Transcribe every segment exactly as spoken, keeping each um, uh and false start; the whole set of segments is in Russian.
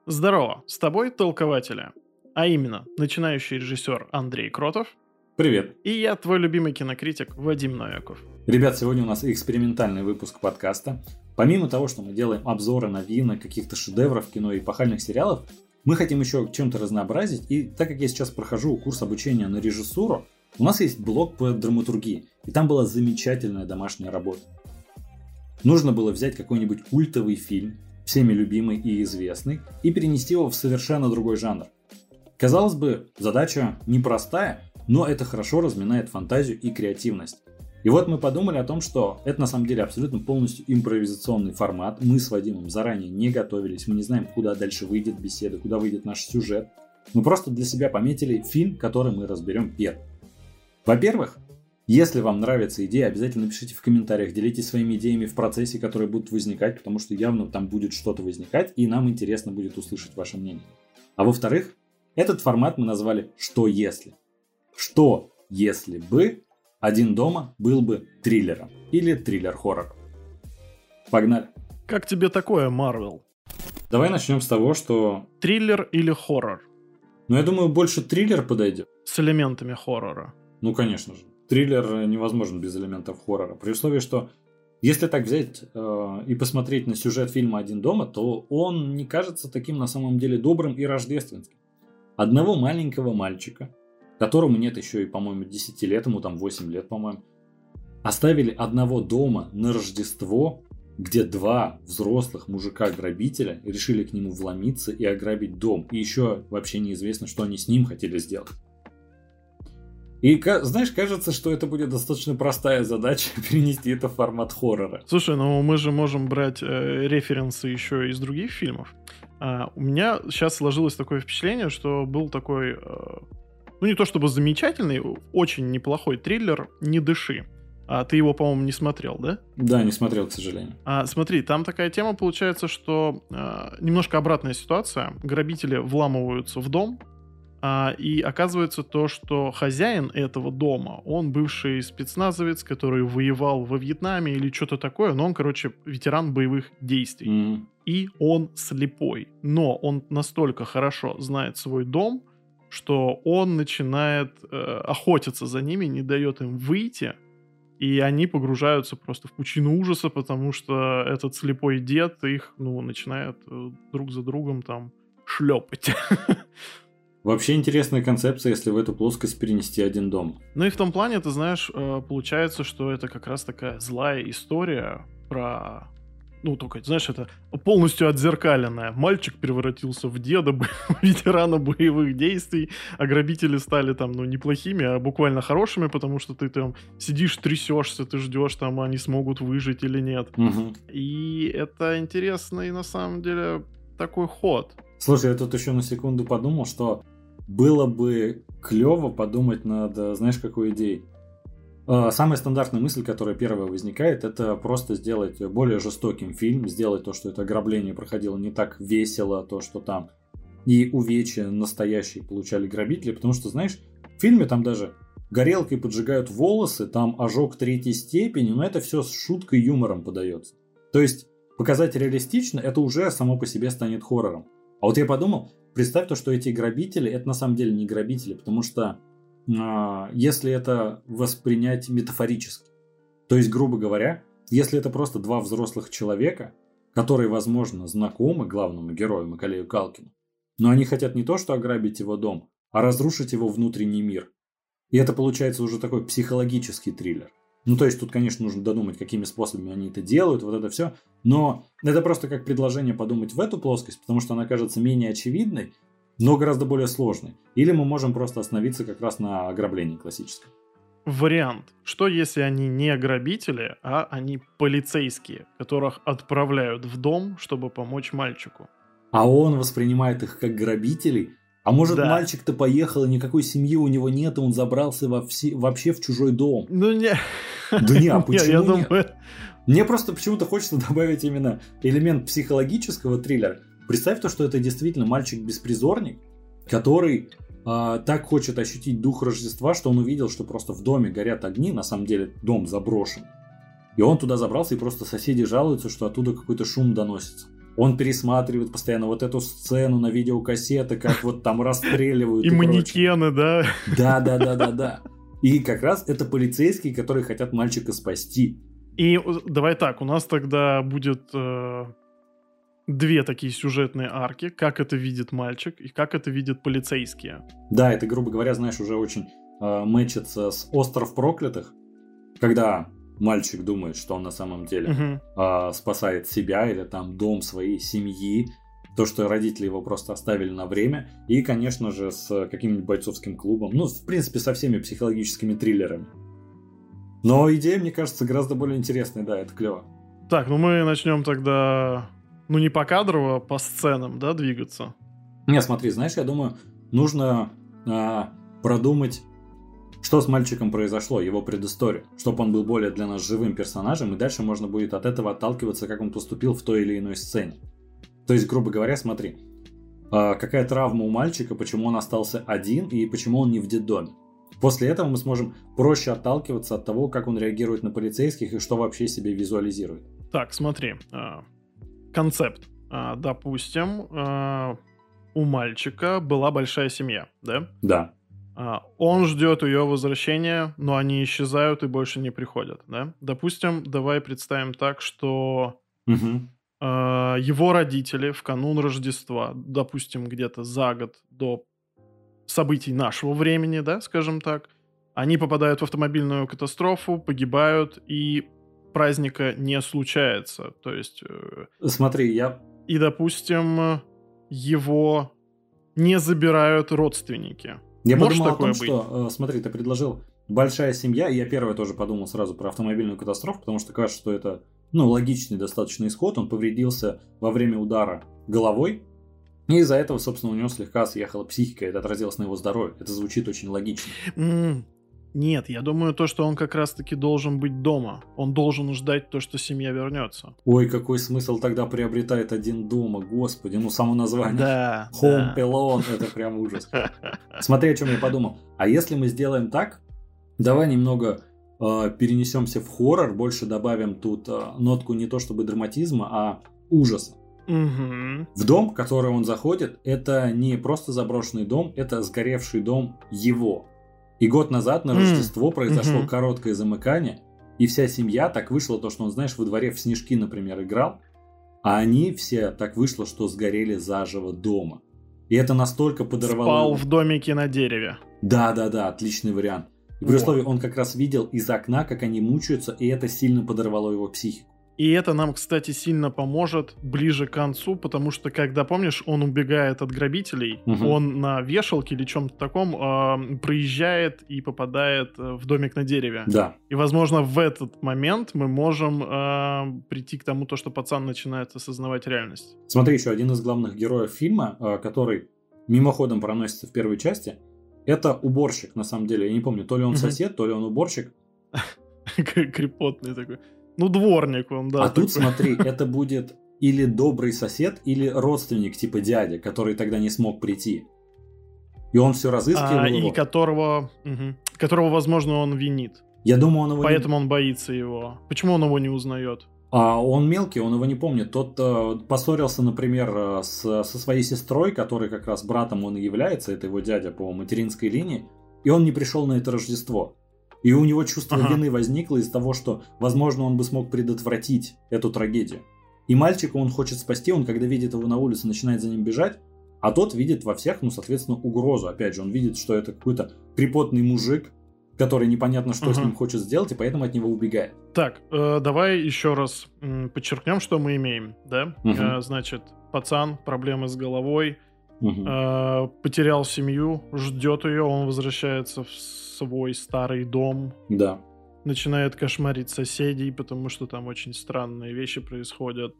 Здорово, с тобой толкователи, а именно начинающий режиссер Андрей Кротов Привет. и я, твой любимый кинокритик Вадим Новиков. Ребят, сегодня у нас экспериментальный выпуск подкаста. Помимо того, что мы делаем обзоры новинок, каких-то шедевров кино и эпохальных сериалов, мы хотим еще чем-то разнообразить. И так как я сейчас прохожу курс обучения на режиссуру, у нас есть блог по драматургии. И там была замечательная домашняя работа. Нужно было взять какой-нибудь культовый фильм, всеми любимый и известный, и перенести его в совершенно другой жанр. Казалось бы, задача непростая, но это хорошо разминает фантазию и креативность. И вот мы подумали о том, что это на самом деле абсолютно полностью импровизационный формат. Мы с Вадимом заранее не готовились, мы не знаем, куда дальше выйдет беседа, куда выйдет наш сюжет. Мы просто для себя пометили фильм, который мы разберем первым. Во-первых, если вам нравится идея, обязательно пишите в комментариях, делитесь своими идеями в процессе, которые будут возникать, потому что явно там будет что-то возникать, и нам интересно будет услышать ваше мнение. А во-вторых, этот формат мы назвали «Что если?». Что если бы «Один дома» был бы триллером или триллер-хоррором? Погнали! Как тебе такое, Марвел? Давай начнем с того, что... Триллер или хоррор? Ну, я думаю, больше триллер подойдет. С элементами хоррора. Ну, конечно же. Триллер невозможен без элементов хоррора. При условии, что если так взять э, и посмотреть на сюжет фильма «Один дома», то он не кажется таким на самом деле добрым и рождественским. Одного маленького мальчика, которому нет еще и, по-моему, десять лет, ему там восемь лет, по-моему, оставили одного дома на Рождество, где два взрослых мужика-грабителя решили к нему вломиться и ограбить дом. И еще вообще неизвестно, что они с ним хотели сделать. И, знаешь, кажется, что это будет достаточно простая задача перенести это в формат хоррора. Слушай, ну мы же можем брать э, референсы еще из других фильмов. А, у меня сейчас сложилось такое впечатление, что был такой, э, ну не то чтобы замечательный, очень неплохой триллер «Не дыши». А ты его, по-моему, не смотрел, да? Да, не смотрел, к сожалению. А, смотри, там такая тема получается, что э, немножко обратная ситуация. Грабители вламываются в дом, а, и оказывается то, что хозяин этого дома, он бывший спецназовец, который воевал во Вьетнаме или что-то такое, но он, короче, ветеран боевых действий. Mm. И он слепой. Но он настолько хорошо знает свой дом, что он начинает э, охотиться за ними, не дает им выйти. И они погружаются просто в пучину ужаса, потому что этот слепой дед их, ну, начинает э, друг за другом там шлепать. Вообще интересная концепция, если в эту плоскость перенести «Один дом». Ну и в том плане, ты знаешь, э, получается, что это как раз такая злая история про... Ну, только, знаешь, это полностью отзеркаленная. Мальчик превратился в деда, ветерана боевых действий, а грабители стали там, ну, неплохими, а буквально хорошими, потому что ты там сидишь, трясешься, ты ждешь, там, они смогут выжить или нет. Угу. И это интересный, на самом деле, такой ход. Слушай, я тут еще на секунду подумал, что было бы клево подумать над, знаешь, какой идеей. Самая стандартная мысль, которая первая возникает, это просто сделать более жестоким фильм, сделать то, что это ограбление проходило не так весело, то, что там и увечья настоящие получали грабители, потому что, знаешь, в фильме там даже горелкой поджигают волосы, там ожог третьей степени, но это все с шуткой и юмором подается. То есть показать реалистично, это уже само по себе станет хоррором. А вот я подумал, представь то, что эти грабители, это на самом деле не грабители, потому что если это воспринять метафорически. То есть, грубо говоря, если это просто два взрослых человека, которые, возможно, знакомы главному герою Маколею Калкину, но они хотят не то, что ограбить его дом, а разрушить его внутренний мир. И это получается уже такой психологический триллер. Ну, то есть, тут, конечно, нужно додумать, какими способами они это делают, вот это все. Но это просто как предложение подумать в эту плоскость, потому что она кажется менее очевидной, но гораздо более сложный. Или мы можем просто остановиться как раз на ограблении классическом. Вариант. Что если они не грабители, а они полицейские, которых отправляют в дом, чтобы помочь мальчику? А он воспринимает их как грабителей? А может, да. Мальчик-то поехал, и никакой семьи у него нет, и он забрался во все, вообще в чужой дом? Ну не... Да не, а почему я нет? Думаю... Мне просто почему-то хочется добавить именно элемент психологического триллера. Представь то, что это действительно мальчик-беспризорник, который э, так хочет ощутить дух Рождества, что он увидел, что просто в доме горят огни, на самом деле дом заброшен. И он туда забрался, и просто соседи жалуются, что оттуда какой-то шум доносится. Он пересматривает постоянно вот эту сцену на видеокассеты, как вот там расстреливают. И манекены, да? Да, да, да, да, да. И как раз это полицейские, которые хотят мальчика спасти. И давай так, у нас тогда будет э, две такие сюжетные арки, как это видит мальчик и как это видят полицейские. Да, это, грубо говоря, знаешь, уже очень э, мэчится с «Остров проклятых», когда мальчик думает, что он на самом деле Угу. э, спасает себя или там дом своей семьи, то, что родители его просто оставили на время, и, конечно же, с каким-нибудь бойцовским клубом, ну, в принципе, со всеми психологическими триллерами. Но идея, мне кажется, гораздо более интересная, да, это клево. Так, ну мы начнем тогда, ну не по кадрово, а по сценам, да, двигаться. Не, смотри, знаешь, я думаю, нужно а, продумать, что с мальчиком произошло, его предысторию, чтобы он был более для нас живым персонажем, и дальше можно будет от этого отталкиваться, как он поступил в той или иной сцене. То есть, грубо говоря, смотри, а, какая травма у мальчика, почему он остался один и почему он не в детдоме. После этого мы сможем проще отталкиваться от того, как он реагирует на полицейских и что вообще себе визуализирует. Так, смотри, а, концепт. А, допустим, а, у мальчика была большая семья, да? Да. А, он ждет ее возвращения, но они исчезают и больше не приходят, да? Допустим, давай представим так, что Угу. а, его родители в канун Рождества, допустим, где-то за год до событий нашего времени, да, скажем так, они попадают в автомобильную катастрофу, погибают, и праздника не случается. То есть... э, Смотри, я... И, допустим, его не забирают родственники. Я Может подумал о такое том, быть? что, э, смотри, ты предложил большая семья, и я первое тоже подумал сразу про автомобильную катастрофу, потому что кажется, что это, ну, логичный достаточно исход. Он повредился во время удара головой, и из-за этого, собственно, у него слегка съехала психика, это отразилось на его здоровье. Это звучит очень логично. М, Нет, я думаю, то, что он как раз-таки должен быть дома. Он должен ждать то, что семья вернется. Ой, какой смысл тогда приобретает один дома, господи, ну само название. Да, Home да. Alone, это прям ужас. Смотри, о чем я подумал. А если мы сделаем так, давай немного э, перенесемся в хоррор, больше добавим тут э, нотку не то чтобы драматизма, а ужаса. Мгм. В дом, в который он заходит, это не просто заброшенный дом, это сгоревший дом его. И год назад на М, Рождество произошло мгм. короткое замыкание, и вся семья так вышло, то, что он, знаешь, во дворе в снежки, например, играл, а они все так вышло, что сгорели заживо дома. И это настолько подорвало... Спал его. в домике на дереве. Да-да-да, отличный вариант. И при Во. условии, он как раз видел из окна, как они мучаются, и это сильно подорвало его психику. И это нам, кстати, сильно поможет ближе к концу, потому что, когда, помнишь, он убегает от грабителей, Мгм. он на вешалке или чем-то таком э, проезжает и попадает э, в домик на дереве. Да. И, возможно, в этот момент мы можем э, прийти к тому, то, что пацан начинает осознавать реальность. Смотри, еще один из главных героев фильма, э, который мимоходом проносится в первой части, это уборщик, на самом деле. Я не помню, то ли он Мгм. сосед, то ли он уборщик. Крепотный такой. Ну, дворник он, да. А тут, такой. смотри, это будет или добрый сосед, или родственник, типа дядя, который тогда не смог прийти. И он все разыскивал А, его. и которого, мгм, которого, возможно, он винит. Я думаю, он его не- Поэтому он боится его. Почему он его не узнает? А он мелкий, он его не помнит. Тот э, поссорился, например, э, с, со своей сестрой, который как раз братом он и является, это его дядя по материнской линии, и он не пришел на это Рождество. И у него чувство Ага. вины возникло из того, что, возможно, он бы смог предотвратить эту трагедию. И мальчика он хочет спасти, он, когда видит его на улице, начинает за ним бежать, а тот видит во всех, ну, соответственно, угрозу. Опять же, он видит, что это какой-то крепотный мужик, который непонятно, что с Ага. ним хочет сделать, и поэтому от него убегает. Так, э, давай еще раз м, подчеркнем, что мы имеем, да? Мгм. Э, значит, пацан, проблемы с головой, Мгм. э, потерял семью, ждет ее, он возвращается в свой старый дом, Да. начинает кошмарить соседей, потому что там очень странные вещи происходят.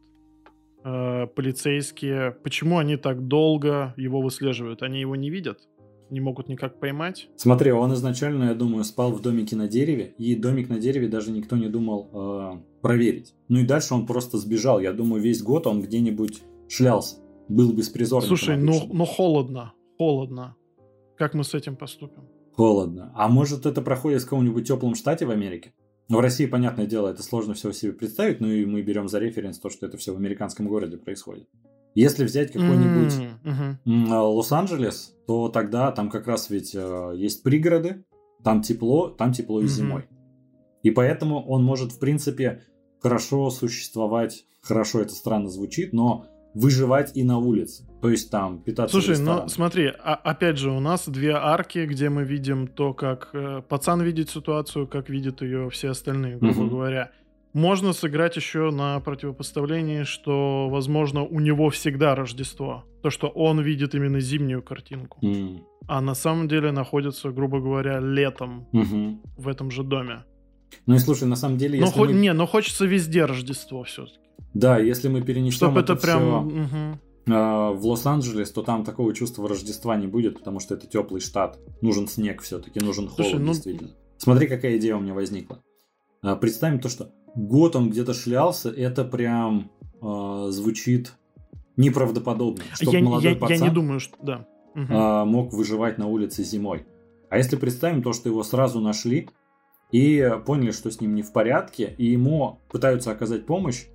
Э, полицейские, почему они так долго его выслеживают? Они его не видят? Не могут никак поймать? Смотри, он изначально, я думаю, спал в домике на дереве, и домик на дереве даже никто не думал э, проверить. Ну и дальше он просто сбежал. Я думаю, весь год он где-нибудь шлялся. Был беспризорником. Слушай, ну, обычным. ну холодно, холодно. Как мы с этим поступим? Холодно. А может, это проходит в каком-нибудь теплом штате в Америке? В России, понятное дело, это сложно все себе представить, но и мы берем за референс то, что это все в американском городе происходит. Если взять какой-нибудь Mm-hmm. Лос-Анджелес, то тогда там как раз ведь э, есть пригороды, там тепло, там тепло и Mm-hmm. зимой. И поэтому он может, в принципе, хорошо существовать, хорошо это странно звучит, но выживать и на улице. То есть там питаться Слушай, в ну ресторанах. смотри, а, опять же, у нас две арки, где мы видим то, как э, пацан видит ситуацию, как видят ее все остальные, грубо Мгм. говоря. Можно сыграть еще на противопоставлении, что, возможно, у него всегда Рождество. То, что он видит именно зимнюю картинку. М. А на самом деле находится, грубо говоря, летом Мгм. в этом же доме. Ну и слушай, на самом деле, Но, если хо- мы... не, но хочется везде Рождество все-таки. Да, если мы перенесем Чтобы это, это прям... всё, мгм. э, в Лос-Анджелес, то там такого чувства Рождества не будет, потому что это теплый штат. Нужен снег все-таки, нужен холод, Слушай, ну- действительно. Смотри, какая идея у меня возникла. А, представим то, что год он где-то шлялся, это прям э, звучит неправдоподобно. Чтоб Я, молодой я- я пацан не думаю, что... Да. Мгм. а, мог выживать на улице зимой. А если представим то, что его сразу нашли и поняли, что с ним не в порядке, и ему пытаются оказать помощь,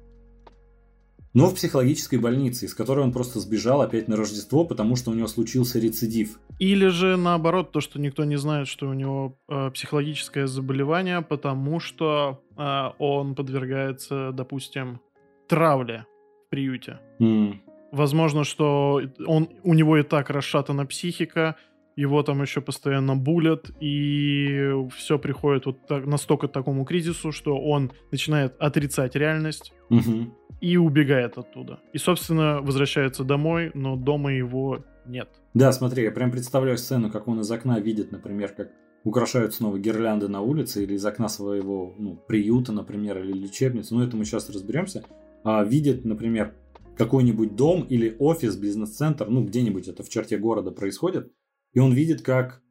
но в психологической больнице, из которой он просто сбежал опять на Рождество, потому что у него случился рецидив. Или же наоборот, то, что никто не знает, что у него э, психологическое заболевание, потому что э, он подвергается, допустим, травле в приюте. М. Возможно, что он, у него и так расшатана психика, его там еще постоянно булят, и все приходит вот так, настолько к такому кризису, что он начинает отрицать реальность Мгм. и убегает оттуда. И, собственно, возвращается домой, но дома его нет. Да, смотри, я прям представляю сцену, как он из окна видит, например, как украшают снова гирлянды на улице, или из окна своего ну, приюта, например, или лечебницы, ну это мы сейчас разберемся, а, видит, например, какой-нибудь дом или офис, бизнес-центр, ну где-нибудь это в черте города происходит, и он видит, как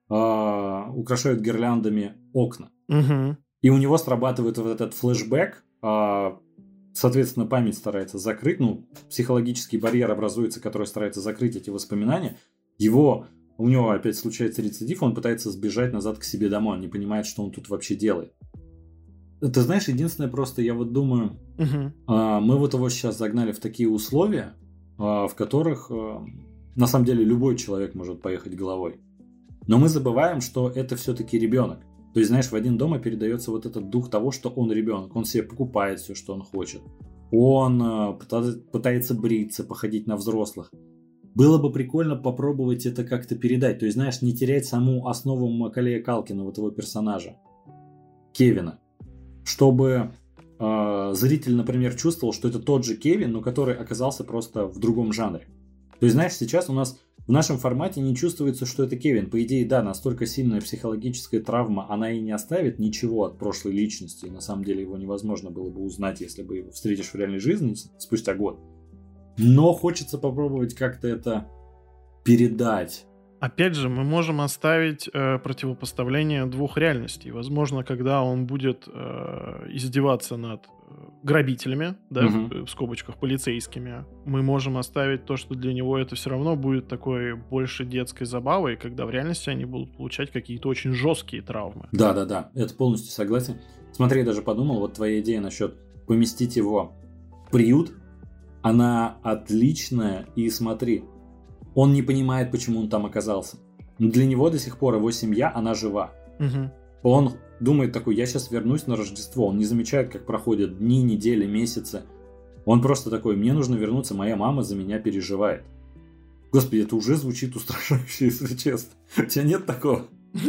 а, украшают гирляндами окна. Угу. И у него срабатывает вот этот флешбэк, а, соответственно, память старается закрыть, ну, психологический барьер образуется, который старается закрыть эти воспоминания. Его, у него опять случается рецидив, он пытается сбежать назад к себе домой, он не понимает, что он тут вообще делает. Ты знаешь, единственное просто, я вот думаю, Угу. а, мы вот его сейчас загнали в такие условия, а, в которых, а, на самом деле, любой человек может поехать головой. Но мы забываем, что это все-таки ребенок. То есть, знаешь, в один дома передается вот этот дух того, что он ребенок. Он себе покупает все, что он хочет. Он э, пыта- пытается бриться, походить на взрослых. Было бы прикольно попробовать это как-то передать. То есть, знаешь, не терять саму основу Макалея Калкина, вот его персонажа, Кевина. Чтобы э, зритель, например, чувствовал, что это тот же Кевин, но который оказался просто в другом жанре. То есть, знаешь, сейчас у нас в нашем формате не чувствуется, что это Кевин. По идее, да, настолько сильная психологическая травма, она и не оставит ничего от прошлой личности. И на самом деле его невозможно было бы узнать, если бы его встретишь в реальной жизни спустя год. Но хочется попробовать как-то это передать. Опять же, мы можем оставить э, противопоставление двух реальностей. Возможно, когда он будет э, издеваться над э, грабителями, да, Мгм. в, в скобочках полицейскими, мы можем оставить то, что для него это все равно будет такой больше детской забавой, когда в реальности они будут получать какие-то очень жесткие травмы. Да-да-да, это полностью согласен. Смотри, я даже подумал, вот твоя идея насчет поместить его в приют, она отличная, и смотри, он не понимает, почему он там оказался. Но для него до сих пор его семья, она жива. Мгм. Он думает такой, я сейчас вернусь на Рождество. Он не замечает, как проходят дни, недели, месяцы. Он просто такой, мне нужно вернуться, моя мама за меня переживает. Господи, это уже звучит устрашающе, если честно. У тебя нет такого?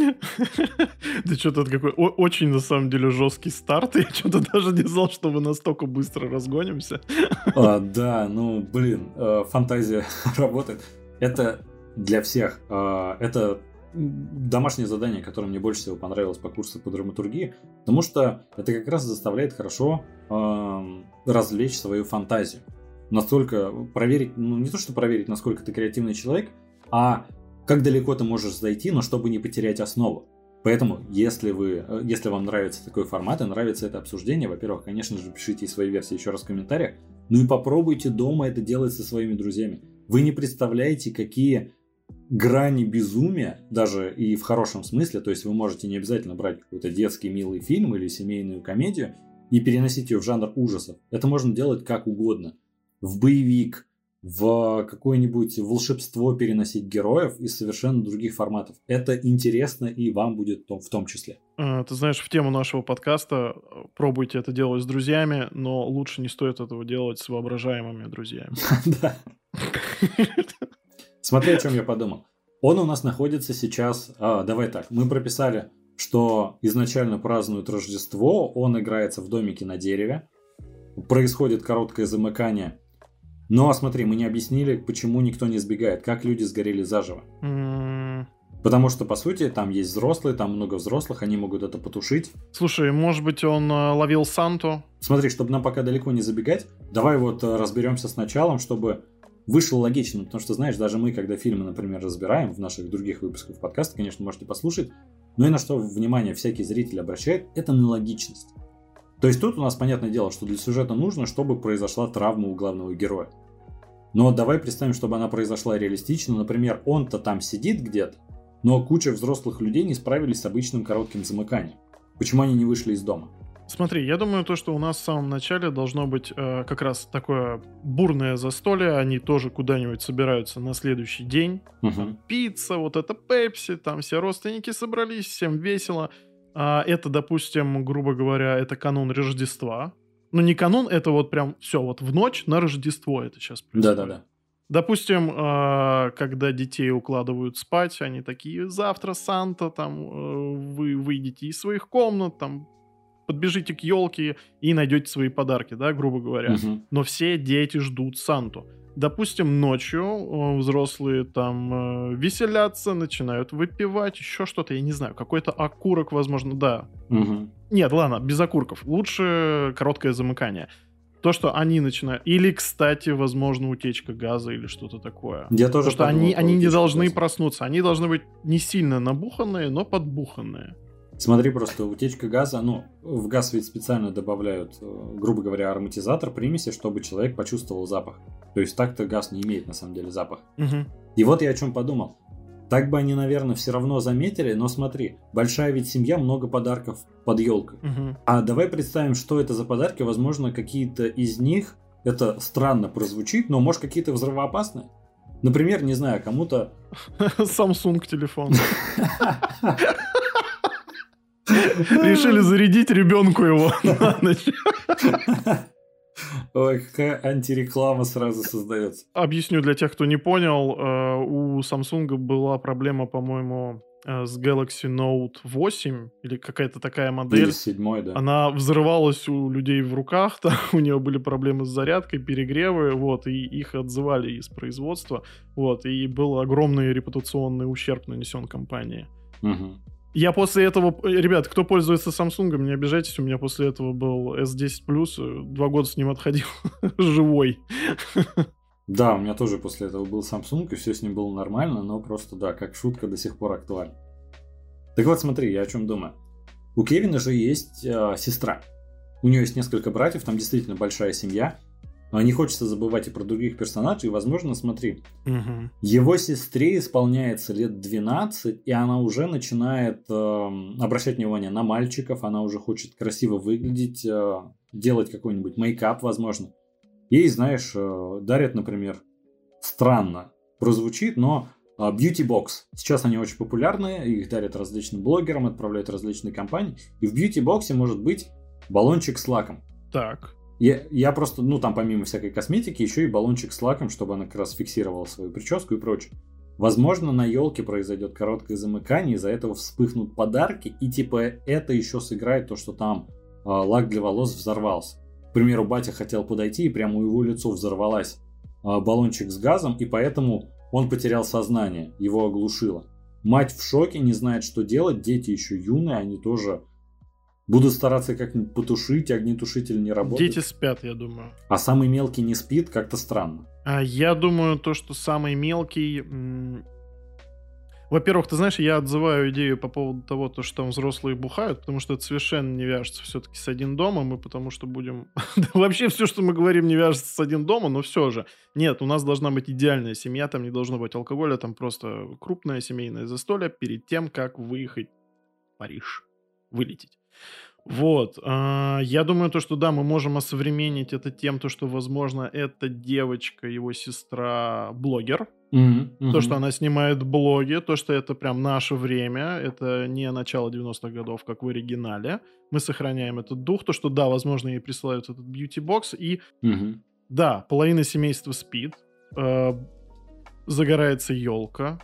Да что-то какой о- очень, на самом деле, жесткий старт. Я что-то даже не знал, что мы настолько быстро разгонимся. А, да, ну, блин, э, фантазия работает. Это для всех. э, это домашнее задание, которое мне больше всего понравилось по курсу по драматургии, потому что это как раз заставляет хорошо э, развлечь свою фантазию. Настолько проверить, ну не то, что проверить, насколько ты креативный человек, а как далеко ты можешь зайти, но чтобы не потерять основу. Поэтому, если, вы, э, если вам нравится такой формат и нравится это обсуждение, во-первых, конечно же, пишите свои версии еще раз в комментариях, ну и попробуйте дома это делать со своими друзьями. Вы не представляете, какие грани безумия, даже и в хорошем смысле, то есть вы можете не обязательно брать какой-то детский милый фильм или семейную комедию и переносить ее в жанр ужасов. Это можно делать как угодно. В боевик, в какое-нибудь волшебство переносить героев из совершенно других форматов. Это интересно и вам будет в том числе. Ты знаешь, в тему нашего подкаста пробуйте это делать с друзьями, но лучше не стоит этого делать с воображаемыми друзьями. Да. Смотри, о чем я подумал. Он у нас находится сейчас... А, давай так, мы прописали, что изначально празднуют Рождество, он играется в домике на дереве, происходит короткое замыкание. Но смотри, мы не объяснили, почему никто не сбегает, как люди сгорели заживо. Mm. Потому что, по сути, там есть взрослые, там много взрослых, они могут это потушить. Слушай, может быть, он э, ловил Санту? Смотри, чтобы нам пока далеко не забегать, давай вот э, разберемся с началом, чтобы вышло логично. Потому что, знаешь, даже мы, когда фильмы, например, разбираем в наших других выпусках подкаста, конечно, можете послушать, но и на что внимание всякий зритель обращает, это на логичность. То есть тут у нас, понятное дело, что для сюжета нужно, чтобы произошла травма у главного героя. Но давай представим, чтобы она произошла реалистично. Например, он-то там сидит где-то, но куча взрослых людей не справились с обычным коротким замыканием. Почему они не вышли из дома? Смотри, я думаю, то, что у нас в самом начале должно быть э, как раз такое бурное застолье. Они тоже куда-нибудь собираются на следующий день. Угу. Там пицца, вот это пепси, там все родственники собрались, всем весело. А это, допустим, грубо говоря, это канун Рождества. Ну, не канун, это вот прям все, вот в ночь на Рождество это сейчас происходит. Да-да-да. Допустим, э, когда детей укладывают спать, они такие: завтра Санта, там, э, вы выйдете из своих комнат, там, подбежите к елке и найдете свои подарки, да, грубо говоря. Угу. Но все дети ждут Санту. Допустим, ночью э, взрослые там э, веселятся, начинают выпивать, еще что-то, я не знаю, какой-то окурок, возможно, да. Угу. Нет, ладно, без окурков. Лучше короткое замыкание. То, что они начинают... Или, кстати, возможно, утечка газа или что-то такое. Я тоже То, что они, они не должны газа. проснуться. Они должны быть не сильно набуханные, но подбуханные. Смотри, просто утечка газа, ну, в газ ведь специально добавляют, грубо говоря, ароматизатор, примеси, чтобы человек почувствовал запах. То есть так-то газ не имеет, на самом деле, запах. Угу. И вот я о чем подумал. Так бы они, наверное, все равно заметили, но смотри, большая ведь семья, много подарков под елкой. Угу. А давай представим, что это за подарки, возможно, какие-то из них, это странно прозвучит, но может какие-то взрывоопасные. Например, не знаю, кому-то... Samsung телефон. Решили зарядить ребенку его на ночь. Ой, какая антиреклама сразу создается. Объясню для тех, кто не понял. У Samsung была проблема, по-моему, с Galaxy Note восемь или какая-то такая модель. Или седьмой, да. Она взрывалась у людей в руках, там, у нее были проблемы с зарядкой, перегревы, вот, и их отзывали из производства, вот, и был огромный репутационный ущерб нанесен компании. Угу. Я после этого... Ребят, кто пользуется Samsung, не обижайтесь, у меня после этого был эс десять плюс, два года с ним отходил живой. Да, у меня тоже после этого был Samsung, и все с ним было нормально, но просто, да, как шутка до сих пор актуальна. Так вот, смотри, я о чем думаю. У Кевина же есть э, сестра. У нее есть несколько братьев, там действительно большая семья. Но не хочется забывать и про других персонажей. И, возможно, смотри, угу. его сестре исполняется лет двенадцать, и она уже начинает э, обращать внимание на мальчиков, она уже хочет красиво выглядеть, э, делать какой-нибудь мейкап, возможно. Ей, знаешь, э, дарят, например, странно прозвучит, но э, Beauty Box. Сейчас они очень популярны, их дарят различным блогерам, отправляют в различные компании. И в Beauty Box может быть баллончик с лаком. Так. Я, я просто, ну там помимо всякой косметики, еще и баллончик с лаком, чтобы она как раз фиксировала свою прическу и прочее. Возможно, на елке произойдет короткое замыкание, из-за этого вспыхнут подарки, и типа это еще сыграет то, что там э, лак для волос взорвался. К примеру, батя хотел подойти, и прямо у его лица взорвалась э, баллончик с газом, и поэтому он потерял сознание, его оглушило. Мать в шоке, не знает, что делать, дети еще юные, они тоже... Будут стараться как-нибудь потушить, огнетушитель не работает. Дети спят, я думаю. А самый мелкий не спит, как-то странно. А я думаю, то, что самый мелкий... М- Во-первых, ты знаешь, я отзываю идею по поводу того, то, что там взрослые бухают, потому что это совершенно не вяжется все-таки с «Один дома», мы потому что будем... Вообще все, что мы говорим, не вяжется с «Один дома», но все же. Нет, у нас должна быть идеальная семья, там не должно быть алкоголя, там просто крупное семейное застолье перед тем, как выехать в Париж, вылететь. Вот, а, я думаю, то, что да, мы можем осовременить это тем, то, что, возможно, эта девочка, его сестра, блогер, Мгм, то, что мгм. она снимает блоги, то, что это прям наше время, это не начало девяностых годов, как в оригинале. Мы сохраняем этот дух, то, что да, возможно, ей присылают этот бьюти-бокс, и Мгм. да, половина семейства спит, э, загорается елка,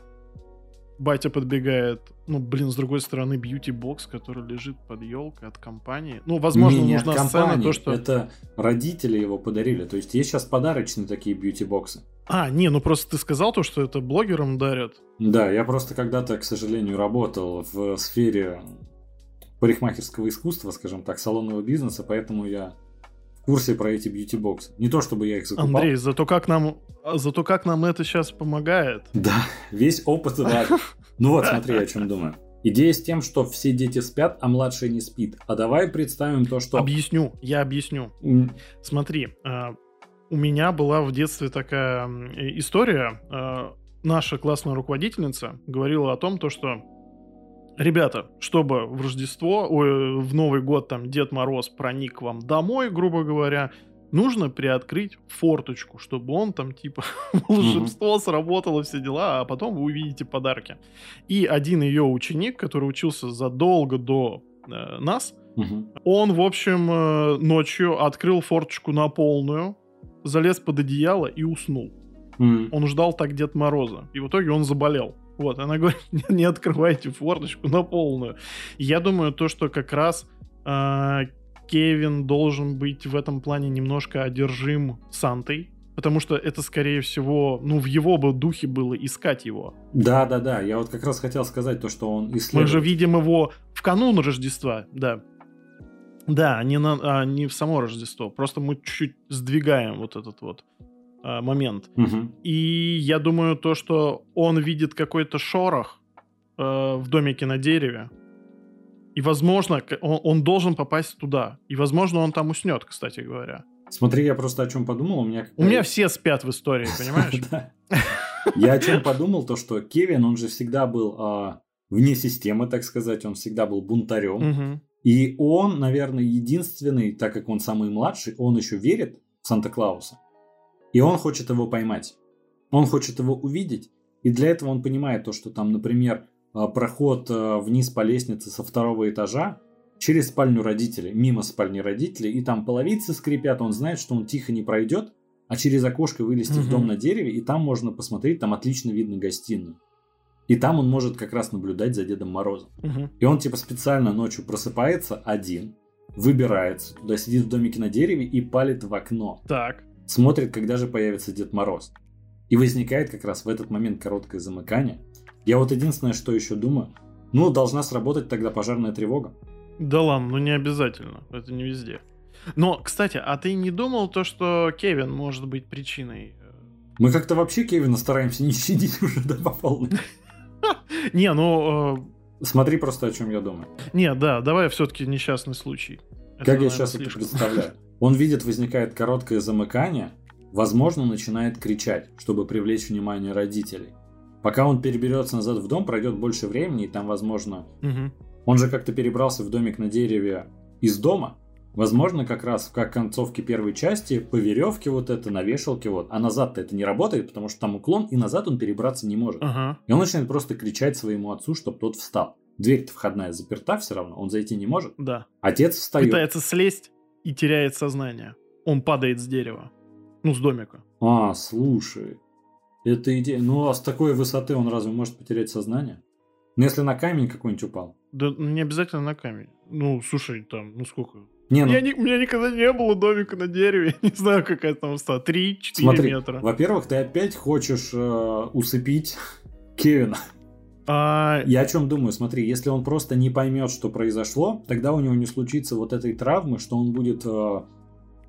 батя подбегает, ну, блин, с другой стороны, бьюти-бокс, который лежит под елкой от компании. Ну, возможно, Не, не от нужна сцена, компании, то, что... это родители его подарили. То есть есть сейчас подарочные такие бьюти-боксы. А, не, ну просто ты сказал то, что это блогерам дарят. Да, я просто когда-то, к сожалению, работал в сфере парикмахерского искусства, скажем так, салонного бизнеса, поэтому я в курсе про эти бьюти-боксы. Не то, чтобы я их закупал. Андрей, зато как нам, а, зато как нам это сейчас помогает. Да, весь опыт рад. Ну вот, смотри, о чем думаю. Идея с тем, что все дети спят, а младший не спит. А давай представим то, что... Объясню, я объясню. М, Смотри, а, у меня была в детстве такая м, э, история. а, Наша классная руководительница говорила о том, то, что ребята, чтобы в Рождество, ой, в Новый год там Дед Мороз проник к вам домой, грубо говоря, нужно приоткрыть форточку, чтобы он там типа волшебство сработало, все дела, а потом вы увидите подарки. И один ее ученик, который учился задолго до э, нас, мгм. он, в общем, э, ночью открыл форточку на полную, залез под одеяло и уснул. М. Он ждал так Дед Мороза. И в итоге он заболел. Вот, она говорит, не, не открывайте форточку на полную. И я думаю, то, что как раз э, Кевин должен быть в этом плане немножко одержим Сантой. Потому что это, скорее всего, ну, в его бы духе было искать его. Да, да, да. Я вот как раз хотел сказать то, что он Мы исследует. же видим его в канун Рождества, да. Да, не, на, а, не в само Рождество. Просто мы чуть-чуть сдвигаем вот этот вот а, момент. Мгм. И я думаю, то, что он видит какой-то шорох э, в домике на дереве. И, возможно, к- он, он должен попасть туда. И, возможно, он там уснет, кстати говоря. Смотри, я просто о чем подумал. У меня, У меня все спят в истории, понимаешь? Да. Я о чем подумал, то что Кевин, он же всегда был а, вне системы, так сказать, он всегда был бунтарем. Мгм. И он, наверное, единственный, так как он самый младший, он еще верит в Санта-Клауса. И он хочет его поймать. Он хочет его увидеть. И для этого он понимает то, что там, например, а, проход а, вниз по лестнице со второго этажа через спальню родителей, мимо спальни родителей, и там половицы скрипят, он знает, что он тихо не пройдет, а через окошко вылезти в дом Мгм. на дереве, и там можно посмотреть, там отлично видно гостиную. И там он может как раз наблюдать за Дедом Морозом. Мгм. И он типа специально ночью просыпается один, выбирается туда, сидит в домике на дереве и палит в окно. Так. Смотрит, когда же появится Дед Мороз. И возникает как раз в этот момент короткое замыкание. Я вот единственное, что еще думаю, ну, должна сработать тогда пожарная тревога. Да ладно, ну не обязательно. Это не везде. Но, кстати, а ты не думал то, что Кевин может быть причиной? э, Мы как-то вообще Кевина стараемся не щадить уже, да, по полной. Не, ну... э, Смотри просто, о чем я думаю. Не, да, давай все-таки несчастный случай. Это, Как я наверное, сейчас это слишком. представляю. Он видит, возникает короткое замыкание, возможно, начинает кричать, чтобы привлечь внимание родителей. Пока он переберется назад в дом, пройдет больше времени, и там, возможно... Мгм. Он же как-то перебрался в домик на дереве из дома. Возможно, как раз в как концовке первой части, по веревке вот это, на вешалке вот. А назад-то это не работает, потому что там уклон, и назад он перебраться не может. Ага. И он начинает просто кричать своему отцу, чтобы тот встал. Дверь-то входная заперта все равно, он зайти не может. Да. Отец встает. Пытается слезть и теряет сознание. Он падает с дерева. Ну, с домика. А, слушай. Это идея. Ну, а с такой высоты он разве может потерять сознание? Ну, если на камень какой-нибудь упал. Да не обязательно на камень. Ну, слушай, там, ну сколько? Не, ну, Я не- у меня никогда не было домика на дереве. Не знаю, какая там высота. три-четыре смотри, метра. во-первых, ты опять хочешь э, усыпить Кевина. А, Я о чем думаю? Смотри, если он просто не поймет, что произошло, тогда у него не случится вот этой травмы, что он будет э,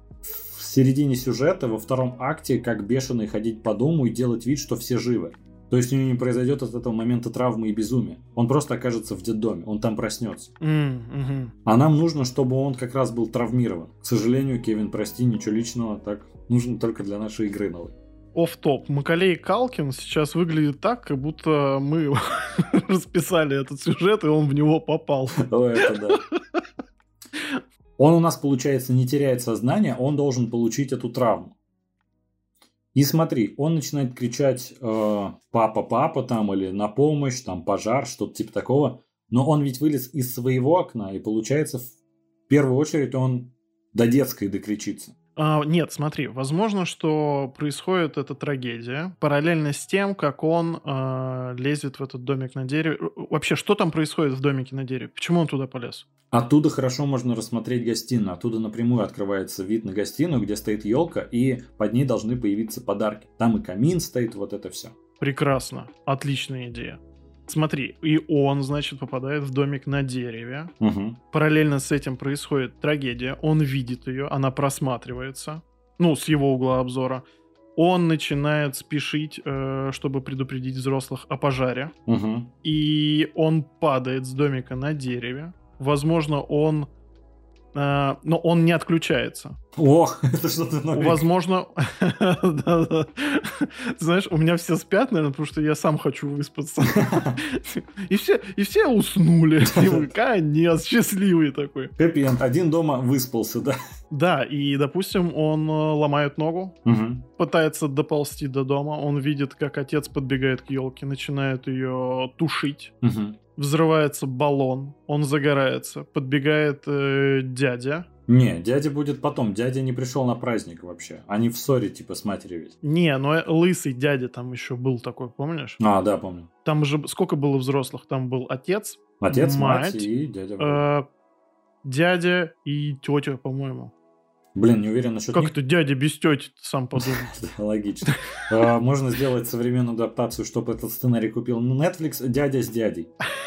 в середине сюжета, во втором акте, как бешеный ходить по дому и делать вид, что все живы. То есть у него не произойдет от этого момента травмы и безумия. Он просто окажется в детдоме, он там проснется. Mm-hmm. А нам нужно, чтобы он как раз был травмирован. К сожалению, Кевин, прости, ничего личного, так нужно только для нашей игры новой. Офф-топ. Маколей Калкин сейчас выглядит так, как будто мы расписали этот сюжет, и он в него попал. О, это да. Он у нас, получается, не теряет сознание, он должен получить эту травму. И смотри, он начинает кричать э, «папа, папа» там, или «на помощь», там «пожар», что-то типа такого. Но он ведь вылез из своего окна, и получается, в первую очередь он до детской докричится. А, нет, смотри, возможно, что происходит эта трагедия параллельно с тем, как он э, лезет в этот домик на дереве. Вообще, что там происходит в домике на дереве? Почему он туда полез? Оттуда хорошо можно рассмотреть гостиную. Оттуда напрямую открывается вид на гостиную, где стоит елка, и под ней должны появиться подарки. Там и камин стоит, вот это все. Прекрасно. Отличная идея. Смотри, и он, значит, попадает в домик на дереве. Угу. Параллельно с этим происходит трагедия. Он видит ее, она просматривается. Ну, с его угла обзора. Он начинает спешить, э, чтобы предупредить взрослых о пожаре. Угу. И он падает с домика на дереве. Возможно, он... Э, но он не отключается. Ох, это что-то новенькое. Возможно... Знаешь, у меня все спят, наверное, потому что я сам хочу выспаться. И все, и все уснули. И конец, счастливый такой. Хэппи-энд. Один дома выспался, да? Да, и, допустим, он ломает ногу, Угу. пытается доползти до дома. Он видит, как отец подбегает к елке, начинает ее тушить. Угу. Взрывается баллон, он загорается, подбегает э, дядя. Не, дядя будет потом. Дядя не пришел на праздник вообще. Они в ссоре типа с матерью ведь. Не, ну э, лысый дядя там еще был такой, помнишь? А, да, помню. Там же сколько было взрослых? Там был отец, Отец, мать, мать, и дядя. э, дядя и тетя, по-моему. Блин, не уверен насчет Как них. это дядя без тети, сам подумай. Логично. А, Можно сделать современную адаптацию, чтобы этот сценарий купил Netflix. Дядя с дядей.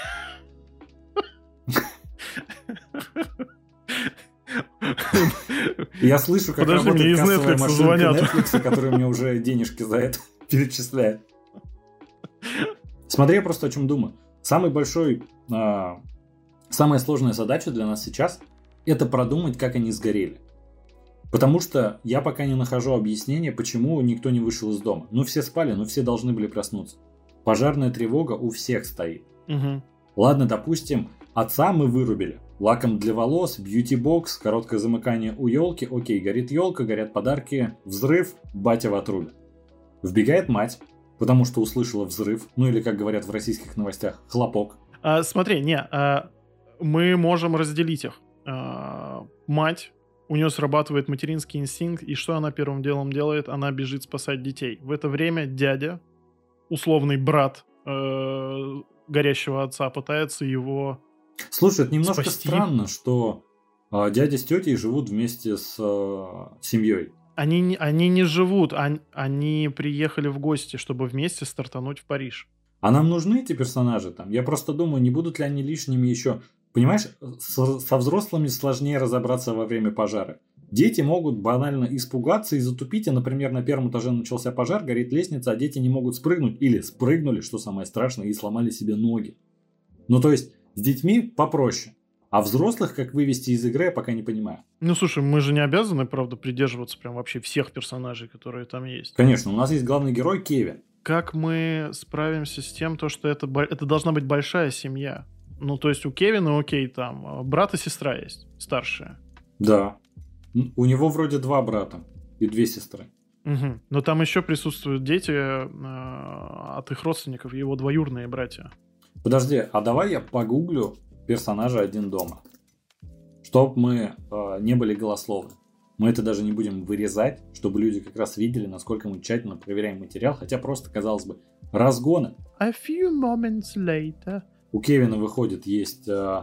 Я слышу, как Подожди, мне работает из кассовая Netflix машинка звонят. Netflix, который мне уже денежки за это перечисляет. Смотри, я просто о чем думаю. Самый большой, а, самая сложная задача для нас сейчас – это продумать, как они сгорели. Потому что я пока не нахожу объяснения, почему никто не вышел из дома. Ну, все спали, но все должны были проснуться. Пожарная тревога у всех стоит. Угу. Ладно, допустим, отца мы вырубили. Лаком для волос, бьюти-бокс, короткое замыкание у елки. Окей, горит елка, горят подарки, взрыв, батя в отрубе. Вбегает мать, потому что услышала взрыв. Ну или, как говорят в российских новостях, хлопок. А, смотри, не, а, мы можем разделить их. А, мать, у нее срабатывает материнский инстинкт, и что она первым делом делает? Она бежит спасать детей. В это время дядя, условный брат э, горящего отца, пытается его... Слушай, это немножко спасти. Странно, что э, дядя с тетей живут вместе с э, семьей. Они, не- они не живут, они, они приехали в гости, чтобы вместе стартануть в Париж. А нам нужны эти персонажи там? Я просто думаю, не будут ли они лишними еще. Понимаешь, со, со взрослыми сложнее разобраться во время пожара. Дети могут банально испугаться и затупить, и, например, на первом этаже начался пожар, горит лестница, а дети не могут спрыгнуть или спрыгнули, что самое страшное, и сломали себе ноги. Ну, то есть, с детьми попроще. А взрослых, как вывести из игры, я пока не понимаю. Ну, слушай, мы же не обязаны, правда, придерживаться прям вообще всех персонажей, которые там есть. Конечно, у нас есть главный герой Кевин. Как мы справимся с тем, то, что это, бо- это должна быть большая семья? Ну, то есть у Кевина, окей, там, э, брат и сестра есть, старшие. Да. М, У него вроде два брата и две сестры. Мгм. Но там еще присутствуют дети э, от их родственников, его двоюродные братья. Подожди, а давай я погуглю персонажа «Один дома». Чтоб мы э, не были голословны. Мы это даже не будем вырезать, чтобы люди как раз видели, насколько мы тщательно проверяем материал. Хотя просто, казалось бы, разгоны. A few moments later. У Кевина, выходит, есть э,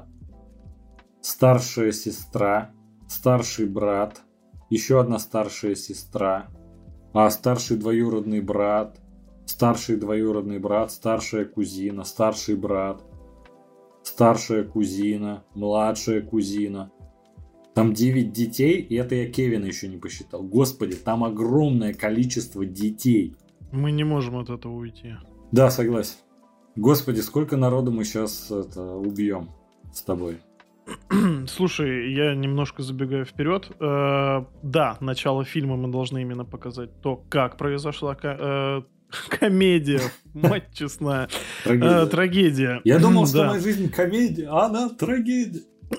старшая сестра, старший брат, еще одна старшая сестра, а старший двоюродный брат, старший двоюродный брат, старшая кузина, старший брат, старшая кузина, младшая кузина. Там девять детей, и это я Кевина еще не посчитал. Господи, там огромное количество детей. Мы не можем от этого уйти. Да, согласен. Господи, сколько народу мы сейчас это, убьем с тобой. Слушай, я немножко забегаю вперед. Э, да, начало фильма мы должны именно показать то, как произошла ко- э, комедия, мать честная. Трагедия. Э, трагедия. Я думал, что Да. моя жизнь комедия, а она трагедия.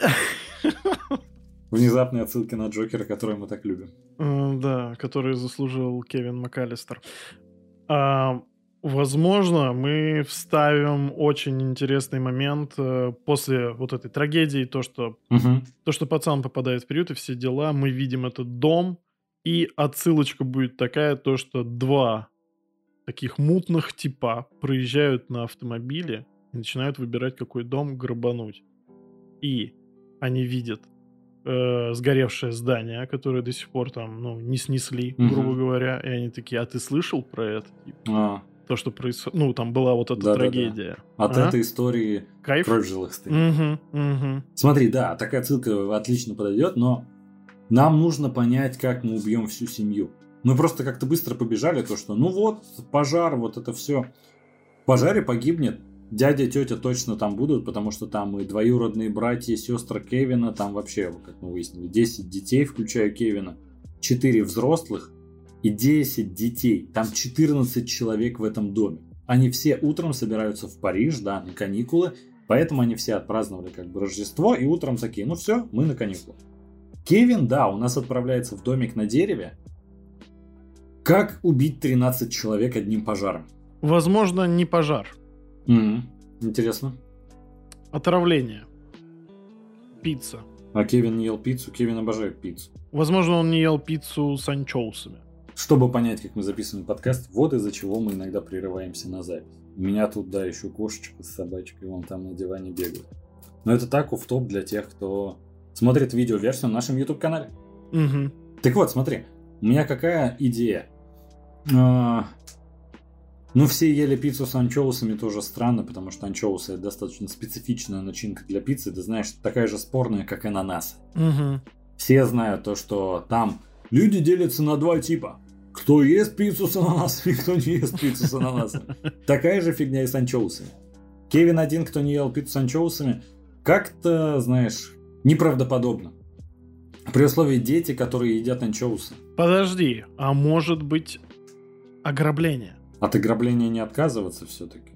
Внезапные отсылки на Джокера, который мы так любим. Э, Да, который заслужил Кевин МакАлистер. А, Возможно, мы вставим очень интересный момент э, после вот этой трагедии, то что, Угу. то, что пацан попадает в приют и все дела, мы видим этот дом, и отсылочка будет такая, то что два таких мутных типа проезжают на автомобиле и начинают выбирать, какой дом грабануть. И они видят э, сгоревшее здание, которое до сих пор там, ну, не снесли, Мгм. грубо говоря, и они такие, а ты слышал про это? Типа, А, то, что происходит, ну, там была вот эта Да-да-да. трагедия. от А? этой истории Кайф? кровь в жилах стоит. Мгм, мгм. Смотри, да, такая отсылка отлично подойдет, но нам нужно понять, как мы убьем всю семью. Мы просто как-то быстро побежали, то что, ну вот, пожар, вот это все. В пожаре погибнет. Дядя, тетя точно там будут, потому что там и двоюродные братья, и сестры Кевина, там вообще, как мы выяснили, десять детей, включая Кевина, четыре взрослых и десять детей. Там четырнадцать человек в этом доме. Они все утром собираются в Париж, да, на каникулы, поэтому они все отпраздновали как бы Рождество, и утром такие, ну все, мы на каникулы. Кевин, да, у нас отправляется в домик на дереве. Как убить тринадцать человек одним пожаром? Возможно, не пожар. М, Интересно. Отравление. Пицца. А Кевин не ел пиццу? Кевин обожает пиццу. Возможно, он не ел пиццу с анчоусами. Чтобы понять, как мы записываем подкаст, вот из-за чего мы иногда прерываемся на запись. У меня тут, да, еще кошечка с собачкой, вон там на диване бегают. Но это так офф-топ для тех, кто смотрит видеоверсию на нашем YouTube-канале. Мгм. Так вот, смотри, у меня какая идея? А, Ну, все ели пиццу с анчоусами, тоже странно, потому что анчоусы это достаточно специфичная начинка для пиццы. Ты знаешь, такая же спорная, как ананасы. Мгм. Все знают то, что там люди делятся на два типа. Кто ест пиццу с ананасами, кто не ест пиццу с ананасами. Такая же фигня и с анчоусами. Кевин один, кто не ел пиццу с анчоусами, как-то, знаешь, неправдоподобно. При условии дети, которые едят анчоусы. Подожди, а может быть ограбление? От ограбления не отказываться все-таки.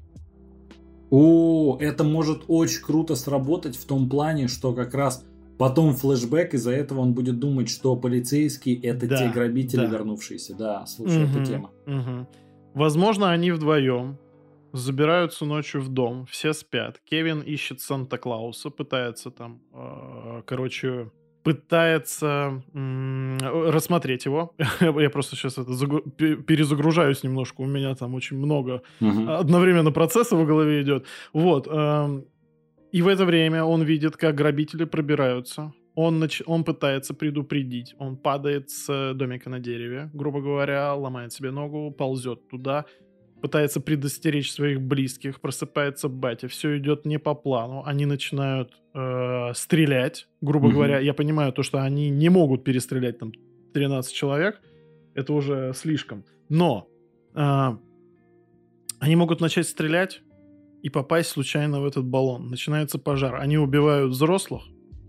О, это может очень круто сработать в том плане, что как раз потом флешбэк, из-за этого он будет думать, что полицейские это Да, те грабители, да. вернувшиеся. Да, слушай, Мгм, эта тема. мгм. Возможно, они вдвоем забираются ночью в дом, все спят. Кевин ищет Санта-Клауса, пытается там, э, короче, пытается м, э, рассмотреть его. Я просто сейчас это загру- пе- перезагружаюсь немножко, у меня там очень много Мгм. одновременно процессов в голове идет. Вот. эм, И в это время он видит, как грабители пробираются. Он, нач- он пытается предупредить. Он падает с домика на дереве, грубо говоря, ломает себе ногу, ползет туда, пытается предостеречь своих близких, просыпается батя. Все идет не по плану. Они начинают э, стрелять, грубо Мгм. говоря. Я понимаю то, что они не могут перестрелять там тринадцать человек. Это уже слишком. Но э, они могут начать стрелять и попасть случайно в этот баллон. Начинается пожар. Они убивают взрослых,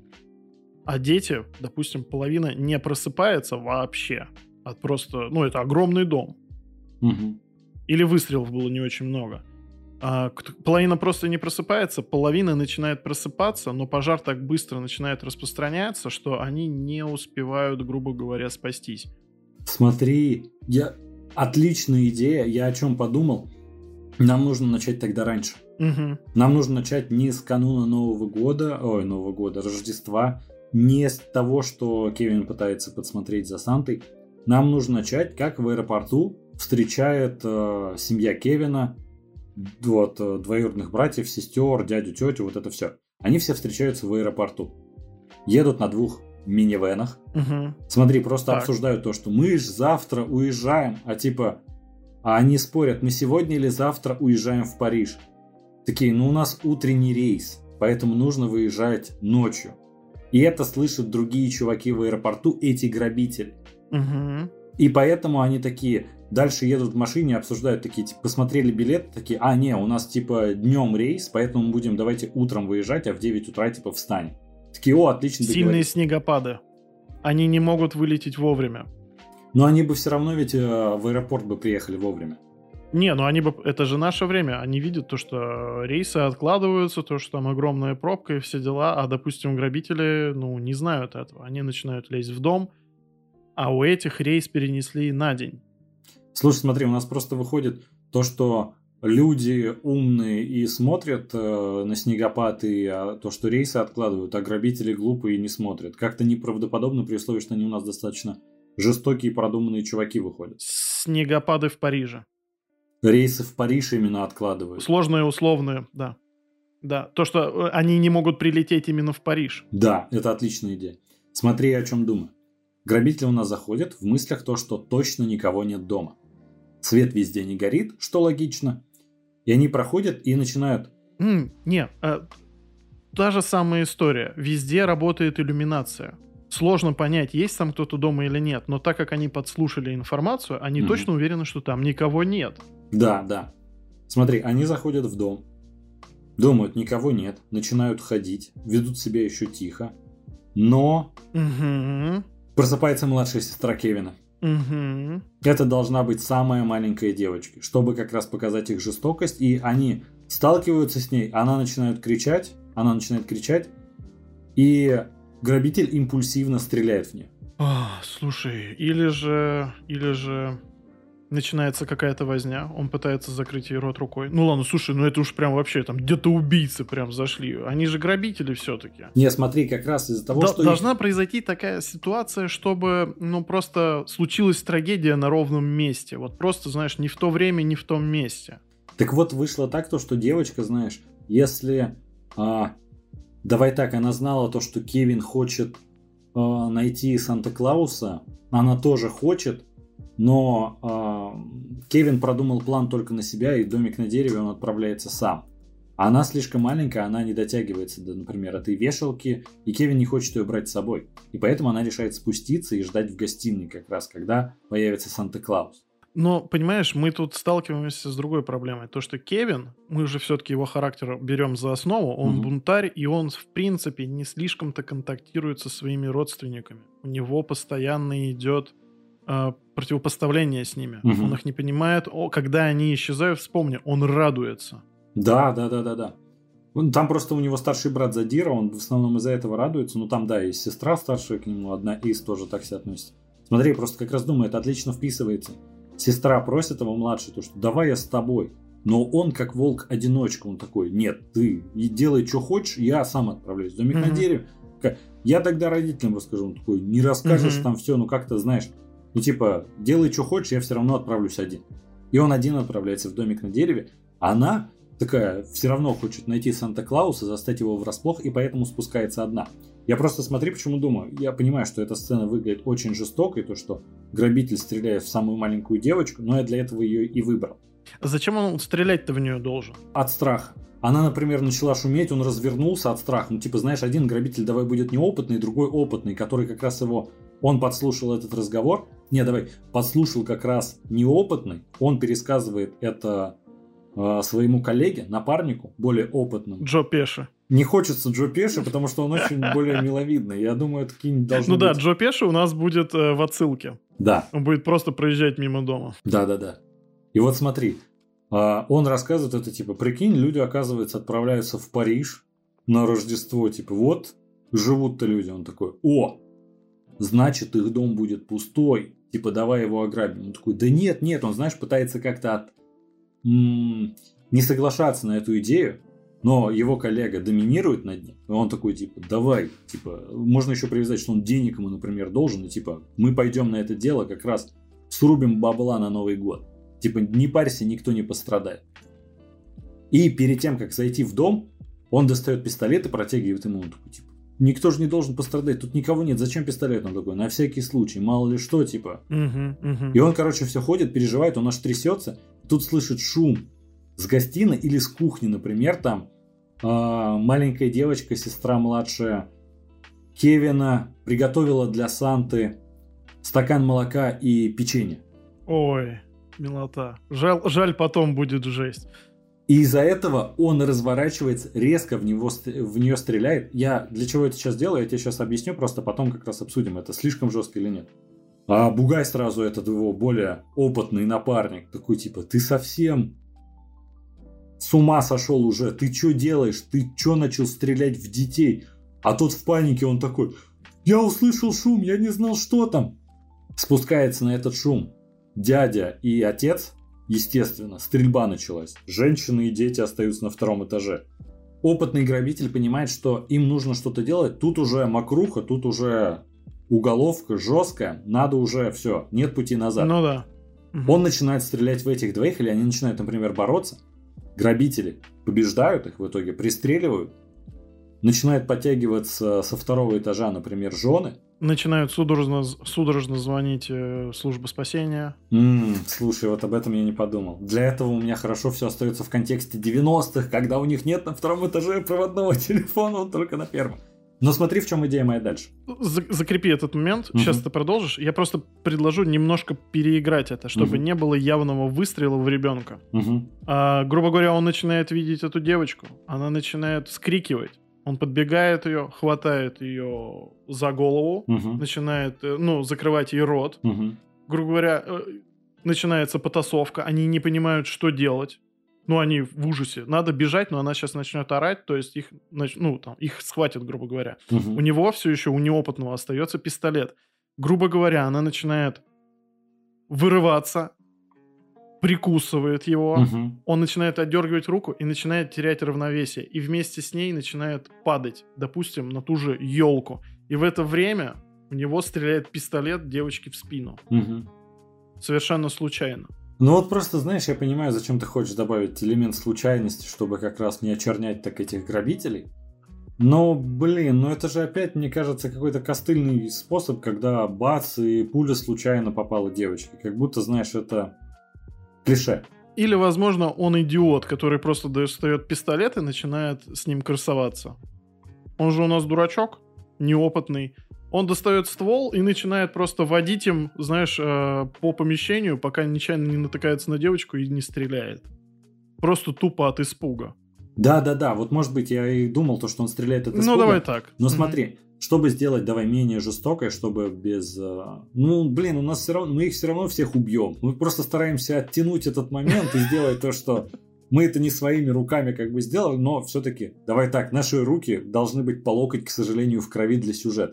а дети, допустим, половина не просыпается вообще. От просто, ну, это огромный дом. Мгм. Или выстрелов было не очень много. А, кто- половина просто не просыпается, половина начинает просыпаться, но пожар так быстро начинает распространяться, что они не успевают, грубо говоря, спастись. Смотри, я... отличная идея. Я о чем подумал? Нам нужно начать тогда раньше. Мгм. Нам нужно начать не с кануна Нового года, ой, Нового года, Рождества, не с того, что Кевин пытается подсмотреть за Сантой. Нам нужно начать, как в аэропорту встречает э, семья Кевина, вот, э, двоюродных братьев, сестер, дядю, тетю, вот это все. Они все встречаются в аэропорту. Едут на двух минивенах. Мгм. Смотри, просто Так. обсуждают то, что мы ж завтра уезжаем, а типа, а они спорят, мы сегодня или завтра уезжаем в Париж. Такие, ну у нас утренний рейс, поэтому нужно выезжать ночью. И это слышат другие чуваки в аэропорту, эти грабители. Мгм. И поэтому они такие, дальше едут в машине, обсуждают такие, типа, посмотрели билет, такие, а, не, у нас, типа, днем рейс, поэтому мы будем, давайте утром выезжать, а в девять утра, типа, встанем. Такие, о, отлично. Сильные договорились. снегопады. Они не могут вылететь вовремя. Но они бы все равно ведь э, в аэропорт бы приехали вовремя. Не, ну они бы... Это же наше время. Они видят то, что рейсы откладываются, то, что там огромная пробка и все дела, а, допустим, грабители, ну, не знают этого. Они начинают лезть в дом, а у этих рейс перенесли на день. Слушай, смотри, у нас просто выходит то, что люди умные и смотрят э, на снегопад, и а, то, что рейсы откладывают, а грабители глупые и не смотрят. Как-то неправдоподобно при условии, что они у нас достаточно жестокие и продуманные чуваки выходят. Снегопады в Париже. Рейсы в Париж именно откладывают. Сложные, условные, да. Да, то, что э, они не могут прилететь именно в Париж. Да, это отличная идея. Смотри, о чем думаю. Грабители у нас заходят в мыслях то, что точно никого нет дома. Свет везде не горит, что логично. И они проходят и начинают... М, не, э, та же самая история. Везде работает иллюминация. Сложно понять, есть там кто-то дома или нет, но так как они подслушали информацию, они Мгм. точно уверены, что там никого нет. Да, да. Смотри, они заходят в дом, думают, никого нет, начинают ходить, ведут себя еще тихо, но Угу, просыпается младшая сестра Кевина. угу. Это должна быть самая маленькая девочка, чтобы как раз показать их жестокость, и они сталкиваются с ней, она начинает кричать, она начинает кричать, и грабитель импульсивно стреляет в нее. А, слушай, или же, или же начинается какая-то возня, он пытается закрыть ей рот рукой. Ну ладно, слушай, ну это уж прям вообще там где-то убийцы прям зашли. Они же грабители все-таки. Не, смотри, как раз из-за того, До- что... Должна произойти такая ситуация, чтобы, ну, просто случилась трагедия на ровном месте. Вот просто, знаешь, не в то время, не в том месте. Так вот, вышло так, то, что девочка, знаешь, если... а, давай так, она знала то, что Кевин хочет а, найти Санта-Клауса, она тоже хочет, но а, Кевин продумал план только на себя, и в домик на дереве он отправляется сам. Она слишком маленькая, она не дотягивается до, например, этой вешалки, и Кевин не хочет ее брать с собой. И поэтому она решает спуститься и ждать в гостиной как раз, когда появится Санта-Клаус. Но, понимаешь, мы тут сталкиваемся с другой проблемой. То, что Кевин, мы же все-таки его характер берем за основу, он Мгм. бунтарь, и он, в принципе, не слишком-то контактирует со своими родственниками. У него постоянно идет э, противопоставление с ними. Мгм. Он их не понимает. О, когда они исчезают, вспомни, он радуется. Да, да, да, да, да. Он- Там просто у него старший брат Задира, он в основном из-за этого радуется. Ну там, да, есть сестра старшая к нему, одна из тоже так себя относится. Смотри, я просто как раз думаю, это отлично вписывается. Сестра просит его младший, то что давай я с тобой. Но он как волк-одиночка, он такой, нет, ты и делай, что хочешь, я сам отправляюсь в домик на Мгм. дереве. Ка- Я тогда родителям расскажу, он такой, не расскажешь Мгм. там все, ну как-то знаешь. Ну типа, делай, что хочешь, я все равно отправлюсь один. И он один отправляется в домик на дереве, а она такая все равно хочет найти Санта-Клауса, застать его врасплох, и поэтому спускается одна. Я просто смотри, почему думаю. Я понимаю, что эта сцена выглядит очень жестокой, то что грабитель стреляет в самую маленькую девочку, но я для этого ее и выбрал. Зачем он стрелять-то в нее должен? От страха. Она, например, начала шуметь, он развернулся от страха. Ну, типа, знаешь, один грабитель давай будет неопытный, другой опытный, который как раз его... Он подслушал этот разговор. Не, давай, подслушал как раз неопытный. Он пересказывает это э, своему коллеге, напарнику, более опытному. Джо Пеши. Не хочется Джо Пеши, потому что он очень более миловидный. Я думаю, это какие-нибудь должны Ну да, быть... Джо Пеши у нас будет э, в отсылке. Да, Он будет просто проезжать мимо дома. да, да, да. И вот смотри, а, он рассказывает это, типа, прикинь, люди, оказывается, отправляются в Париж на Рождество, типа, вот, живут-то люди. Он такой, о, значит, их дом будет пустой, типа, давай его ограбим. Он такой, да нет, нет, он, знаешь, пытается как-то от... м- не соглашаться на эту идею, но его коллега доминирует над ним, и он такой, типа, давай, типа, можно еще привязать, что он денег ему, например, должен, и, типа, мы пойдем на это дело, как раз срубим бабла на Новый год. Типа, не парься, никто не пострадает. И перед тем, как зайти в дом, он достает пистолет и протягивает ему. Он такой, типа, никто же не должен пострадать, тут никого нет, зачем пистолет? Он такой, на всякий случай, мало ли что, типа. Мгм, мгм. И он, короче, все ходит, переживает, он аж трясется. Тут слышит шум с гостиной или с кухни, например, там а, маленькая девочка, сестра младшая Кевина приготовила для Санты стакан молока и печенье. Ой. Милота. Жаль, жаль, потом будет жесть. И из-за этого он разворачивается, резко в, него, в нее стреляет. Я для чего это сейчас делаю, я тебе сейчас объясню, просто потом как раз обсудим, это слишком жестко или нет. А Бугай сразу, этот его более опытный напарник, такой типа, ты совсем с ума сошел уже, ты что делаешь, ты что начал стрелять в детей? А тот в панике, он такой, я услышал шум, я не знал, что там. Спускается на этот шум дядя и отец. Естественно, стрельба началась. Женщины и дети остаются на втором этаже. Опытный грабитель понимает, что им нужно что-то делать. Тут уже мокруха, тут уже уголовка жесткая. Надо уже все, нет пути назад. Ну да. Он начинает стрелять в этих двоих, или они начинают, например, бороться. Грабители побеждают их в итоге, пристреливают. Начинают подтягиваться со второго этажа, например, жены. Начинают судорожно, судорожно звонить э, служба спасения. М-м, слушай, вот об этом я не подумал. Для этого у меня хорошо все остается в контексте девяностых, когда у них нет на втором этаже проводного телефона, он только на первом. Но смотри, в чем идея моя дальше. За- закрепи этот момент, Мгм. сейчас ты продолжишь. Я просто предложу немножко переиграть это, чтобы Мгм. не было явного выстрела в ребенка. Угу. А, грубо говоря, он начинает видеть эту девочку, она начинает вскрикивать. Он подбегает ее, хватает ее за голову, Угу. начинает, э, ну, закрывать ей рот. Угу. Грубо говоря, э, начинается потасовка, они не понимают, что делать. Ну, они в ужасе. Надо бежать, но она сейчас начнет орать, то есть их, нач- ну, там, их схватят, грубо говоря. У него все еще, у неопытного остается пистолет. Грубо говоря, она начинает вырываться, прикусывает его, Угу. он начинает отдергивать руку и начинает терять равновесие. И вместе с ней начинает падать, допустим, на ту же елку. И в это время у него стреляет пистолет девочке в спину. Угу. Совершенно случайно. Ну вот просто, знаешь, я понимаю, зачем ты хочешь добавить элемент случайности, чтобы как раз не очернять так этих грабителей. Но, блин, ну это же опять, мне кажется, какой-то костыльный способ, когда бац, и пуля случайно попала девочке. Как будто, знаешь, это клише. Или, возможно, он идиот, который просто достает пистолет и начинает с ним красоваться. Он же у нас дурачок, неопытный. Он достает ствол и начинает просто водить им, знаешь, э, по помещению, пока нечаянно не натыкается на девочку и не стреляет. Просто тупо от испуга. Да-да-да, вот может быть я и думал, то, что он стреляет от испуга. Ну, давай так. Но Мгм. смотри, чтобы сделать, давай, менее жестокое, чтобы без... э, Ну, блин, у нас все равно... Мы их все равно всех убьем. Мы просто стараемся оттянуть этот момент и сделать то, что... Мы это не своими руками как бы сделали, но все-таки, давай так, наши руки должны быть по локоть, к сожалению, в крови для сюжета.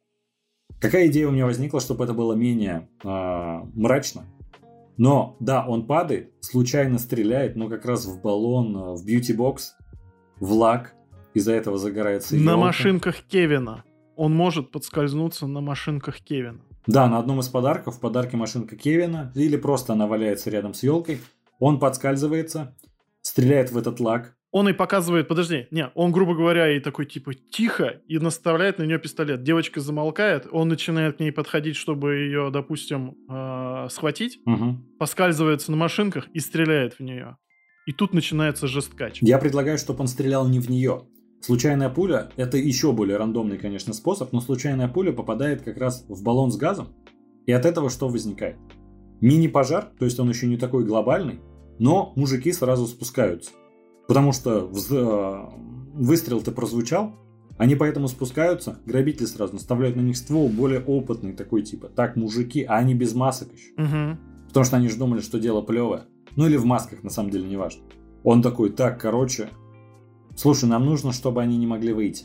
Какая идея у меня возникла, чтобы это было менее э, мрачно? Но, да, он падает, случайно стреляет, но как раз в баллон, э, в бьюти-бокс, в лак, из-за этого загорается На елка. машинках Кевина. Он может подскользнуться на машинках Кевина. Да, на одном из подарков, в подарке машинка Кевина, или просто она валяется рядом с елкой, он подскальзывается, стреляет в этот лак. Он и показывает, подожди, не, он, грубо говоря, и такой, типа, тихо, и наставляет на нее пистолет. Девочка замолкает, он начинает к ней подходить, чтобы ее, допустим, э, схватить, Угу. поскальзывается на машинках и стреляет в нее. И тут начинается жесткач. Я предлагаю, чтобы он стрелял не в нее. Случайная пуля – это еще более рандомный, конечно, способ, но случайная пуля попадает как раз в баллон с газом, и от этого что возникает? Мини-пожар, то есть он еще не такой глобальный, но мужики сразу спускаются. Потому что вз... выстрел-то прозвучал, они поэтому спускаются, грабители сразу наставляют на них ствол, более опытный такой типа. Так, мужики, а они без масок еще. Угу. Потому что они же думали, что дело плевое. Ну или в масках, на самом деле, неважно. Он такой, так, короче, слушай, нам нужно, чтобы они не могли выйти.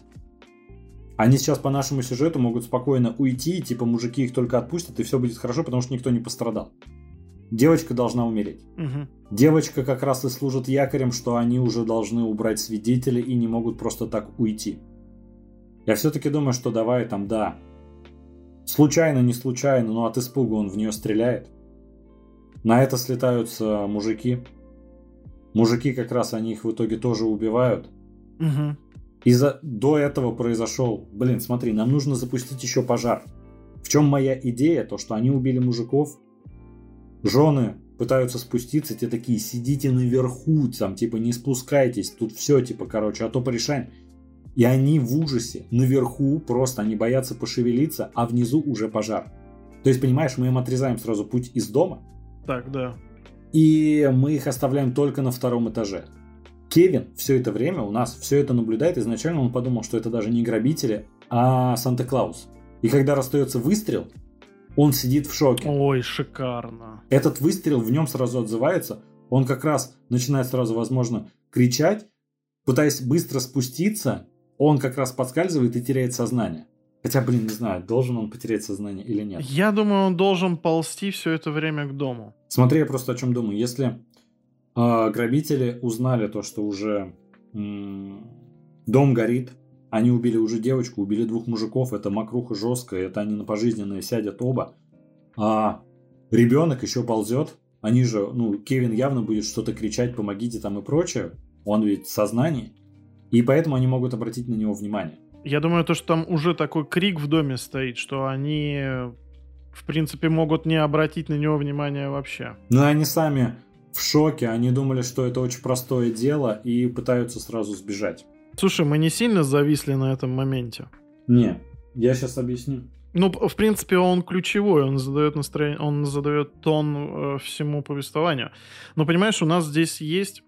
Они сейчас по нашему сюжету могут спокойно уйти, типа мужики их только отпустят, и все будет хорошо, потому что никто не пострадал. Девочка должна умереть. Угу. Девочка как раз и служит якорем, что они уже должны убрать свидетелей и не могут просто так уйти. Я все-таки думаю, что давай там, да, случайно, не случайно, но от испуга он в нее стреляет. На это слетаются мужики. Мужики как раз, они их в итоге тоже убивают. Угу. И за... до этого произошел, блин, смотри, нам нужно запустить еще пожар. В чем моя идея? То, что они убили мужиков, жены пытаются спуститься, те такие, сидите наверху, там, типа, не спускайтесь, тут все, типа, короче, а то порешаем. И они в ужасе, наверху просто, они боятся пошевелиться, а внизу уже пожар. То есть, понимаешь, мы им отрезаем сразу путь из дома. Так, да. и мы их оставляем только на втором этаже. Кевин все это время у нас все это наблюдает. Изначально он подумал, что это даже не грабители, а Санта-Клаус. И когда расстается выстрел, он сидит в шоке. Ой, шикарно. Этот выстрел в нем сразу отзывается. Он как раз начинает сразу, возможно, кричать. Пытаясь быстро спуститься, он как раз подскальзывает и теряет сознание. Хотя, блин, не знаю, должен он потерять сознание или нет. Я думаю, он должен ползти все это время к дому. Смотри, я просто о чем думаю. Если э, грабители узнали то, что уже м- дом горит, они убили уже девочку, убили двух мужиков, это мокруха жесткая, это они на пожизненное сядят оба, а ребенок еще ползет, они же, ну, Кевин явно будет что-то кричать, помогите там и прочее, он ведь в сознании, и поэтому они могут обратить на него внимание. Я думаю, то, что там уже такой крик в доме стоит, что они, в принципе, могут не обратить на него внимания вообще. Но они сами в шоке, они думали, что это очень простое дело, и пытаются сразу сбежать. Слушай, мы не сильно зависли на этом моменте? Не, я сейчас объясню. Ну, в принципе, он ключевой, он задает настроение, он задает тон э, всему повествованию. Но, понимаешь, у нас здесь есть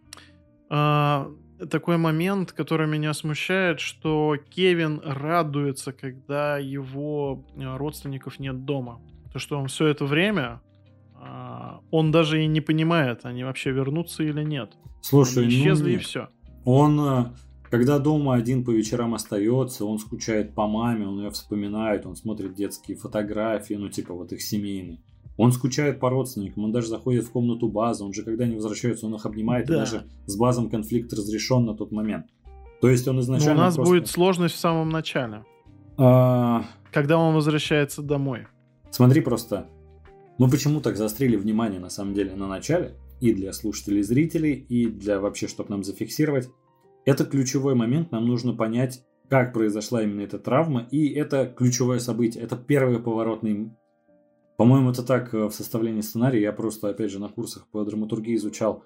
э, такой момент, который меня смущает, что Кевин радуется, когда его родственников нет дома. То, что он все это время, э, он даже и не понимает, они вообще вернутся или нет. Слушай, они исчезли ну и нет. все. Он... Когда дома один по вечерам остается, он скучает по маме, он ее вспоминает, он смотрит детские фотографии, ну типа вот их семейные. Он скучает по родственникам, он даже заходит в комнату База, он же когда они возвращаются, он их обнимает, да. И даже с Базом конфликт разрешен на тот момент. То есть он изначально... Но у нас просто... будет сложность в самом начале, а... когда он возвращается домой. Смотри просто, мы почему так заострили внимание на самом деле на начале, и для слушателей и зрителей, и для вообще, чтобы нам зафиксировать. Это ключевой момент, нам нужно понять, как произошла именно эта травма, и это ключевое событие, это первый поворотный... По-моему, это так в составлении сценария, я просто, опять же, на курсах по драматургии изучал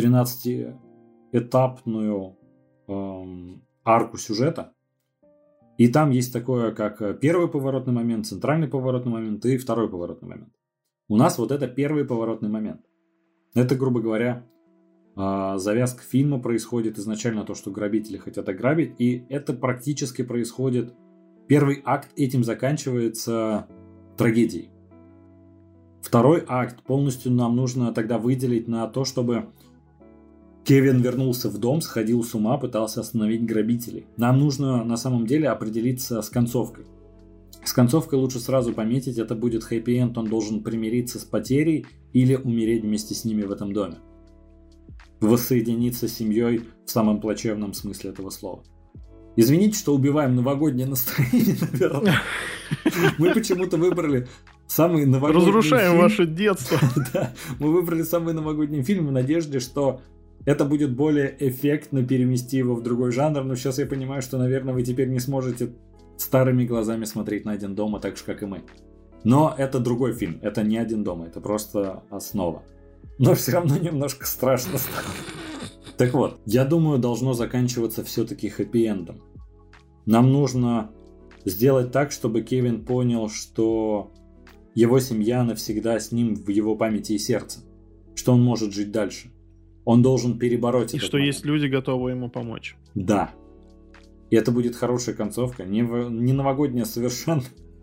тринадцатиэтапную эм, арку сюжета, и там есть такое, как первый поворотный момент, центральный поворотный момент и второй поворотный момент. У нас вот это первый поворотный момент. Это, грубо говоря... Завязка фильма происходит изначально то, что грабители хотят ограбить, и это практически происходит... Первый акт этим заканчивается трагедией. Второй акт полностью нам нужно тогда выделить на то, чтобы Кевин вернулся в дом, сходил с ума, пытался остановить грабителей. Нам нужно на самом деле определиться с концовкой. С концовкой лучше сразу пометить, это будет хэппи-энд, он должен примириться с потерей или умереть вместе с ними в этом доме. Воссоединиться с семьей в самом плачевном смысле этого слова. Извините, что убиваем новогоднее настроение, наверное. Мы почему-то выбрали самый новогодний Разрушаем фильм. ваше детство. Да, мы выбрали самый новогодний фильм в надежде, что это будет более эффектно перемести его в другой жанр. Но сейчас я понимаю, что, наверное, вы теперь не сможете старыми глазами смотреть на «Один дома» так же, как и мы. Но это другой фильм, это не «Один дома», это просто основа. Но все равно немножко страшно стало. Так вот, я думаю, должно заканчиваться все-таки хэппи-эндом. Нам нужно сделать так, чтобы Кевин понял, что его семья навсегда с ним в его памяти и сердце. Что он может жить дальше. Он должен перебороть И этот что момент. есть люди, готовые ему помочь. Да. И это будет хорошая концовка. Не, в... не новогодняя совершенно.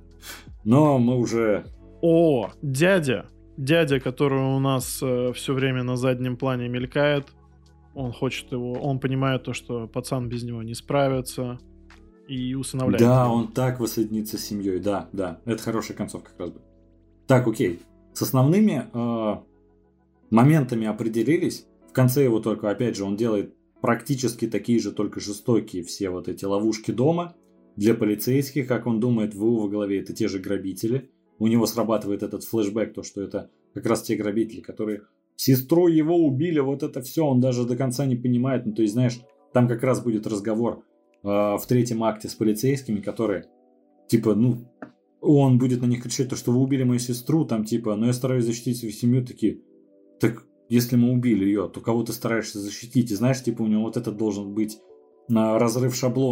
Но мы уже... О, дядя! Дядя, который у нас э, все время на заднем плане мелькает, он хочет его, он понимает то, что пацан без него не справится, и усыновляет Да, его. он так воссоединится с семьей, да, да, это хорошая концовка как раз бы. Так, окей, с основными э, моментами определились, в конце его только, опять же, он делает практически такие же, только жестокие все вот эти ловушки дома, для полицейских, как он думает, в его голове это те же грабители. У него срабатывает этот флешбэк, то, что это как раз те грабители, которые сестру его убили, вот это все, он даже до конца не понимает. Ну, то есть, знаешь, там как раз будет разговор э, в третьем акте с полицейскими, которые, типа, ну, он будет на них кричать, то, что вы убили мою сестру, там, типа, но я стараюсь защитить свою семью, такие, так, если мы убили ее, то кого ты стараешься защитить? И знаешь, типа, у него вот это должен быть на разрыв шаблонов.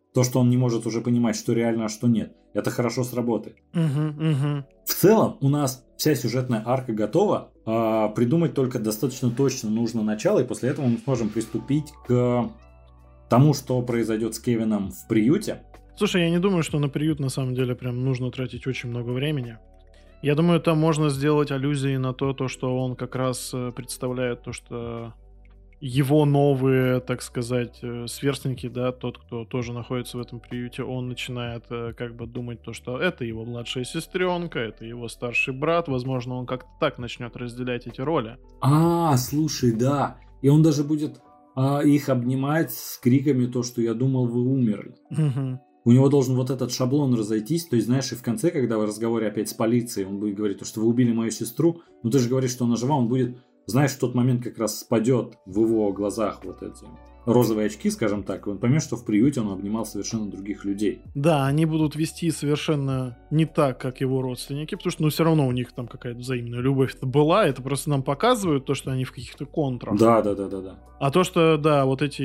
То, что он не может уже понимать, что реально, а что нет. Это хорошо сработает. Угу, угу. В целом у нас вся сюжетная арка готова. А придумать только достаточно точно нужно начало, и после этого мы сможем приступить к тому, что произойдет с Кевином в приюте. Слушай, я не думаю, что на приют на самом деле прям нужно тратить очень много времени. Я думаю, там можно сделать аллюзии на то, то, что он как раз представляет то, что его новые, так сказать, сверстники, да, тот, кто тоже находится в этом приюте, он начинает как бы думать то, что это его младшая сестренка, это его старший брат, возможно, он как-то так начнет разделять эти роли. А, слушай, да, и он даже будет а, их обнимать с криками то, что я думал, вы умерли. Угу. У него должен вот этот шаблон разойтись, то есть, знаешь, и в конце, когда в разговоре опять с полицией, он будет говорить, что вы убили мою сестру, ну ты же говоришь, что она жива, он будет, знаешь, в тот момент как раз спадет в его глазах вот эти розовые очки, скажем так, и он поймет, что в приюте он обнимал совершенно других людей. Да, они будут вести совершенно не так, как его родственники, потому что, ну, все равно у них там какая-то взаимная любовь-то была, это просто нам показывают то, что они в каких-то контрах. Да, да, да, да, да. А то, что, да, вот эти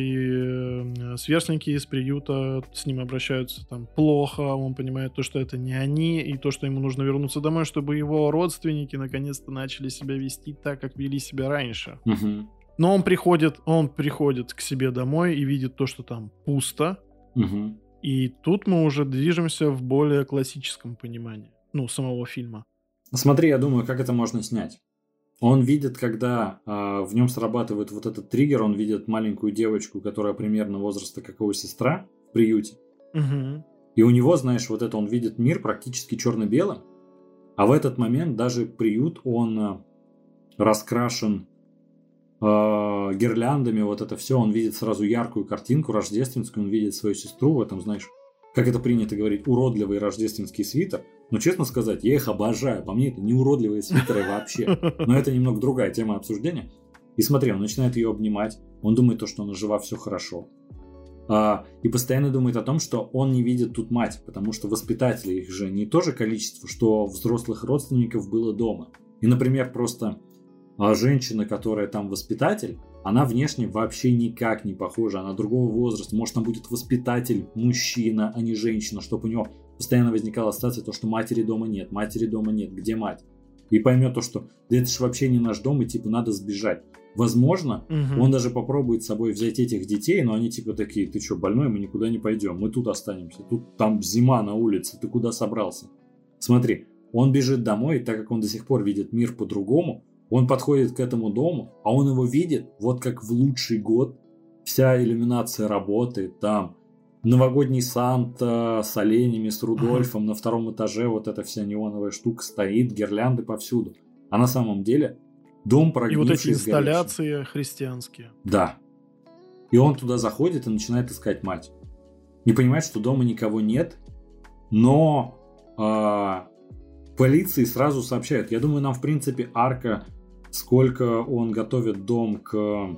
э, сверстники из приюта с ним обращаются там плохо, он понимает то, что это не они, и то, что ему нужно вернуться домой, чтобы его родственники наконец-то начали себя вести так, как вели себя раньше. Угу. Но он приходит, он приходит к себе домой и видит то, что там пусто. Угу. И тут мы уже движемся в более классическом понимании, ну, самого фильма. Смотри, я думаю, как это можно снять. Он видит, когда э, в нем срабатывает вот этот триггер, он видит маленькую девочку, которая примерно возраста, как его сестра, в приюте. Угу. И у него, знаешь, вот это он видит мир практически черно-белым. А в этот момент даже приют, он э, раскрашен э, гирляндами, вот это все. Он видит сразу яркую картинку рождественскую, он видит свою сестру в этом, знаешь, как это принято говорить, уродливый рождественский свитер. Но, честно сказать, я их обожаю. По мне, это не уродливые свитеры вообще. Но это немного другая тема обсуждения. И смотри, он начинает ее обнимать. Он думает, то, что она жива, все хорошо. А, и постоянно думает о том, что он не видит тут мать. Потому что воспитатели их же не то же количество, что взрослых родственников было дома. И, например, просто а, женщина, которая там воспитатель, она внешне вообще никак не похожа. Она другого возраста. Может, там будет воспитатель мужчина, а не женщина, чтобы у него постоянно возникала ситуация, то, что матери дома нет, матери дома нет, где мать? И поймет то, что да это же вообще не наш дом, и типа надо сбежать. Возможно, угу. он даже попробует с собой взять этих детей, но они типа такие, ты что, больной, мы никуда не пойдем, мы тут останемся, тут там зима на улице, ты куда собрался? Смотри, он бежит домой, и так как он до сих пор видит мир по-другому, он подходит к этому дому, а он его видит вот как в лучший год, вся иллюминация работает, там новогодний Санта с оленями, с Рудольфом, на втором этаже вот эта вся неоновая штука стоит, гирлянды повсюду. А на самом деле дом прогнивший, и вот эти инсталляции сгоревший. Христианские. Да. И он туда заходит и начинает искать мать. Не понимает, что дома никого нет, но а, полиции сразу сообщают. Я думаю, нам в принципе арка, сколько он готовит дом к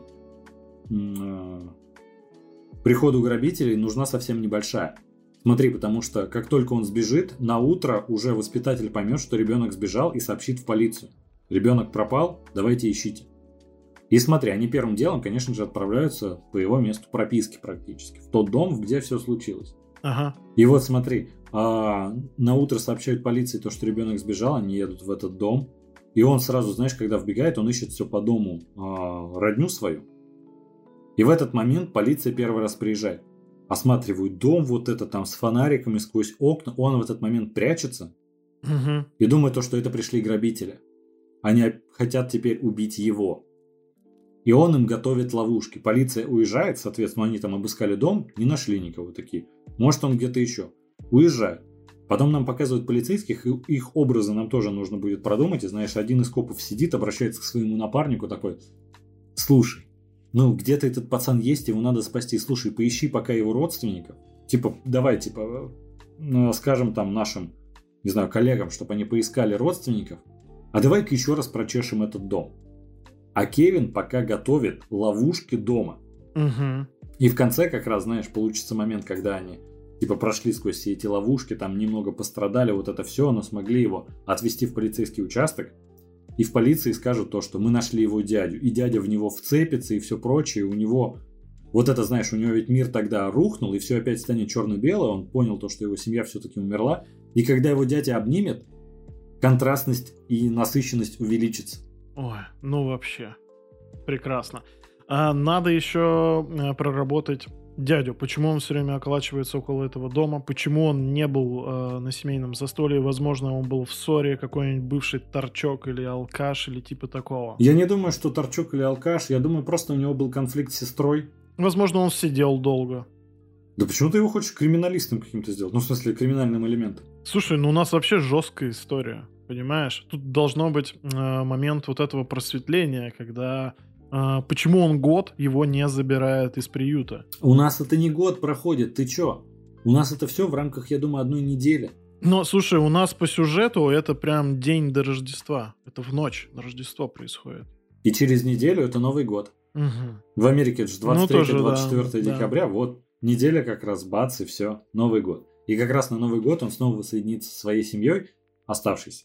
а, приходу грабителей, нужна совсем небольшая. Смотри, потому что как только он сбежит, на утро уже воспитатель поймет, что ребенок сбежал и сообщит в полицию. Ребенок пропал, давайте ищите. И смотри, они первым делом, конечно же, отправляются по его месту прописки практически. В тот дом, где все случилось. Ага. И вот смотри, а, на утро сообщают полиции то, что ребенок сбежал, они едут в этот дом. И он сразу, знаешь, когда вбегает, он ищет все по дому а, родню свою. И в этот момент полиция первый раз приезжает. Осматривают дом, вот это там с фонариками сквозь окна. Он в этот момент прячется. Угу. И думает, то, что это пришли грабители. Они хотят теперь убить его. И он им готовит ловушки. Полиция уезжает, соответственно, они там обыскали дом, не нашли никого такие. Может, он где-то еще. Уезжает. Потом нам показывают полицейских, и их образы нам тоже нужно будет продумать. И знаешь, один из копов сидит, обращается к своему напарнику такой: слушай, ну где-то этот пацан есть, его надо спасти. Слушай, поищи пока его родственников. Типа, давай, типа, ну, скажем там нашим, не знаю, коллегам, чтобы они поискали родственников. А давай-ка еще раз прочешем этот дом. А Кевин пока готовит ловушки дома. Угу. И в конце как раз, знаешь, получится момент, когда они типа прошли сквозь все эти ловушки, там немного пострадали, вот это все, но смогли его отвезти в полицейский участок. И в полиции скажут то, что мы нашли его дядю. И дядя в него вцепится и все прочее. У него вот это, знаешь, у него ведь мир тогда рухнул, и все опять станет черно-белое, он понял то, что его семья все-таки умерла, и когда его дядя обнимет, контрастность и насыщенность увеличится. Ой, ну вообще, прекрасно. А надо еще э, проработать дядю. Почему он все время околачивается около этого дома? Почему он не был э, на семейном застолье? Возможно, он был в ссоре, какой-нибудь бывший торчок или алкаш, или типа такого. Я не думаю, что торчок или алкаш. Я думаю, просто у него был конфликт с сестрой. Возможно, он сидел долго. Да почему ты его хочешь криминалистом каким-то сделать? Ну, в смысле, криминальным элементом. Слушай, ну у нас вообще жесткая история, понимаешь? Тут должно быть э, момент вот этого просветления, когда... Uh, почему он год его не забирает из приюта? У нас это не год проходит, ты чё? У нас это все в рамках, я думаю, одной недели. Но, слушай, у нас по сюжету это прям день до Рождества. Это в ночь на Рождество происходит. И через неделю это Новый год. Угу. В Америке это же двадцать третьего двадцать четвёртого да, декабря, да. вот неделя как раз, бац, и все, Новый год. И как раз на Новый год он снова воссоединится со своей семьей, оставшейся.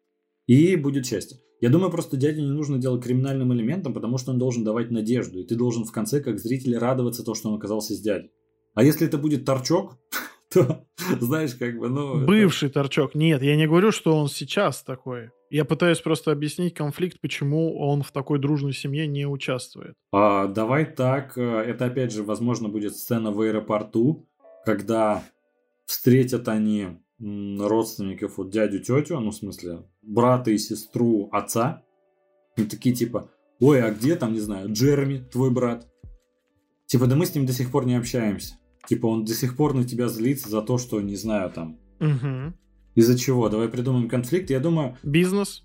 И будет счастье. Я думаю, просто дядю не нужно делать криминальным элементом, потому что он должен давать надежду. И ты должен в конце, как зритель, радоваться то, что он оказался с дядей. А если это будет торчок, то, знаешь, как бы, ну... Бывший это... торчок. Нет, я не говорю, что он сейчас такой. Я пытаюсь просто объяснить конфликт, почему он в такой дружной семье не участвует. А, давай так. Это, опять же, возможно, будет сцена в аэропорту, когда встретят они... родственников, вот дядю, тетю, ну, в смысле, брата и сестру отца. И такие типа, ой, а где там, не знаю, Джереми, твой брат? Типа, да мы с ним до сих пор не общаемся. Типа, он до сих пор на тебя злится за то, что, не знаю, там... Угу. Из-за чего? Давай придумаем конфликт. Я думаю... Бизнес?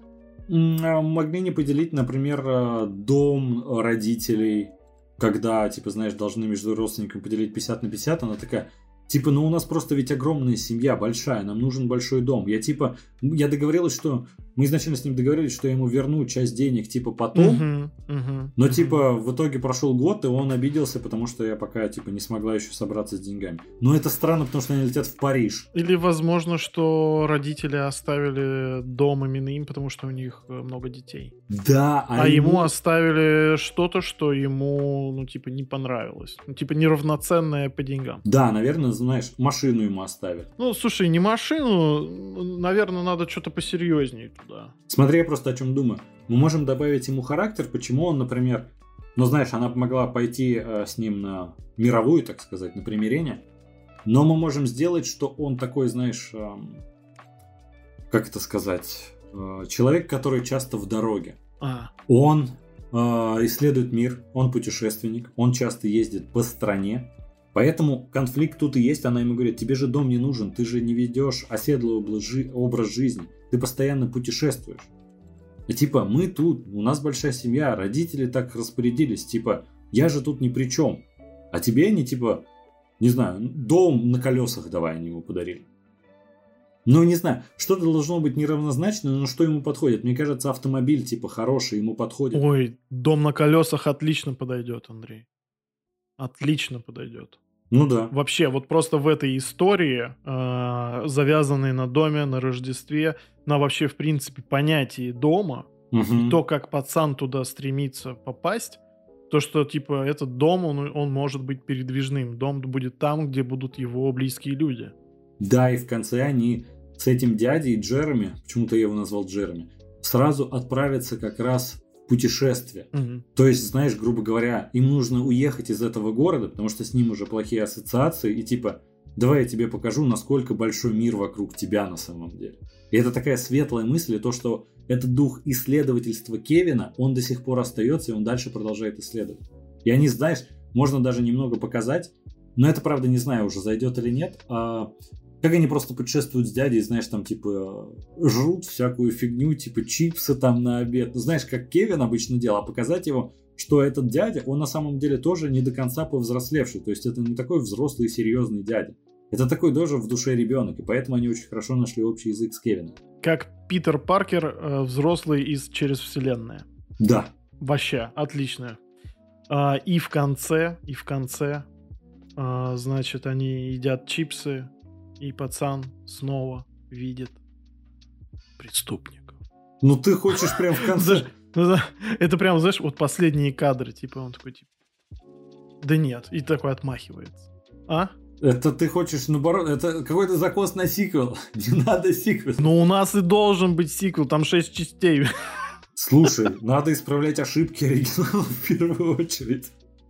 Могли не поделить, например, дом родителей, когда, типа, знаешь, должны между родственниками поделить пятьдесят на пятьдесят. Она такая... Типа, ну у нас просто ведь огромная семья, большая, нам нужен большой дом. Я типа, я договорилась, что... Мы изначально с ним договорились, что я ему верну часть денег, типа, потом. Uh-huh, uh-huh, но, uh-huh. типа, в итоге прошел год, и он обиделся, потому что я пока, типа, не смогла еще собраться с деньгами. Но это странно, потому что они летят в Париж. Или, возможно, что родители оставили дом именно им, потому что у них много детей. Да, а, а ему... ему оставили что-то, что ему, ну, типа, не понравилось. Ну, типа, неравноценное по деньгам. Да, наверное, знаешь, машину ему оставили. Ну, слушай, не машину, наверное, надо что-то посерьезнее туда. Смотри, я просто о чем думаю. Мы можем добавить ему характер, почему он, например, ну, знаешь, она могла пойти э, с ним на мировую, так сказать, на примирение, но мы можем сделать, что он такой, знаешь, э, как это сказать, э, человек, который часто в дороге. А. Он э, исследует мир, он путешественник, он часто ездит по стране. Поэтому конфликт тут и есть. Она ему говорит, тебе же дом не нужен, ты же не ведешь оседлый образ жизни, ты постоянно путешествуешь. И типа, мы тут, у нас большая семья, родители так распорядились, типа, я же тут ни при чем. А тебе они, типа, не знаю, дом на колесах давай они ему подарили. Ну, не знаю, что-то должно быть неравнозначно, но что ему подходит? Мне кажется, автомобиль, типа, хороший, ему подходит. Ой, дом на колесах отлично подойдет, Андрей. Отлично подойдет. Ну да. Вообще, вот просто в этой истории, э, завязанной на доме, на Рождестве, на вообще, в принципе, понятии дома, угу. и то, как пацан туда стремится попасть, то, что, типа, этот дом, он, он может быть передвижным. Дом будет там, где будут его близкие люди. Да, и в конце они с этим дядей Джереми, почему-то я его назвал Джереми, сразу отправятся как раз в путешествие. Угу. То есть, знаешь, грубо говоря, им нужно уехать из этого города, потому что с ним уже плохие ассоциации, и типа, давай я тебе покажу, насколько большой мир вокруг тебя на самом деле. И это такая светлая мысль, и то, что этот дух исследовательства Кевина, он до сих пор остается, и он дальше продолжает исследовать. И они, знаешь, можно даже немного показать, но это, правда, не знаю, уже зайдет или нет, а как они просто путешествуют с дядей, знаешь, там, типа, жрут всякую фигню, типа, чипсы там на обед. Ну, знаешь, как Кевин обычно делал, а показать его, что этот дядя, он на самом деле тоже не до конца повзрослевший. То есть, это не такой взрослый и серьезный дядя. Это такой тоже в душе ребенок, и поэтому они очень хорошо нашли общий язык с Кевином. Как Питер Паркер, э, взрослый из «Через вселенная». Да. Вообще, отлично. А, и в конце, и в конце, а, значит, они едят чипсы, и пацан снова видит преступников. Ну ты хочешь прям в конце... Это прям, знаешь, вот последние кадры, типа он такой, типа, Да нет, и такой отмахивается. А? Это ты хочешь, наоборот, это какой-то закос на сиквел. Не надо сиквел. Ну, у нас и должен быть сиквел, там шесть частей. Слушай, надо исправлять ошибки оригинала в первую очередь.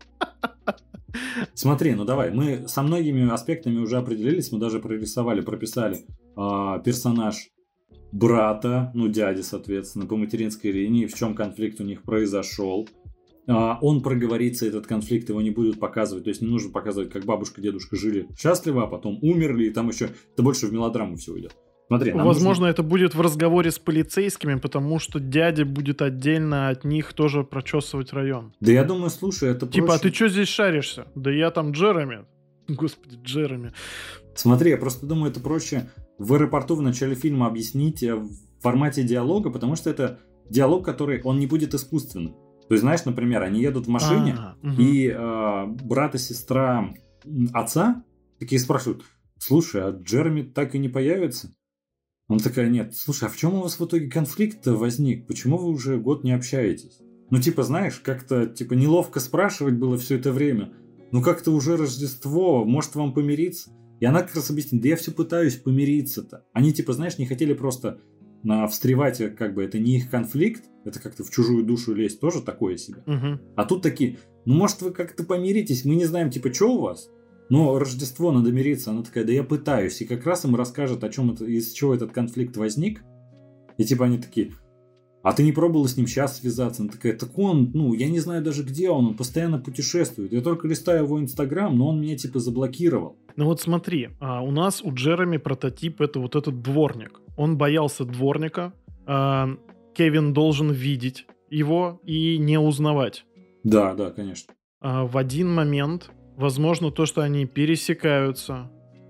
Смотри, ну давай, мы со многими аспектами уже определились, мы даже прорисовали, прописали э, персонаж брата, ну дяди, соответственно, по материнской линии, в чем конфликт у них произошел. Э, он проговорится, этот конфликт, его не будут показывать, то есть не нужно показывать, как бабушка, дедушка жили счастливо, а потом умерли, и там еще, это больше в мелодраму все уйдет. Смотри, возможно, нужно... это будет в разговоре с полицейскими, потому что дядя будет отдельно от них тоже прочесывать район. Да я думаю, слушай, это Типа, проще... а ты что здесь шаришься? Да я там Джереми. Господи, Джереми. Смотри, я просто думаю, это проще в аэропорту в начале фильма объяснить в формате диалога, потому что это диалог, который, он не будет искусственным. То есть, знаешь, например, они едут в машине, А, угу. и э, брат и сестра отца такие спрашивают: слушай, а Джереми так и не появится? Он такая: нет, слушай, а в чем у вас в итоге конфликт возник? Почему вы уже год не общаетесь? Ну, типа, знаешь, как-то, типа, неловко спрашивать было все это время. Ну, как-то уже Рождество, может, вам помириться? И она как раз объяснит: да я все пытаюсь помириться-то. Они, типа, знаешь, не хотели просто на встревать, как бы, это не их конфликт, это как-то в чужую душу лезть, тоже такое себе. Угу. А тут такие: ну, может, вы как-то помиритесь, мы не знаем, типа, что у вас? Но Рождество, надо мириться. Она такая: да я пытаюсь. И как раз им расскажет, о чем это, из чего этот конфликт возник. И типа они такие: а ты не пробовала с ним сейчас связаться? Она такая: так он, ну, я не знаю даже где он, он постоянно путешествует. Я только листаю его Инстаграм, но он меня типа заблокировал. Ну вот смотри, а у нас у Джереми прототип — это вот этот дворник. Он боялся дворника. А, Кевин должен видеть его и не узнавать. Да, да, конечно. А, в один момент... Возможно, то, что они пересекаются,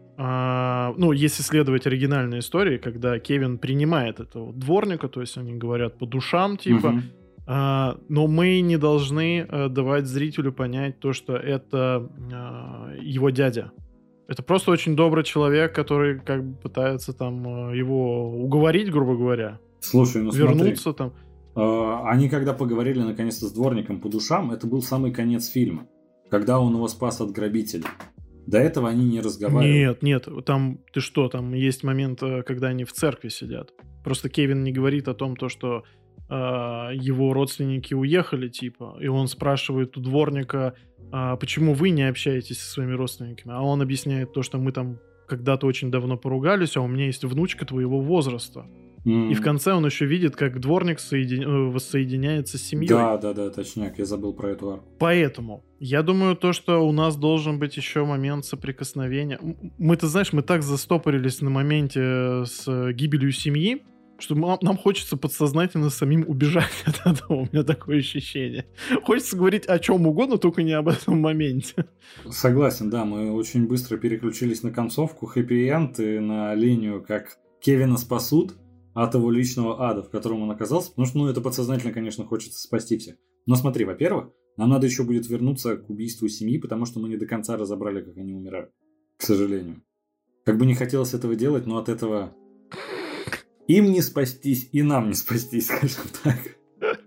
а, ну, если следовать оригинальной истории, когда Кевин принимает этого дворника, то есть они говорят по душам, типа, Угу. а, но мы не должны а, давать зрителю понять то, что это а, его дядя. Это просто очень добрый человек, который как бы пытается там его уговорить, грубо говоря. Слушай, ну вернуться смотри, там. Э, они когда поговорили наконец-то с дворником по душам, это был самый конец фильма. Когда он его спас от грабителей. До этого они не разговаривали. Нет, нет, там, ты что, там есть момент, когда они в церкви сидят. Просто Кевин не говорит о том, то, что э, его родственники уехали, типа, и он спрашивает у дворника, э, почему вы не общаетесь со своими родственниками, а он объясняет то, что мы там когда-то очень давно поругались, а у меня есть внучка твоего возраста. Mm. И в конце он еще видит, как дворник соедин... воссоединяется с семьей. Да, да, да, точняк, я забыл про эту арку. Поэтому я думаю, то, что у нас должен быть еще момент соприкосновения. Мы-то, знаешь, мы так застопорились на моменте с гибелью семьи, что нам хочется подсознательно самим убежать от этого. У меня такое ощущение. Хочется говорить о чем угодно, только не об этом моменте. Согласен, да, мы очень быстро переключились на концовку, хэппи-энд и на линию, как Кевина спасут от его личного ада, в котором он оказался, потому что, ну, это подсознательно, конечно, хочется спасти всех. Но смотри, во-первых, нам надо еще будет вернуться к убийству семьи, потому что мы не до конца разобрали, как они умирают, к сожалению. Как бы не хотелось этого делать, но от этого им не спастись, и нам не спастись, скажем так.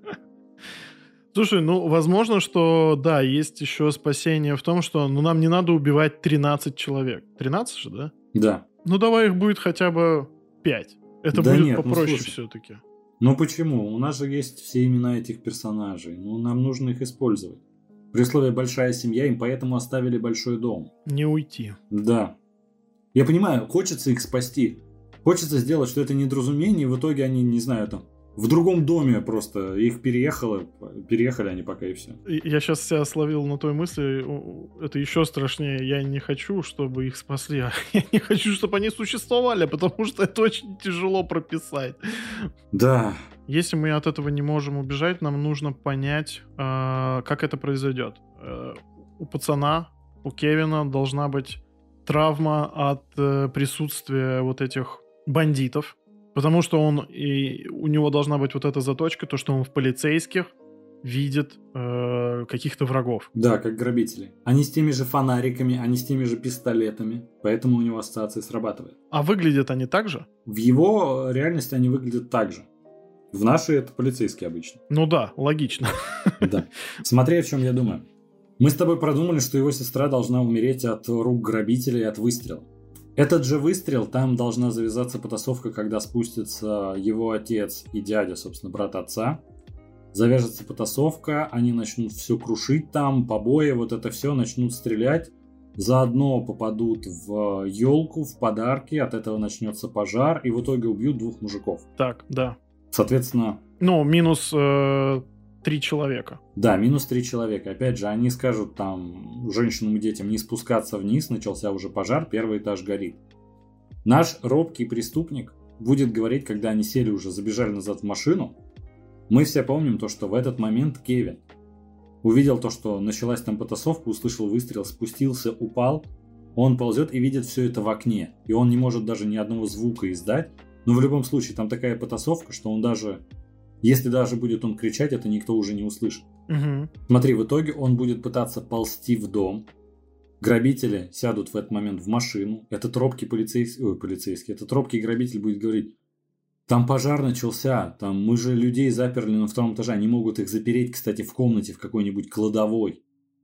Слушай, ну, возможно, что, да, есть еще спасение в том, что, ну, нам не надо убивать тринадцать человек. тринадцать же, да? Да. Ну, давай их будет хотя бы пять. Это да будет нет, попроще ну, все-таки. Ну почему? У нас же есть все имена этих персонажей. Ну, нам нужно их использовать. При условии большая семья, им поэтому оставили большой дом. Не уйти. Да. Я понимаю, хочется их спасти. Хочется сделать, что это недоразумение, и в итоге они, не знаю, там, в другом доме просто их переехало, переехали они пока и все. Я сейчас себя словил на той мысли, это еще страшнее. Я не хочу, чтобы их спасли, а я не хочу, чтобы они существовали, потому что это очень тяжело прописать. Да. Если мы от этого не можем убежать, нам нужно понять, как это произойдет. У пацана, у Кевина должна быть травма от присутствия вот этих бандитов. Потому что он и у него должна быть вот эта заточка, то, что он в полицейских видит э, каких-то врагов. Да, как грабители. Они с теми же фонариками, они с теми же пистолетами, поэтому у него ассоциация срабатывает. А выглядят они так же? В его реальности они выглядят так же. В нашей это полицейские обычно. Ну да, логично. Да. Смотри, о чем я думаю. Мы с тобой продумали, что его сестра должна умереть от рук грабителей и от выстрела. Этот же выстрел, там должна завязаться потасовка, когда спустятся его отец и дядя, собственно, брат отца. Завяжется потасовка, они начнут все крушить там, побои, вот это все, начнут стрелять. Заодно попадут в елку, в подарки, от этого начнется пожар, и в итоге убьют двух мужиков. Так, да. Соответственно... Ну, минус э, три человека. Да, минус три человека. Опять же, они скажут там женщинам и детям не спускаться вниз, начался уже пожар, первый этаж горит. Наш робкий преступник будет говорить, когда они сели уже, забежали назад в машину. Мы все помним то, что в этот момент Кевин увидел то, что началась там потасовка, услышал выстрел, спустился, упал. Он ползет и видит все это в окне. И он не может даже ни одного звука издать. Но в любом случае, там такая потасовка, что он даже... Если даже будет он кричать, это никто уже не услышит. Угу. Смотри, в итоге он будет пытаться ползти в дом. Грабители сядут в этот момент в машину. Этот робкий полицейский... Ой, полицейский. Этот робкий грабитель будет говорить: там пожар начался, там мы же людей заперли на втором этаже, они могут их запереть, кстати, в комнате, в какой-нибудь кладовой.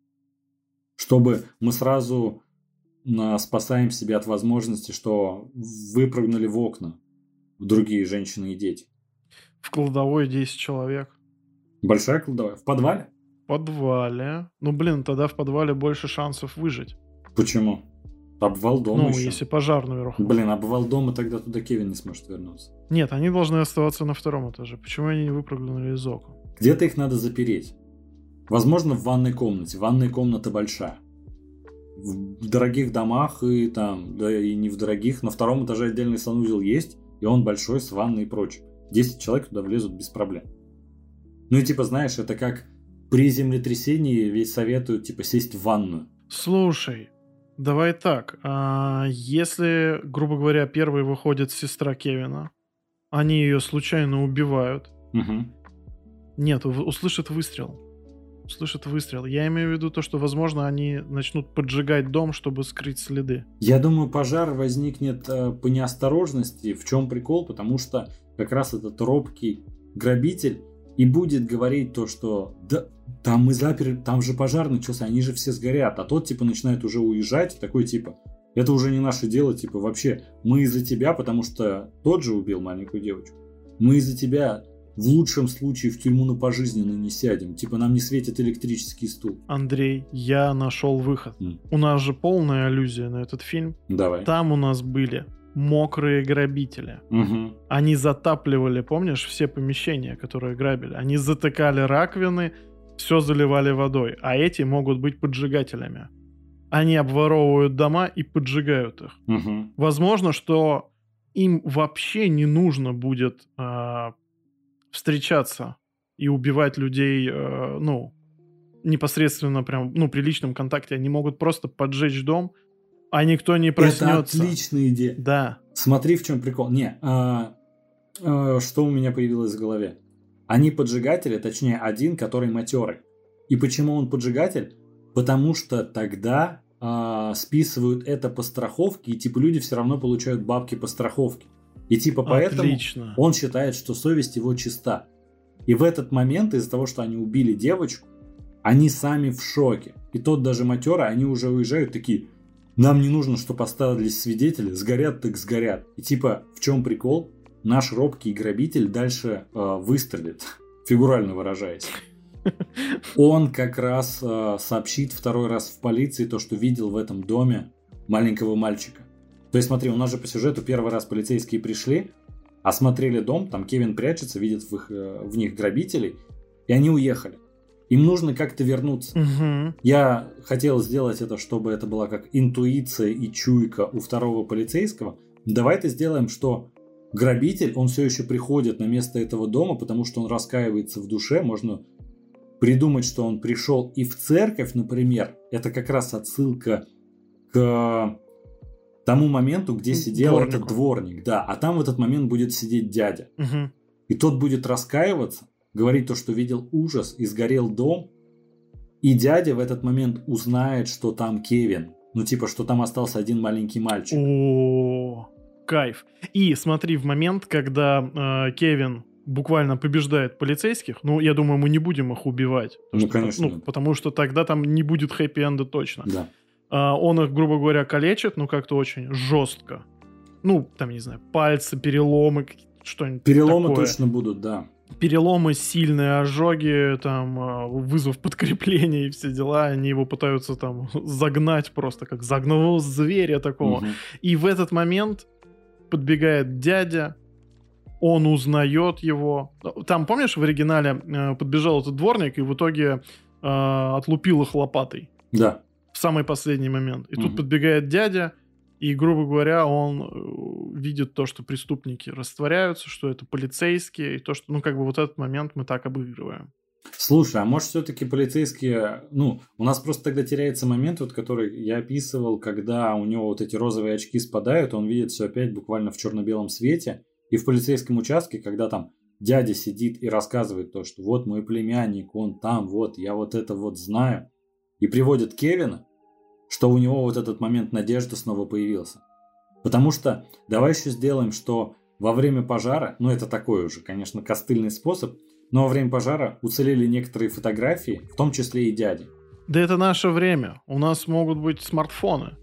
Чтобы мы сразу на, спасаем себя от возможности, что выпрыгнули в окна другие женщины и дети. В кладовой десять человек. Большая кладовая? В подвале? В подвале. Ну, блин, тогда в подвале больше шансов выжить. Почему? Обвал дома Ну, еще. если пожар наверху. Блин, обвал дома, тогда туда Кевин не сможет вернуться. Нет, они должны оставаться на втором этаже. Почему они не выпрыгнули из окон? Где-то их надо запереть. Возможно, в ванной комнате. Ванная комната большая. В дорогих домах и там, да и не в дорогих, на втором этаже отдельный санузел есть, и он большой, с ванной и прочим. десять человек туда влезут без проблем. Ну и типа, знаешь, это как при землетрясении ведь советуют типа сесть в ванную. Слушай, давай так. А если, грубо говоря, первой выходит сестра Кевина, они ее случайно убивают. Угу. Нет, услышат выстрел. Услышат выстрел. Я имею в виду то, что, возможно, они начнут поджигать дом, чтобы скрыть следы. Я думаю, пожар возникнет э, по неосторожности. В чем прикол? Потому что как раз этот робкий грабитель и будет говорить то, что да, там мы заперли, там же пожар начался, они же все сгорят. А тот типа начинает уже уезжать, такой типа, это уже не наше дело, типа вообще мы из-за тебя, потому что тот же убил маленькую девочку. Мы из-за тебя в лучшем случае в тюрьму на пожизненно не сядем. Типа нам не светит электрический стул. Андрей, я нашел выход. Mm. У нас же полная аллюзия на этот фильм. Давай. Там у нас были мокрые грабители. Угу. Они затапливали, помнишь, все помещения, которые грабили. Они затыкали раковины, все заливали водой. А эти могут быть поджигателями. Они обворовывают дома и поджигают их. Угу. Возможно, что им вообще не нужно будет э, встречаться и убивать людей, э, ну, непосредственно прям, ну, при личном контакте. Они могут просто поджечь дом, а никто не проснется. Это отличная идея. Да. Смотри, в чем прикол. Не, а, а, что у меня появилось в голове. Они поджигатели, точнее, один, который матерый. И почему он поджигатель? Потому что тогда а, списывают это по страховке, и типа люди все равно получают бабки по страховке. И типа поэтому Отлично. Он считает, что совесть его чиста. И в этот момент, из-за того, что они убили девочку, они сами в шоке. И тот даже матерый, они уже уезжают такие: нам не нужно, чтобы остались свидетели, сгорят так сгорят. И типа, в чем прикол? Наш робкий грабитель дальше э, выстрелит, фигурально выражаясь. Он как раз э, сообщит второй раз в полиции то, что видел в этом доме маленького мальчика. То есть смотри, у нас же по сюжету первый раз полицейские пришли, осмотрели дом, там Кевин прячется, видит в, их, э, в них грабителей, и они уехали. Им нужно как-то вернуться. Угу. Я хотел сделать это, чтобы это была как интуиция и чуйка у второго полицейского. Давай-то сделаем, что грабитель, он все еще приходит на место этого дома, потому что он раскаивается в душе. Можно придумать, что он пришел и в церковь, например. Это как раз отсылка к тому моменту, где сидел Дворнику. этот дворник. Да, а там в этот момент будет сидеть дядя. Угу. И тот будет раскаиваться, говорить то, что видел ужас и сгорел дом. И дядя в этот момент узнает, что там Кевин. Ну, типа, что там остался один маленький мальчик. О, кайф. И смотри, в момент, когда э, Кевин буквально побеждает полицейских. Ну, я думаю, мы не будем их убивать. Ну, что, конечно. ну, потому что тогда там не будет хэппи-энда точно. Да. А, он их, грубо говоря, калечит, ну, как-то очень жестко. Ну, там, не знаю, пальцы, переломы, что-нибудь Переломы такое. точно будут, да. Переломы, сильные ожоги, там, вызов подкрепления и все дела. Они его пытаются там загнать просто, как загнанного зверя такого. Угу. И в этот момент подбегает дядя, он узнает его. Там, помнишь, в оригинале э, подбежал этот дворник и в итоге э, отлупил их лопатой. Да. В самый последний момент. И Угу. тут подбегает дядя, и, грубо говоря, он э, видит то, что преступники растворяются, что это полицейские, и то, что, ну, как бы вот этот момент мы так обыгрываем. Слушай, а может все-таки полицейские... Ну, у нас просто тогда теряется момент, вот, который я описывал, когда у него вот эти розовые очки спадают, он видит все опять буквально в черно-белом свете, и в полицейском участке, когда там дядя сидит и рассказывает то, что вот мой племянник, он там, вот, я вот это вот знаю, и приводит Кевина, что у него вот этот момент надежды снова появился. Потому что давай еще сделаем, что во время пожара, ну это такой уже, конечно, костыльный способ, но во время пожара уцелели некоторые фотографии, в том числе и дяди. Да это наше время. У нас могут быть смартфоны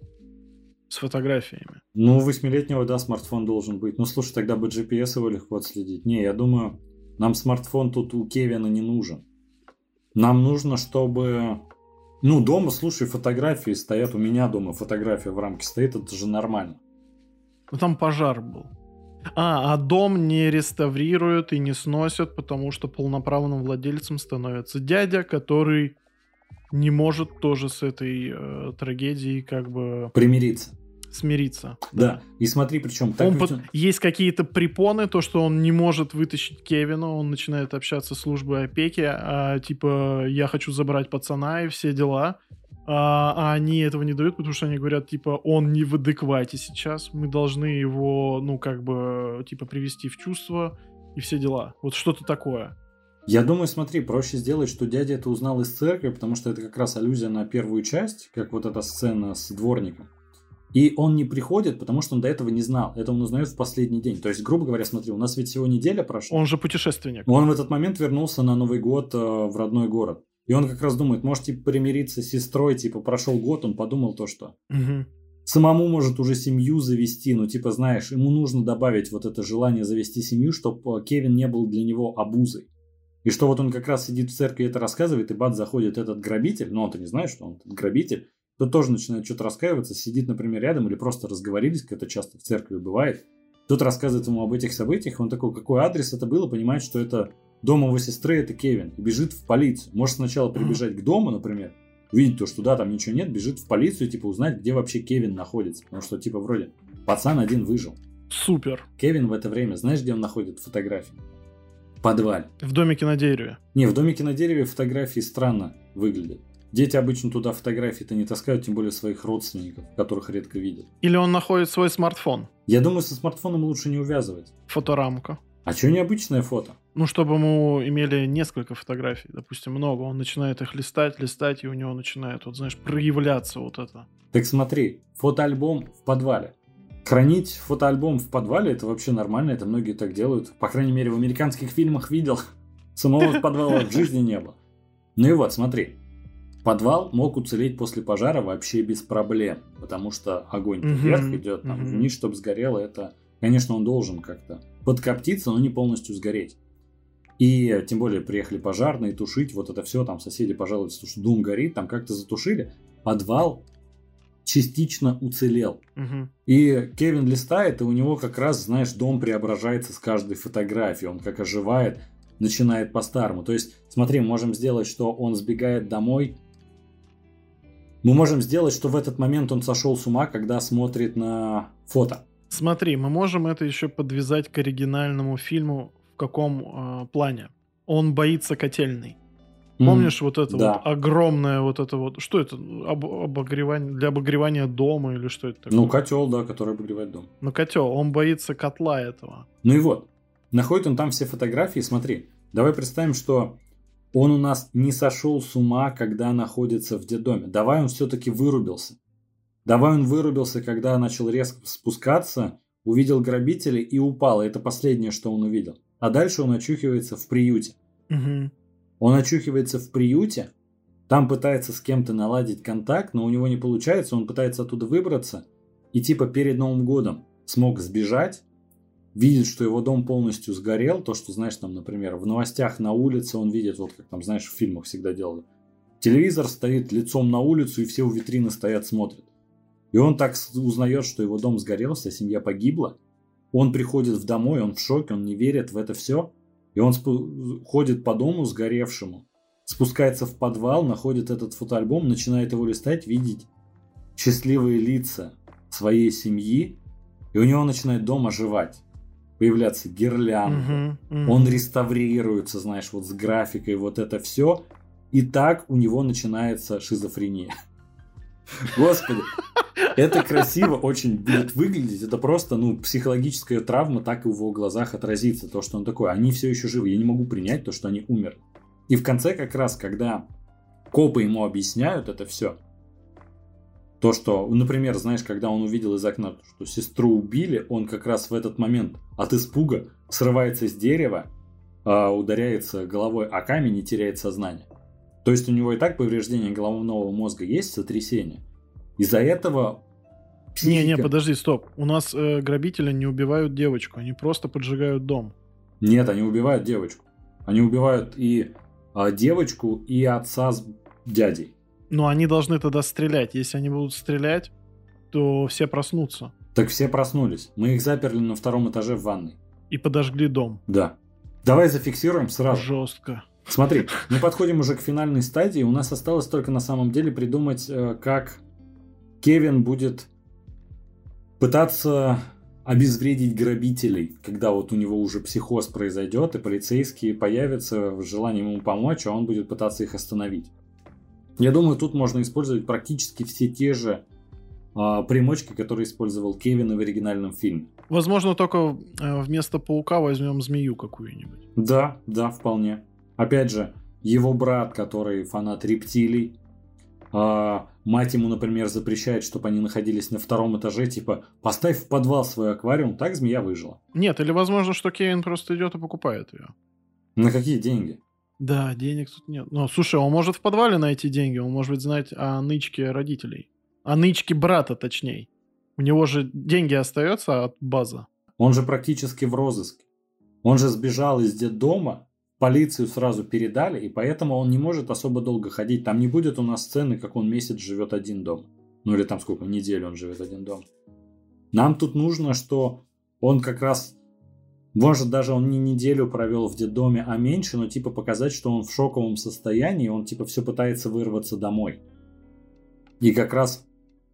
с фотографиями. Ну, у восьмилетнего, да, смартфон должен быть. Ну, слушай, тогда бы джи пи эс его легко отследить. Не, я думаю, нам смартфон тут у Кевина не нужен. Нам нужно, чтобы... Ну, дома, слушай, фотографии стоят. У меня дома фотография в рамке стоит. Это же нормально. Ну, там пожар был. А, а дом не реставрируют и не сносят, потому что полноправным владельцем становится дядя, который не может тоже с этой э, трагедией как бы... Примириться. Смириться. Да. И смотри, причем... Так Он ведь... под... Есть какие-то препоны, то, что он не может вытащить Кевина, он начинает общаться с службой опеки, а, типа, я хочу забрать пацана и все дела. А, а они этого не дают, потому что они говорят, типа, он не в адеквате сейчас, мы должны его, ну, как бы, типа, привести в чувство и все дела. Вот что-то такое. Я думаю, смотри, проще сделать, что дядя это узнал из церкви, потому что это как раз аллюзия на первую часть, как вот эта сцена с дворником. И он не приходит, потому что он до этого не знал. Это он узнает в последний день. То есть, грубо говоря, смотри, у нас ведь всего неделя прошла. Он же путешественник. Он в этот момент вернулся на Новый год э, в родной город. И он как раз думает, может, типа, примириться с сестрой, типа, прошел год, он подумал то, что Угу. самому может уже семью завести, ну, типа, знаешь, ему нужно добавить вот это желание завести семью, чтобы Кевин не был для него обузой. И что вот он как раз сидит в церкви и это рассказывает, и бац, заходит этот грабитель, но он-то не знает, что он этот грабитель, тот тоже начинает что-то раскаиваться, сидит, например, рядом, или просто разговорились, как это часто в церкви бывает. Тот рассказывает ему об этих событиях, он такой, какой адрес это было, понимает, что это дом его сестры, это Кевин, и бежит в полицию. Может сначала прибежать к дому, например, увидеть то, что да, там ничего нет, бежит в полицию, типа узнать, где вообще Кевин находится. Потому что, типа, вроде, пацан один выжил. Супер. Кевин в это время, знаешь, где он находит фотографии? В подвале. В домике на дереве. Не, в домике на дереве фотографии странно выглядят. Дети обычно туда фотографии-то не таскают, тем более своих родственников, которых редко видят. Или он находит свой смартфон. Я думаю, со смартфоном лучше не увязывать. Фоторамка. А что необычное фото? Ну, чтобы мы имели несколько фотографий, допустим, много. Он начинает их листать, листать, и у него начинает, вот знаешь, проявляться вот это. Так смотри, фотоальбом в подвале. Хранить фотоальбом в подвале, это вообще нормально, это многие так делают. По крайней мере, в американских фильмах видел. Самого подвала в жизни не было. Ну и вот, смотри. Подвал мог уцелеть после пожара вообще без проблем, потому что огонь-то Мгм, вверх идет, там, мгм. вниз, чтобы сгорело, это, конечно, он должен как-то подкоптиться, но не полностью сгореть. И тем более приехали пожарные тушить, вот это все, там соседи пожалуются, что дом горит, там как-то затушили. Подвал частично уцелел. Мгм. И Кевин листает, и у него как раз, знаешь, дом преображается с каждой фотографией, он как оживает, начинает по-старому. То есть, смотри, мы можем сделать, что он сбегает домой. Мы можем сделать, что в этот момент он сошел с ума, когда смотрит на фото. Смотри, мы можем это еще подвязать к оригинальному фильму в каком э, плане. Он боится котельной. Помнишь вот это да. вот огромное вот это вот... Что это? Об- обогревание, для обогревания дома или что это такое? Ну, котел, да, который обогревает дом. Ну, котел. Он боится котла этого. Ну и вот. Находит он там все фотографии. Смотри, давай представим, что он у нас не сошел с ума, когда находится в детдоме. Давай он все-таки вырубился. Давай он вырубился, когда начал резко спускаться, увидел грабителей и упал. Это последнее, что он увидел. а дальше он очухивается в приюте. Угу. Он очухивается в приюте, там пытается с кем-то наладить контакт, но у него не получается, он пытается оттуда выбраться, и типа перед Новым годом смог сбежать, видит, что его дом полностью сгорел, то, что, знаешь, там, например, в новостях на улице он видит, вот как там, знаешь, в фильмах всегда делают. Телевизор стоит лицом на улицу, и все у витрины стоят, смотрят. И он так узнает, что его дом сгорел, вся семья погибла. Он приходит в домой, он в шоке, он не верит в это все. И он спу- ходит по дому сгоревшему, спускается в подвал, находит этот фотоальбом, начинает его листать, видеть счастливые лица своей семьи. И у него начинает дом оживать. Появляться гирлянды. Угу, угу. Он реставрируется, знаешь, вот с графикой, вот это все. И так у него начинается шизофрения. Господи, это красиво очень будет выглядеть. Это просто, ну, психологическая травма так и в его глазах отразится. То, что он такой, они все еще живы. Я не могу принять то, что они умерли. И в конце как раз, когда копы ему объясняют это все, то, что, например, знаешь, когда он увидел из окна, что сестру убили, он как раз в этот момент от испуга срывается с дерева, ударяется головой о камень и теряет сознание. То есть у него и так повреждение головного мозга есть, сотрясение. Из-за этого психика... Не-не, подожди, стоп. У нас э, грабители не убивают девочку, они просто поджигают дом. Нет, они убивают девочку. Они убивают и э, девочку, и отца с дядей. Но они должны тогда стрелять. Если они будут стрелять, то все проснутся. Так все проснулись. Мы их заперли на втором этаже в ванной. И подожгли дом. Да. Давай зафиксируем сразу. Жестко. Смотри, мы подходим уже к финальной стадии. У нас осталось только на самом деле придумать, как Кевин будет пытаться обезвредить грабителей, когда вот у него уже психоз произойдет, и полицейские появятся с желанием ему помочь, а он будет пытаться их остановить. Я думаю, тут можно использовать практически все те же а, примочки, которые использовал Кевин в оригинальном фильме. Возможно, только вместо паука возьмем змею какую-нибудь. Да, да, вполне. Опять же, его брат, который фанат рептилий, а, мать ему, например, запрещает, чтобы они находились на втором этаже, типа, поставь в подвал свой аквариум, так змея выжила. Нет, или возможно, что Кевин просто идет и покупает ее. На какие деньги? Да, денег тут нет. Ну, слушай, он может в подвале найти деньги, он может быть знать о нычке родителей. О нычке брата, точнее. У него же деньги остаются от базы. Он же практически в розыске. Он же сбежал из детдома, полицию сразу передали, и поэтому он не может особо долго ходить. Там не будет у нас сцены, как он месяц живет один дома. Ну или там сколько, неделю он живет один дома. Нам тут нужно, что он как раз... Может, даже он не неделю провел в детдоме, а меньше, но типа показать, что он в шоковом состоянии, он типа все пытается вырваться домой. И как раз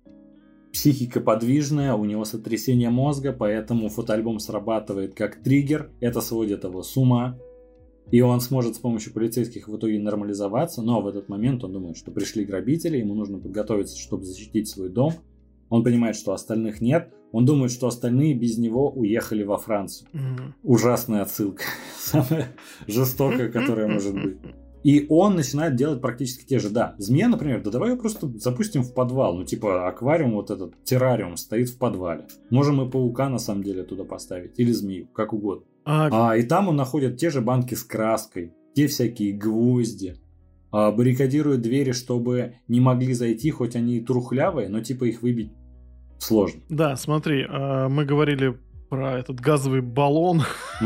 психика подвижная, у него сотрясение мозга, поэтому фотоальбом срабатывает как триггер, это сводит его с ума. И он сможет с помощью полицейских в итоге нормализоваться, но в этот момент он думает, что пришли грабители, ему нужно подготовиться, чтобы защитить свой дом. Он понимает, что остальных нет. Он думает, что остальные без него уехали во Францию. Mm-hmm. Ужасная отсылка. Самая жестокая, которая может быть. И он начинает делать практически те же. Да, змея, например, да давай ее просто запустим в подвал. Ну, типа, аквариум, вот этот террариум стоит в подвале. Можем и паука, на самом деле, туда поставить. Или змею, как угодно. А, а и там он находит те же банки с краской, те всякие гвозди. А, баррикадирует двери, чтобы не могли зайти, хоть они и трухлявые, но типа их выбить сложно. Да, смотри, мы говорили про этот газовый баллон.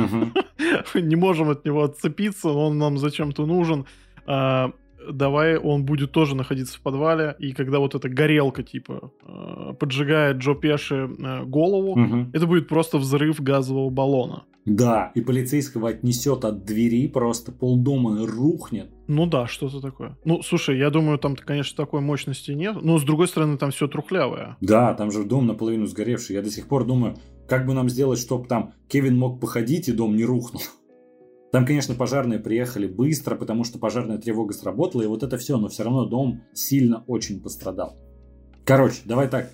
Не можем от него отцепиться, он нам зачем-то нужен. Давай он будет тоже находиться в подвале, и когда вот эта горелка типа поджигает Джо Пеши голову, это будет просто взрыв газового баллона. Да, и полицейского отнесет от двери, просто полдома рухнет. Ну да, что-то такое. Ну, слушай, я думаю, там, конечно, такой мощности нет. Но, с другой стороны, там все трухлявое. Да, там же дом наполовину сгоревший. Я до сих пор думаю, как бы нам сделать, чтобы там Кевин мог походить и дом не рухнул. Там, конечно, пожарные приехали быстро, потому что пожарная тревога сработала, и вот это все, но все равно дом сильно очень пострадал. Короче, давай так.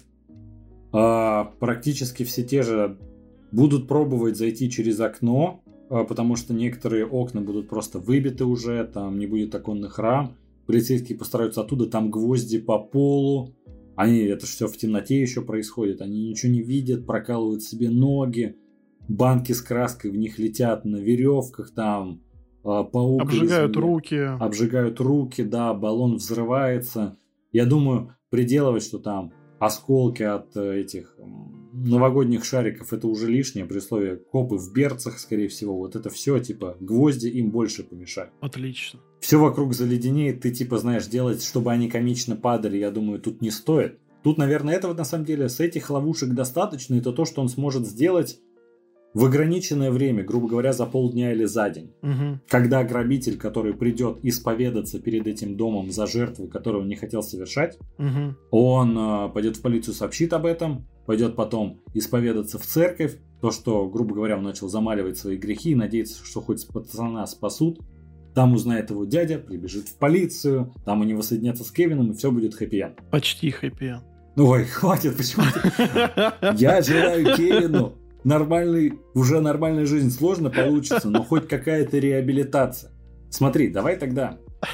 А, практически все те же будут пробовать зайти через окно, потому что некоторые окна будут просто выбиты уже, там не будет оконных рам. Полицейские постараются оттуда, там гвозди по полу. Они, это же все в темноте еще происходит, они ничего не видят, прокалывают себе ноги. банки с краской в них летят на веревках, там паук обжигают или руки. Обжигают руки, да, баллон взрывается. Я думаю, приделывать, что там осколки от этих новогодних шариков, это уже лишнее, при условии копы в берцах, скорее всего, вот это все, типа, гвозди им больше помешают. Отлично. Все вокруг заледенеет, ты, типа, знаешь, делать, чтобы они комично падали, я думаю, тут не стоит. Тут, наверное, этого, на самом деле, с этих ловушек достаточно, и то, то, что он сможет сделать в ограниченное время, грубо говоря, за полдня или за день. Угу. Когда грабитель, который придет исповедаться перед этим домом за жертву, которую он не хотел совершать, угу. он э, пойдет в полицию, сообщит об этом, пойдет потом исповедаться в церковь, то, что, грубо говоря, он начал замаливать свои грехи и надеется, что хоть пацана спасут. Там узнает его дядя, прибежит в полицию, там они воссоединятся с Кевином, и все будет хэппи-энд. Почти хэппи-энд. Ой, хватит, почему ты... Я желаю Кевину нормальный, уже нормальная жизнь. Сложно получится, но хоть какая-то реабилитация. Смотри, давай тогда.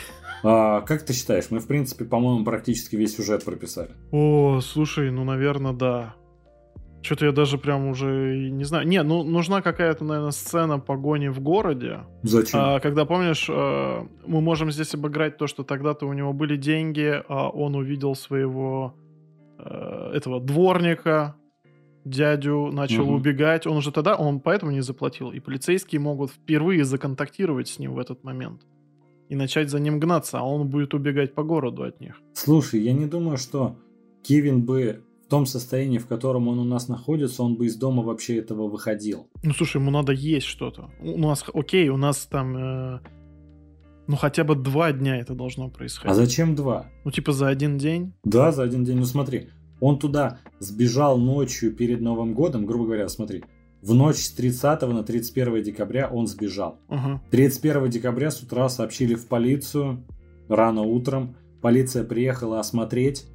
А, как ты считаешь, мы, в принципе, по-моему, практически весь сюжет прописали. О, слушай, ну, наверное, да. Что-то я даже прям уже не знаю. Не, ну, нужна какая-то, наверное, сцена погони в городе. Зачем? А, когда, помнишь, а, мы можем здесь обыграть то, что тогда-то у него были деньги, а он увидел своего а, этого дворника, дядю, начал угу. убегать. Он уже тогда, он поэтому не заплатил. И полицейские могут впервые законтактировать с ним в этот момент. И начать за ним гнаться, а он будет убегать по городу от них. Слушай, я не думаю, что Кевин бы в том состоянии, в котором он у нас находится, он бы из дома вообще этого выходил. Ну, слушай, ему надо есть что-то. У нас, окей, у нас там... Э, ну, хотя бы два дня это должно происходить. А зачем два? Ну, типа за один день? Да, за один день. Ну, смотри. Он туда сбежал ночью перед Новым годом, грубо говоря, смотри, в ночь с тридцатого на тридцать первое декабря он сбежал. Uh-huh. тридцать первого декабря с утра сообщили в полицию, рано утром, полиция приехала осмотреть,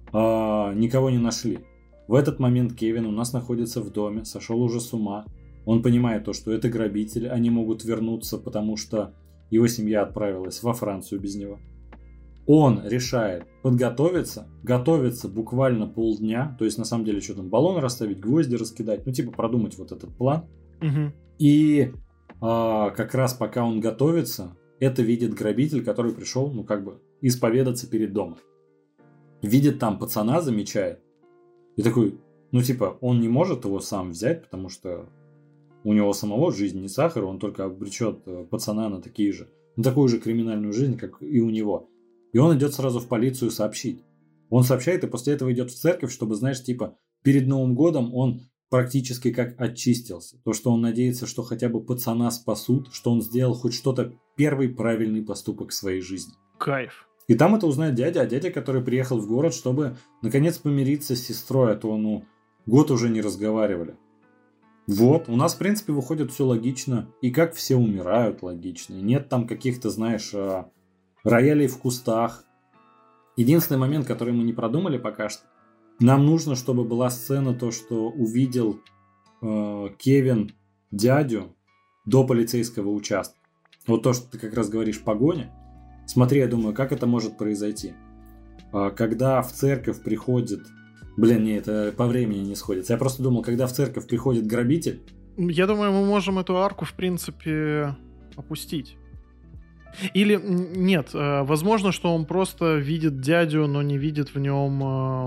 а, никого не нашли. В этот момент Кевин у нас находится в доме, сошел уже с ума. Он понимает то, что это грабитель, они могут вернуться, потому что его семья отправилась во Францию без него. Он решает подготовиться, готовится буквально полдня, то есть на самом деле что там, баллон расставить, гвозди раскидать, ну типа продумать вот этот план. Угу. И а, как раз пока он готовится, это видит грабитель, который пришел, ну как бы, исповедаться перед домом. Видит там пацана, замечает, и такой, ну типа, он не может его сам взять, потому что у него самого жизнь не сахар, он только обречет пацана на такие же, на такую же криминальную жизнь, как и у него. И он идет сразу в полицию сообщить. Он сообщает и после этого идет в церковь, чтобы, знаешь, типа, перед Новым годом он практически как очистился. То, что он надеется, что хотя бы пацана спасут, что он сделал хоть что-то, первый правильный поступок в своей жизни. Кайф. И там это узнает дядя, а дядя, который приехал в город, чтобы, наконец, помириться с сестрой, а то, ну, год уже не разговаривали. Вот, у нас, в принципе, выходит все логично. И как все умирают логично. И нет там каких-то, знаешь... роялей в кустах. Единственный момент, который мы не продумали пока что, нам нужно, чтобы была сцена, то, что увидел э, Кевин дядю до полицейского участка. Вот то, что ты как раз говоришь, погоня. Смотри, я думаю, как это может произойти. Э, когда в церковь приходит... Блин, не, это по времени не сходится. Я просто думал, когда в церковь приходит грабитель... Я думаю, мы можем эту арку, в принципе, опустить. Или нет, возможно, что он просто видит дядю, но не видит в нем э,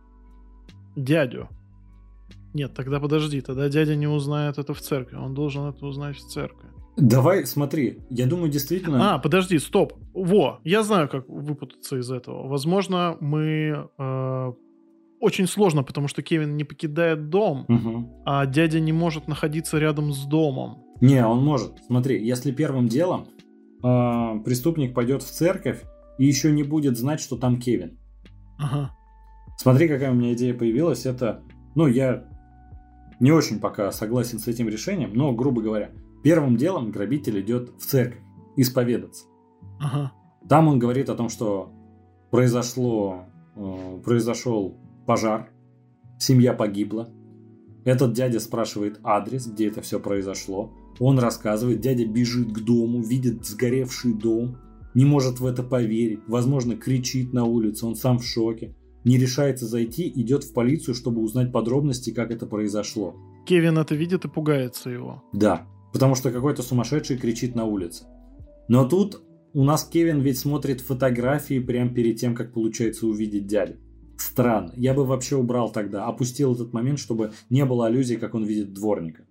дядю. Нет, тогда подожди, тогда дядя не узнает это в церкви, он должен это узнать в церкви. Давай, смотри, я думаю, действительно... А, подожди, стоп, во, я знаю, как выпутаться из этого. Возможно, мы... Э, очень сложно, потому что Кевин не покидает дом, угу. а дядя не может находиться рядом с домом. Не, он может. Смотри, если первым делом э, преступник пойдет в церковь и еще не будет знать, что там Кевин. Ага. Смотри, какая у меня идея появилась. Это, ну, я не очень пока согласен с этим решением, но, грубо говоря, первым делом грабитель идет в церковь исповедаться. Ага. Там он говорит о том, что произошло, э, произошел пожар, семья погибла. Этот дядя спрашивает адрес, где это все произошло. Он рассказывает, дядя бежит к дому, видит сгоревший дом, не может в это поверить, возможно, кричит на улице, он сам в шоке. не решается зайти, идет в полицию, чтобы узнать подробности, как это произошло. Кевин это видит и пугается его. Да, потому что какой-то сумасшедший кричит на улице. Но тут у нас Кевин ведь смотрит фотографии прямо перед тем, как получается увидеть дядю. Странно. Я бы вообще убрал тогда, опустил этот момент, чтобы не было аллюзий, как он видит дворника.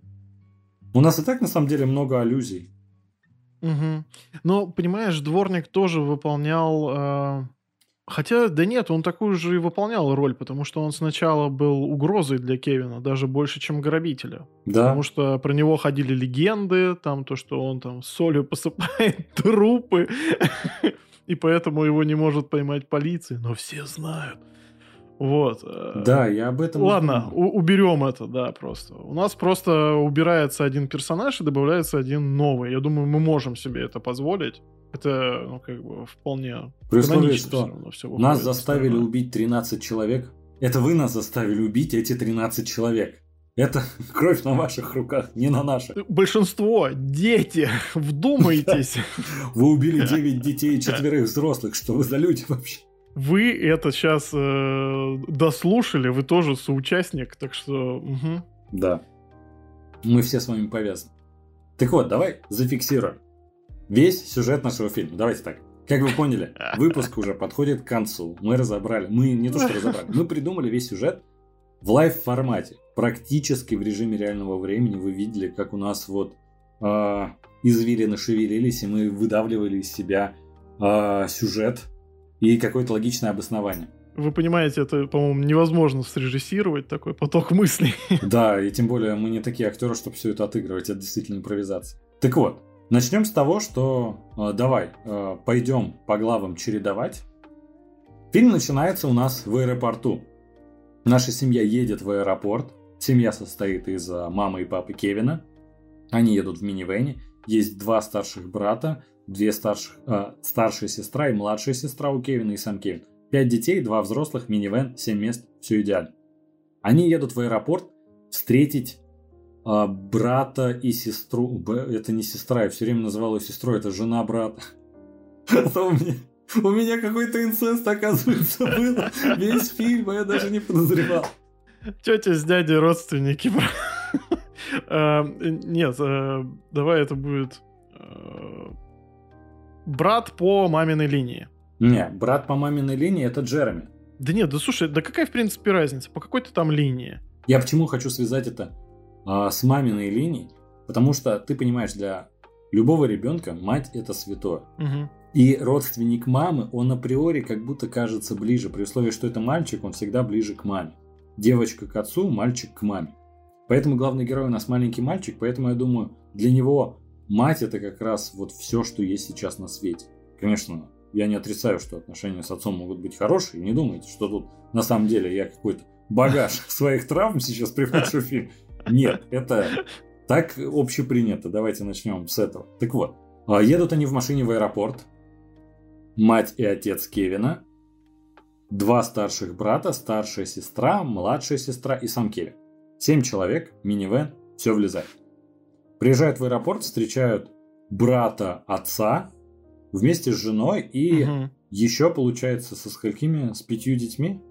У нас и так на самом деле много аллюзий. Угу. Но, понимаешь, дворник тоже выполнял... Э... Хотя, да нет, он такую же и выполнял роль, потому что он сначала был угрозой для Кевина, даже больше, чем грабителя. Да. Потому что про него ходили легенды, там то, что он там солью посыпает трупы, и поэтому его не может поймать полиция. Но все знают. Вот. Да, я об этом... Ладно, у- уберем это, да, просто. У нас просто убирается один персонаж и добавляется один новый. Я думаю, мы можем себе это позволить. Это, ну, как бы, вполне При условии, канонично что всё равно всё нас выходит, заставили остальное. убить тринадцать человек. Это вы нас заставили убить эти тринадцать человек. Это кровь на ваших руках, не на наших. Большинство дети, вдумайтесь. Вы убили девять детей и четверых взрослых. Что вы за люди вообще? Вы это сейчас э, дослушали, вы тоже соучастник, так что... мгм. Да. Мы все с вами повязаны. Так вот, давай зафиксируем весь сюжет нашего фильма. Давайте так. Как вы поняли, выпуск уже подходит к концу. Мы разобрали. Мы не то что разобрали. Мы придумали весь сюжет в лайв-формате. Практически в режиме реального времени. Вы видели, как у нас вот э, извилины шевелились, и мы выдавливали из себя э, сюжет и какое-то логичное обоснование. Вы понимаете, это, по-моему, невозможно срежиссировать, такой поток мыслей. Да, и тем более мы не такие актеры, чтобы все это отыгрывать. Это действительно импровизация. Так вот, начнем с того, что э, давай э, пойдем по главам чередовать. Фильм начинается у нас в аэропорту. Наша семья едет в аэропорт. Семья состоит из э, мамы и папы Кевина. Они едут в минивэне. Есть два старших брата, две старших, э, старшая сестра и младшая сестра у Кевина и сам Кевин. Пять детей, два взрослых, минивэн, семь мест, все идеально. Они едут в аэропорт встретить э, брата и сестру. Б, это не сестра, я все время называл ее сестрой, это жена брата. У меня, у меня какой-то инцест, оказывается, был весь фильм, а я даже не подозревал. Тетя с дядей родственники. Э, Нет, э, давай это будет э, брат по маминой линии. Не, брат по маминой линии это Джереми. Да нет, да слушай, да какая в принципе разница? По какой-то там линии. Я почему хочу связать это а, с маминой линией? Потому что, ты понимаешь, для любого ребенка мать это святое. Угу. И родственник мамы, он априори как будто кажется ближе. При условии, что это мальчик, он всегда ближе к маме. Девочка к отцу, мальчик к маме. Поэтому главный герой у нас маленький мальчик, поэтому я думаю, для него мать это как раз вот все, что есть сейчас на свете. Конечно, я не отрицаю, что отношения с отцом могут быть хорошие. Не думайте, что тут на самом деле я какой-то багаж своих травм сейчас привношу в фильм. Нет, это так общепринято. Давайте начнем с этого. Так вот, едут они в машине в аэропорт. Мать и отец Кевина. Два старших брата, старшая сестра, младшая сестра и сам Кевин. Семь человек, минивэн, все влезает. Приезжают в аэропорт, встречают брата отца вместе с женой и Угу. еще, получается, со сколькими? С пятью детьми?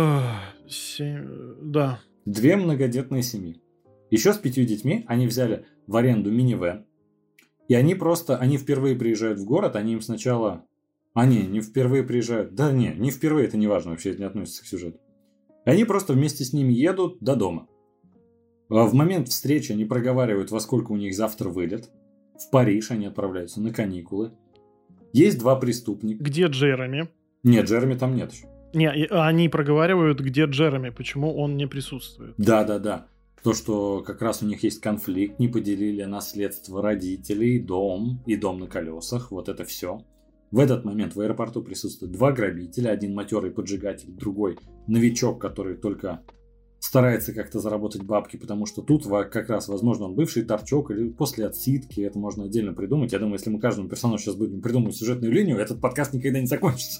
Семь... Да. Две многодетные семьи. Еще с пятью детьми они взяли в аренду минивэн. И они просто, они впервые приезжают в город, они им сначала... А не, не впервые приезжают. Да не, не впервые, это не важно, вообще это не относится к сюжету. И они просто вместе с ними едут до дома. В момент встречи они проговаривают, во сколько у них завтра вылет. В Париж они отправляются на каникулы. Есть два преступника. Где Джереми? Нет, Джереми там нет еще. Не, и- они проговаривают, где Джереми, почему он не присутствует. Да-да-да. То, что как раз у них есть конфликт, не поделили наследство родителей, дом и дом на колесах. Вот это все. В этот момент в аэропорту присутствуют два грабителя. Один матерый поджигатель, другой новичок, который только старается как-то заработать бабки, потому что тут во- как раз, возможно, он бывший торчок или после отсидки. Это можно отдельно придумать. Я думаю, если мы каждому персонажу сейчас будем придумывать сюжетную линию, этот подкаст никогда не закончится.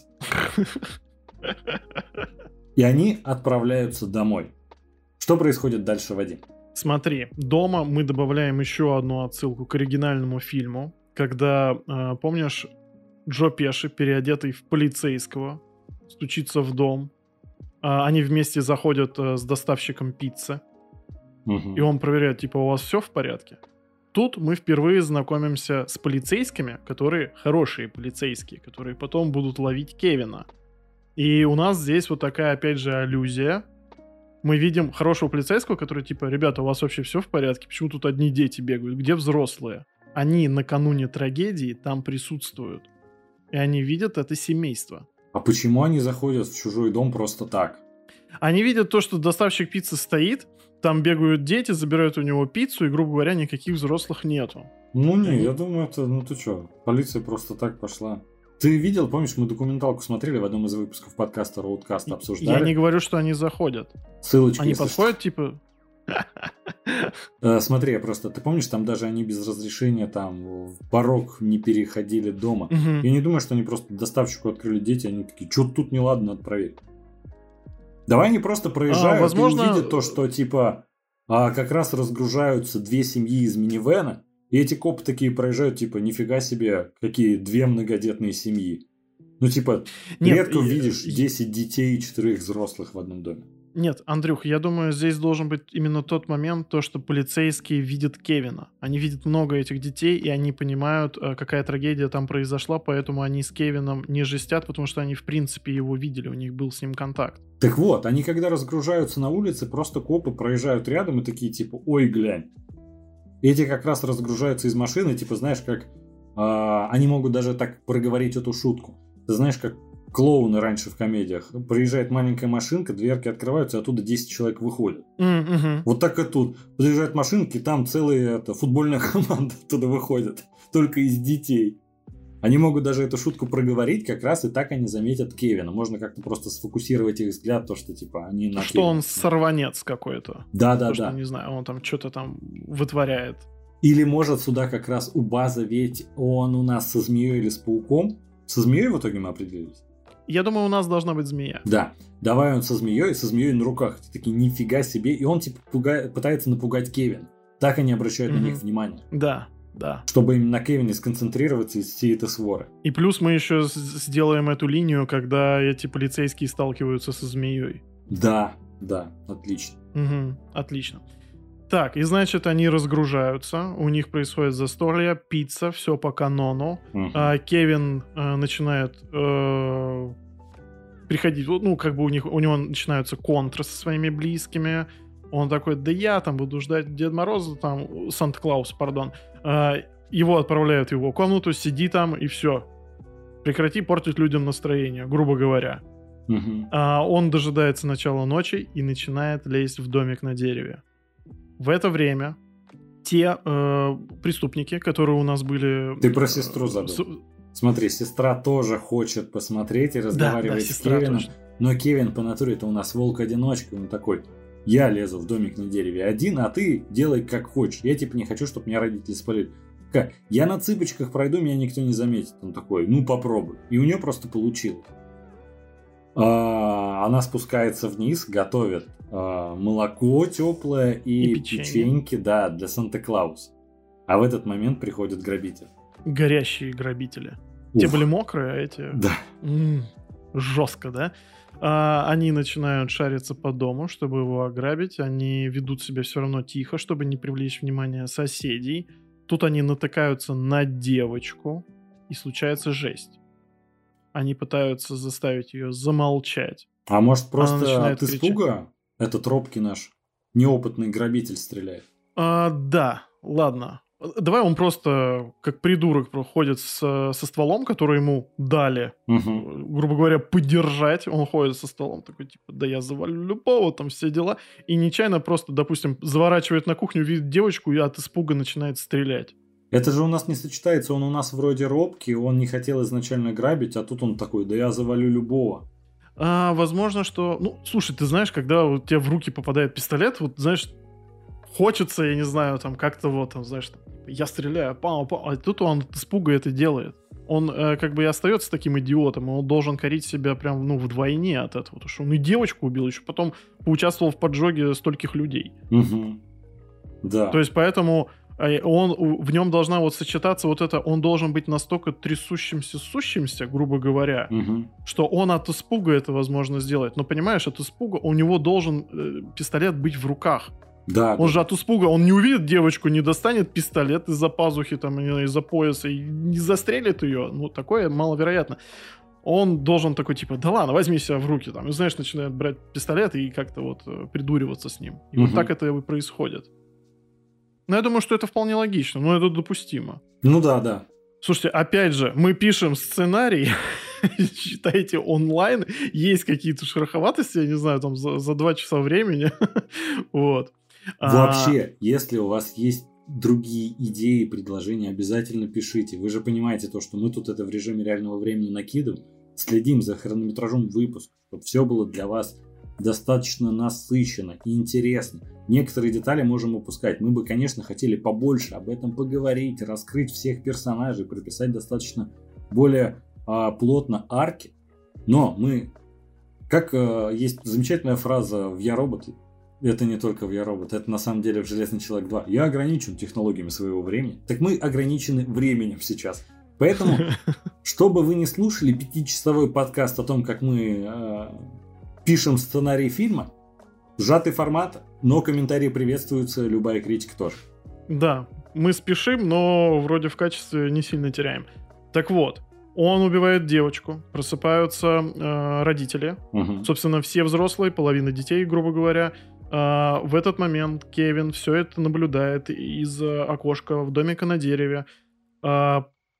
И они отправляются домой. Что происходит дальше, Вадим? Смотри, дома мы добавляем еще одну отсылку к оригинальному фильму, когда, э, помнишь, Джо Пеши, переодетый в полицейского, стучится в дом, А, они вместе заходят а, с доставщиком пиццы. Угу. И он проверяет, типа, у вас все в порядке? Тут мы впервые знакомимся с полицейскими, которые хорошие полицейские, которые потом будут ловить Кевина. И у нас здесь вот такая, опять же, аллюзия. Мы видим хорошего полицейского, который типа, ребята, у вас вообще все в порядке? Почему тут одни дети бегают? Где взрослые? Они накануне трагедии там присутствуют. И они видят это семейство. А почему они заходят в чужой дом просто так? Они видят то, что доставщик пиццы стоит, там бегают дети, забирают у него пиццу, и, грубо говоря, никаких взрослых нету. Ну не, я думаю, это, ну ты чё, полиция просто так пошла. Ты видел, помнишь, мы документалку смотрели в одном из выпусков подкаста Роудкаст, обсуждали? Я не говорю, что они заходят. Ссылочка. Они подходят, типа... Смотри, просто, ты помнишь, там даже они без разрешения там в порог не переходили дома. Я не думаю, что они просто доставщику открыли дети, они такие, что тут неладно, надо проверить. Давай они просто проезжают а, возможно... и увидят то, что типа а, как раз разгружаются две семьи из минивэна, и эти копы такие проезжают, типа, нифига себе, какие две многодетные семьи. Ну, типа, Нет, редко и, видишь и... десять детей и четырех взрослых в одном доме. Нет, Андрюх, я думаю, здесь должен быть именно тот момент, то, что полицейские видят Кевина. Они видят много этих детей, и они понимают, какая трагедия там произошла, поэтому они с Кевином не жестят, потому что они, в принципе, его видели, у них был с ним контакт. Так вот, они когда разгружаются на улице, просто копы проезжают рядом и такие, типа, ой, глянь. Эти как раз разгружаются из машины, типа, знаешь, как... Э, они могут даже так проговорить эту шутку. Ты знаешь, как клоуны раньше в комедиях. Приезжает маленькая машинка, дверки открываются, оттуда десять человек выходят. Mm-hmm. Вот так и тут. Подъезжают машинки, там целая это, футбольная команда оттуда выходит. Только из детей. Они могут даже эту шутку проговорить, как раз и так они заметят Кевина. Можно как-то просто сфокусировать их взгляд, то, что типа они на Что Кевина. Он сорванец какой-то. Да-да-да. Что, не знаю, он там что-то там вытворяет. Или может сюда как раз у базы, ведь он у нас со змеей или с пауком. Со змеей в итоге мы определились? Я думаю, у нас должна быть змея. Да. Давай он со змеей, со змеей на руках. Такие, нифига себе. И он типа пугает, пытается напугать Кевин. Так они обращают mm-hmm. на них внимание. Да, да. Чтобы именно на Кевине сконцентрироваться из всей этой своры. И плюс мы еще сделаем эту линию, когда эти полицейские сталкиваются со змеей. Да, да, отлично. Угу, отлично. Так, и значит, они разгружаются, у них происходит застолье, пицца, все по канону. Uh-huh. А, Кевин а, начинает а, приходить, ну, как бы у них у него начинаются контры со своими близкими. Он такой, да я там буду ждать Деда Мороза, там, Санта-Клаус, пардон. А, его отправляют в его комнату, сиди там и все. Прекрати портить людям настроение, грубо говоря. Uh-huh. А, он дожидается начала ночи и начинает лезть в домик на дереве. В это время те э, преступники, которые у нас были... Ты про сестру забыл. С... Смотри, сестра тоже хочет посмотреть и разговаривать да, да, с Кевином. Точно. Но Кевин по натуре-то у нас волк-одиночка. Он такой, я лезу в домик на дереве один, а ты делай как хочешь. Я типа не хочу, чтобы меня родители спалили. Как? Я на цыпочках пройду, меня никто не заметит. Он такой, ну попробуй. И у нее просто получилось. А, она спускается вниз, готовит а, молоко теплое и, и печеньки, да, для Санта-Клауса. А в этот момент приходит грабитель. Горящие грабители. Ух. Те были мокрые, а эти... Да. М-м, жестко, да? А, они начинают шариться по дому, чтобы его ограбить. Они ведут себя все равно тихо, чтобы не привлечь внимание соседей. Тут они натыкаются на девочку, и случается жесть. Они пытаются заставить ее замолчать. А может просто от испуга этот робкий наш неопытный грабитель стреляет? А, да, ладно. Давай он просто как придурок проходит с, со стволом, который ему дали, угу. грубо говоря, поддержать. Он ходит со стволом такой, типа, да я завалю любого, там все дела. И нечаянно просто, допустим, заворачивает на кухню, видит девочку и от испуга начинает стрелять. Это же у нас не сочетается, он у нас вроде робкий, он не хотел изначально грабить, а тут он такой, да я завалю любого. А, возможно, что... Ну, слушай, ты знаешь, когда у тебя в руки попадает пистолет, вот, знаешь, хочется, я не знаю, там, как-то вот, там, знаешь, я стреляю, пау-пау, а тут он от испуга это делает. Он э, как бы и остается таким идиотом, и он должен корить себя прям, ну, вдвойне от этого, потому что он и девочку убил, еще потом поучаствовал в поджоге стольких людей. Угу. Да. То есть, поэтому... Он, в нем должна вот сочетаться вот это, он должен быть настолько трясущимся-сущимся, грубо говоря, угу. что он от испуга это возможно сделать. Но понимаешь, от испуга у него должен э, пистолет быть в руках. Да, он да. же от испуга, он не увидит девочку, не достанет пистолет из-за пазухи, там, из-за пояса и не застрелит ее. Ну, такое маловероятно. Он должен такой, типа, да ладно, возьми себя в руки, там, и, знаешь, начинает брать пистолет и как-то вот придуриваться с ним. И угу. вот так это и происходит. Но я думаю, что это вполне логично, но это допустимо. Ну да, да. Слушайте, опять же, мы пишем сценарий, считайте, онлайн, есть какие-то шероховатости, я не знаю, там, за, за два часа времени. Вот. Вообще, а... если у вас есть другие идеи, предложения, обязательно пишите. Вы же понимаете то, что мы тут это в режиме реального времени накидываем, следим за хронометражом выпуска, чтобы все было для вас достаточно насыщенно и интересно. Некоторые детали можем упускать. Мы бы, конечно, хотели побольше об этом поговорить, раскрыть всех персонажей, прописать достаточно более а, плотно арки. Но мы, как а, есть замечательная фраза в «Я робот», это не только в «Я робот», это на самом деле в «Железный человек два». Я ограничен технологиями своего времени. Так мы ограничены временем сейчас. Поэтому, чтобы вы не слушали пятичасовой подкаст о том, как мы э, пишем сценарий фильма, сжатый формат, но комментарии приветствуются, любая критика тоже. Да, мы спешим, но вроде в качестве не сильно теряем. Так вот, он убивает девочку, просыпаются э, родители, угу. собственно, все взрослые, половина детей, грубо говоря. Uh, в этот момент Кевин все это наблюдает из uh, окошка в домика на дереве. Uh,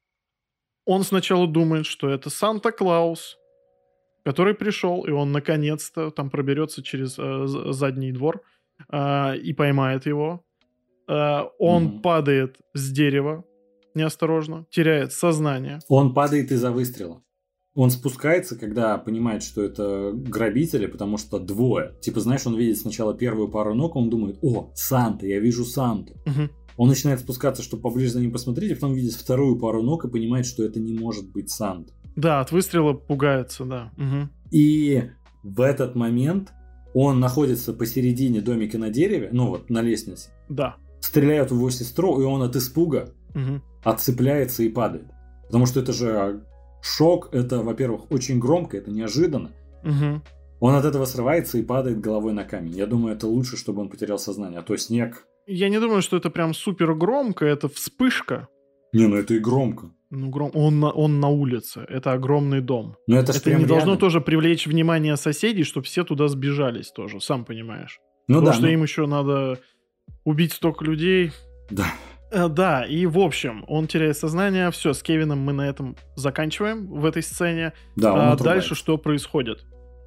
он сначала думает, что это Санта-Клаус, который пришел, и он наконец-то там проберется через uh, задний двор uh, и поймает его. Uh, он mm-hmm. падает с дерева неосторожно, теряет сознание. Он падает из-за выстрела. Он спускается, когда понимает, что это грабители, потому что двое. Типа, знаешь, он видит сначала первую пару ног, он думает: о, Санта, я вижу Санту. Угу. Он начинает спускаться, чтобы поближе за ним посмотреть, а потом видит вторую пару ног и понимает, что это не может быть Санта. Да, от выстрела пугается, да. Угу. И в этот момент он находится посередине домика на дереве, ну вот, на лестнице. Да. Стреляют в его сестру, и он от испуга угу. отцепляется и падает. Потому что это же... Шок, это, во-первых, очень громко, это неожиданно. Угу. Он от этого срывается и падает головой на камень. Я думаю, это лучше, чтобы он потерял сознание, а то снег... Я не думаю, что это прям супер громко, это вспышка. Не, ну это и громко. Ну, гром... он, на... он на улице, это огромный дом. Но это это не должно тоже привлечь внимание соседей, чтобы все туда сбежались тоже, сам понимаешь. Ну Потому да, что ну... им еще надо убить столько людей. Да. Да, и в общем, он теряет сознание. Все, с Кевином мы на этом заканчиваем в этой сцене. Да, он а дальше что происходит?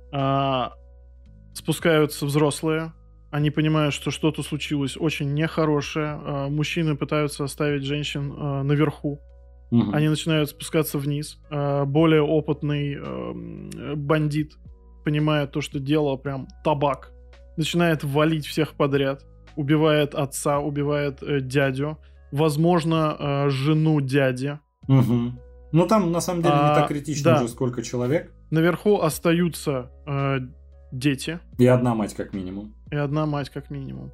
А, спускаются взрослые. Они понимают, что что-то случилось очень нехорошее. А, мужчины пытаются оставить женщин а, наверху. Угу. Они начинают спускаться вниз. А, более опытный а, бандит, понимая то, что дело прям табак, начинает валить всех подряд. Убивает отца, убивает э, дядю. Возможно, э, жену дяди. Угу. Ну, там, на самом деле, а, не так критично да. уже, сколько человек. Наверху остаются э, дети. И одна мать, как минимум. И одна мать, как минимум.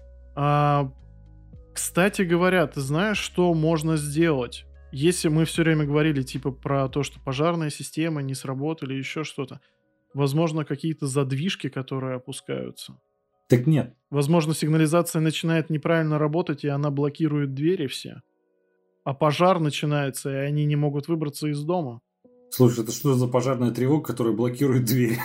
А, кстати говоря, ты знаешь, что можно сделать? Если мы все время говорили, типа, про то, что пожарные системы не сработали, еще что-то. Возможно, какие-то задвижки, которые опускаются. Так нет. Возможно, сигнализация начинает неправильно работать, и она блокирует двери все. А пожар начинается, и они не могут выбраться из дома. Слушай, это что за пожарная тревога, которая блокирует двери?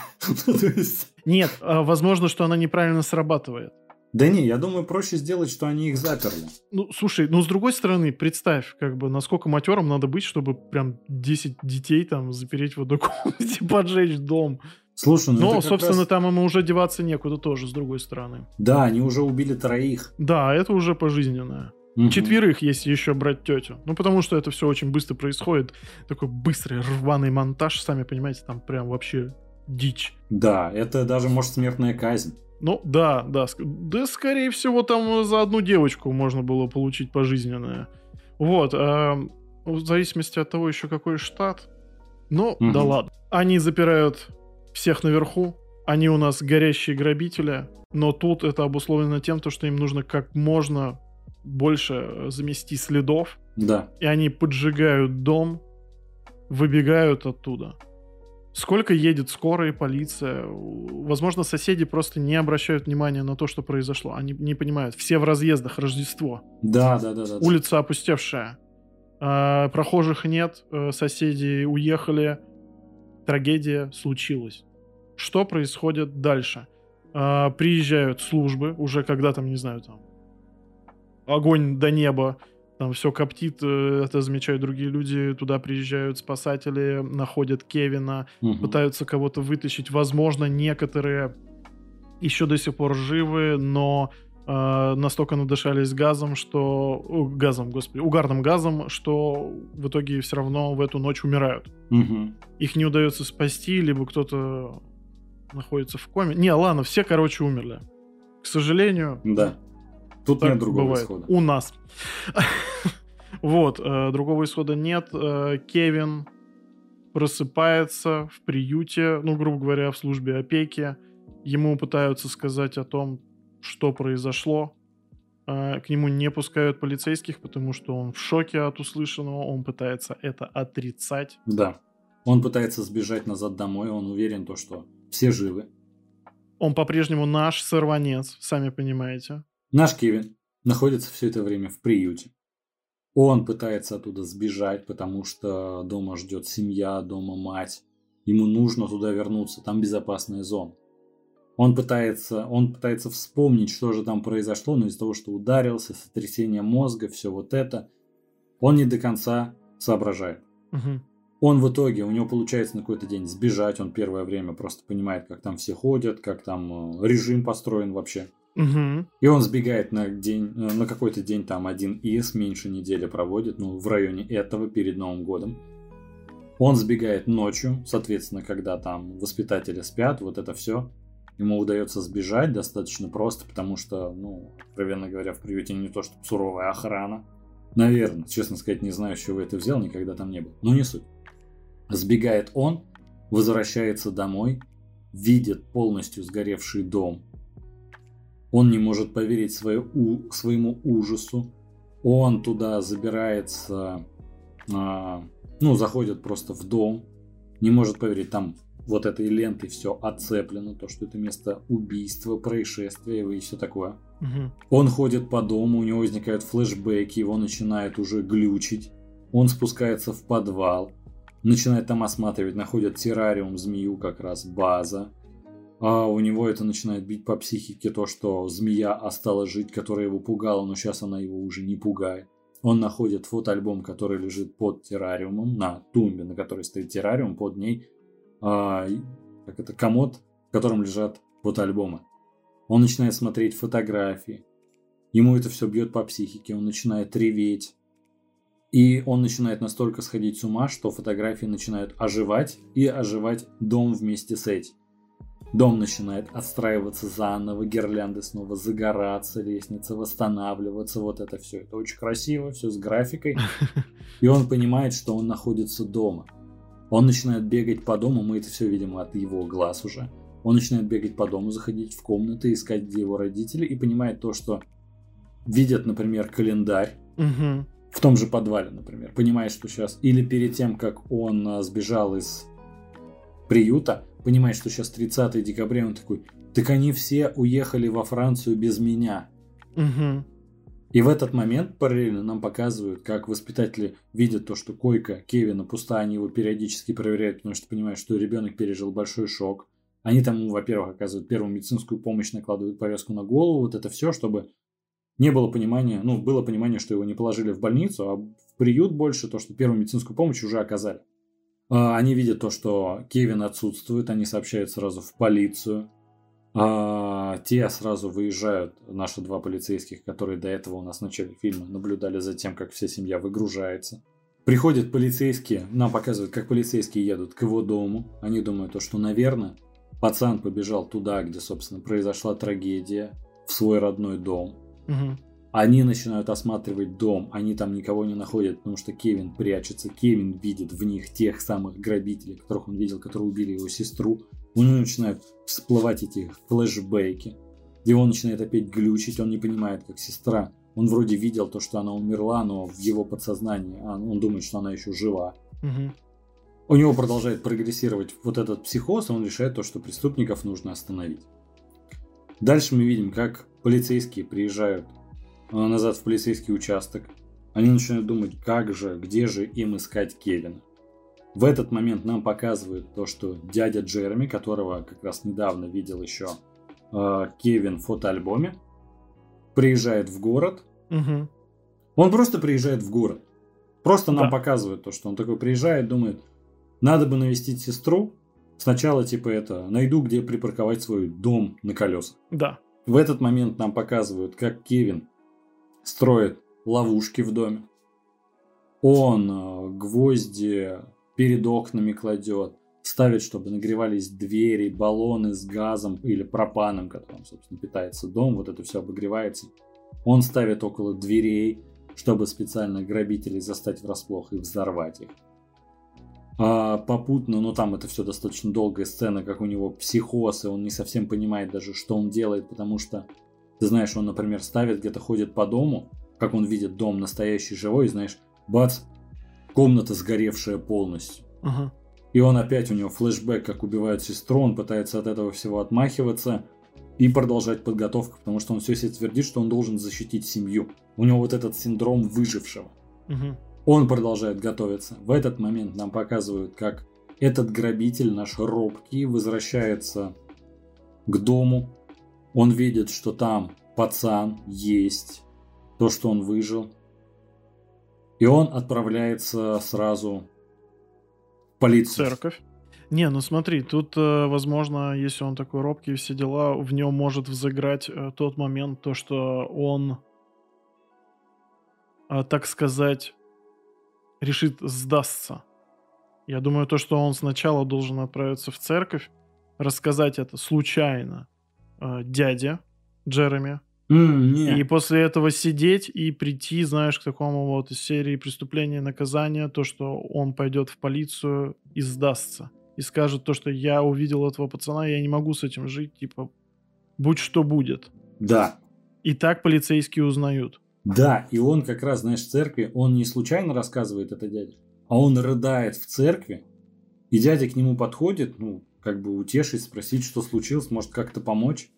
Нет, возможно, что она неправильно срабатывает. Да не, я думаю, проще сделать, что они их заперли. Ну, слушай, ну с другой стороны, представь, как бы, насколько матерым надо быть, чтобы прям десять детей там запереть в одной комнате, поджечь дом. Слушай, ну Но, собственно, раз... там ему уже деваться некуда тоже, с другой стороны. Да, они уже убили троих. Да, это уже пожизненное. Угу. Четверых, если еще брать тетю. Ну, потому что это все очень быстро происходит. Такой быстрый, рваный монтаж, сами понимаете, там прям вообще дичь. Да, это даже, может, смертная казнь. Ну, да, да. Да, скорее всего, там за одну девочку можно было получить пожизненное. Вот. А, в зависимости от того, еще какой штат. Ну, угу. Да ладно. Они запирают всех наверху. Они у нас горящие грабители. Но тут это обусловлено тем, что им нужно как можно больше замести следов. Да. И они поджигают дом, выбегают оттуда. Сколько едет скорая и полиция? Возможно, соседи просто не обращают внимания на то, что произошло. Они не понимают. Все в разъездах, Рождество. Да, да, да. да Улица опустевшая. А, прохожих нет, соседи уехали. Трагедия случилась. Что происходит дальше? А, приезжают службы, уже когда там, не знаю, там огонь до неба, там все коптит, это замечают другие люди, туда приезжают спасатели, находят Кевина, угу. пытаются кого-то вытащить. Возможно, некоторые еще до сих пор живы, но э, настолько надышались газом, что... Газом, господи, угарным газом, что в итоге все равно в эту ночь умирают. Угу. Их не удается спасти, либо кто-то находится в коме. Не, ладно, все, короче, умерли. К сожалению... Да. Тут так нет другого бывает. исхода. У нас. Вот, э, другого исхода нет. Э, Кевин просыпается в приюте, ну, грубо говоря, в службе опеки. Ему пытаются сказать о том, что произошло. Э, к нему не пускают полицейских, потому что он в шоке от услышанного. Он пытается это отрицать. Да. Он пытается сбежать назад домой. Он уверен, то, что все живы. Он по-прежнему наш сорванец, сами понимаете. Наш Кевин находится все это время в приюте. Он пытается оттуда сбежать, потому что дома ждет семья, дома мать. Ему нужно туда вернуться, там безопасная зона. Он пытается, он пытается вспомнить, что же там произошло, но из-за того, что ударился, сотрясение мозга, все вот это, он не до конца соображает. Угу. Он в итоге, у него получается на какой-то день сбежать, он первое время просто понимает, как там все ходят, как там режим построен вообще. Угу. И он сбегает на день, на какой-то день, там один из, меньше недели проводит, ну, в районе этого, перед Новым годом. Он сбегает ночью, соответственно, когда там воспитатели спят, вот это все. Ему удается сбежать достаточно просто, потому что, ну, откровенно говоря, в приюте не то, что суровая охрана. Наверное, честно сказать, не знаю, с чего это взял, никогда там не был. Но не суть. Сбегает он, возвращается домой, видит полностью сгоревший дом. Он не может поверить свою, у, своему ужасу. Он туда забирается, а, ну, заходит просто в дом. Не может поверить, там вот этой лентой все оцеплено, то, что это место убийства, происшествия и все такое. Угу. Он ходит по дому, у него возникают флешбеки, его начинает уже глючить. Он спускается в подвал, начинает там осматривать, находит террариум, змею, как раз база. А у него это начинает бить по психике, то, что змея осталась жить, которая его пугала, но сейчас она его уже не пугает. Он находит фотоальбом, который лежит под террариумом, на тумбе, на которой стоит террариум, под ней а, как это, комод, в котором лежат фотоальбомы. Он начинает смотреть фотографии, ему это все бьет по психике, он начинает реветь. И он начинает настолько сходить с ума, что фотографии начинают оживать, и оживать дом вместе с этим. Дом начинает отстраиваться заново, гирлянды снова загораться, лестница восстанавливаться, вот это все. Это очень красиво, все с графикой. И он понимает, что он находится дома. Он начинает бегать по дому, мы это все видим от его глаз уже. Он начинает бегать по дому, заходить в комнаты, искать, где его родители, и понимает то, что видят, например, календарь. Угу. В том же подвале, например. Понимает, что сейчас... Или перед тем, как он а, сбежал из приюта, понимает, что сейчас тридцатое декабря, он такой: так они все уехали во Францию без меня. Угу. И в этот момент параллельно нам показывают, как воспитатели видят то, что койка Кевина пуста, они его периодически проверяют, потому что понимают, что ребенок пережил большой шок. Они там, во-первых, оказывают первую медицинскую помощь, накладывают повязку на голову, вот это все, чтобы не было понимания, ну, было понимание, что его не положили в больницу, а в приют больше, то, что первую медицинскую помощь уже оказали. Они видят то, что Кевин отсутствует, они сообщают сразу в полицию. А, те сразу выезжают, наши два полицейских, которые до этого у нас в начале фильма наблюдали за тем, как вся семья выгружается. Приходят полицейские, нам показывают, как полицейские едут к его дому. Они думают, то, что, наверное, пацан побежал туда, где, собственно, произошла трагедия, в свой родной дом. Угу. Они начинают осматривать дом, они там никого не находят, потому что Кевин прячется. Кевин видит в них тех самых грабителей, которых он видел, которые убили его сестру. У него начинают всплывать эти флешбеки, и он начинает опять глючить, он не понимает, как сестра. Он вроде видел то, что она умерла, но в его подсознании он думает, что она еще жива. Угу. У него продолжает прогрессировать вот этот психоз, и он решает то, что преступников нужно остановить. Дальше мы видим, как полицейские приезжают назад в полицейский участок. Они начинают думать, как же, где же им искать Кевина. В этот момент нам показывают то, что дядя Джереми, которого как раз недавно видел еще э, Кевин в фотоальбоме, приезжает в город. Угу. Он просто приезжает в город. Просто нам Да. показывают то, что он такой приезжает, думает, надо бы навестить сестру. Сначала, типа, это, найду, где припарковать свой дом на колесах. Да. В этот момент нам показывают, как Кевин строит ловушки в доме. Он э, гвозди перед окнами кладет, ставит, чтобы нагревались двери, баллоны с газом или пропаном, которым, собственно, питается дом. Вот это все обогревается. Он ставит около дверей, чтобы специально грабителей застать врасплох и взорвать их. А попутно, ну там это все достаточно долгая сцена, как у него психоз, и он не совсем понимает даже, что он делает, потому что, ты знаешь, он, например, ставит, где-то ходит по дому, как он видит дом настоящий, живой, и знаешь, бац, комната сгоревшая полностью. Ага. И он опять, у него флешбэк, как убивают сестру, он пытается от этого всего отмахиваться и продолжать подготовку, потому что он все себе твердит, что он должен защитить семью. У него вот этот синдром выжившего. Угу. Он продолжает готовиться. В этот момент нам показывают, как этот грабитель, наш робкий, возвращается к дому. Он видит, что там пацан есть, то, что он выжил. И он отправляется сразу в полицию. Церковь. Не, ну смотри, тут, э, возможно, если он такой робкий и все дела, в нем может взыграть э, тот момент, то, что он, э, так сказать, решит сдастся. Я думаю, то, что он сначала должен отправиться в церковь, рассказать это случайно э, дяде Джереми, М, не. и после этого сидеть и прийти, знаешь, к такому вот из серии преступления и наказания, то, что он пойдет в полицию и сдастся. И скажет то, что я увидел этого пацана, я не могу с этим жить, типа, будь что будет. Да. И так полицейские узнают. Да, и он как раз, знаешь, в церкви, он не случайно рассказывает это дяде, а он рыдает в церкви, и дядя к нему подходит, ну, как бы утешить, спросить, что случилось, может как-то помочь.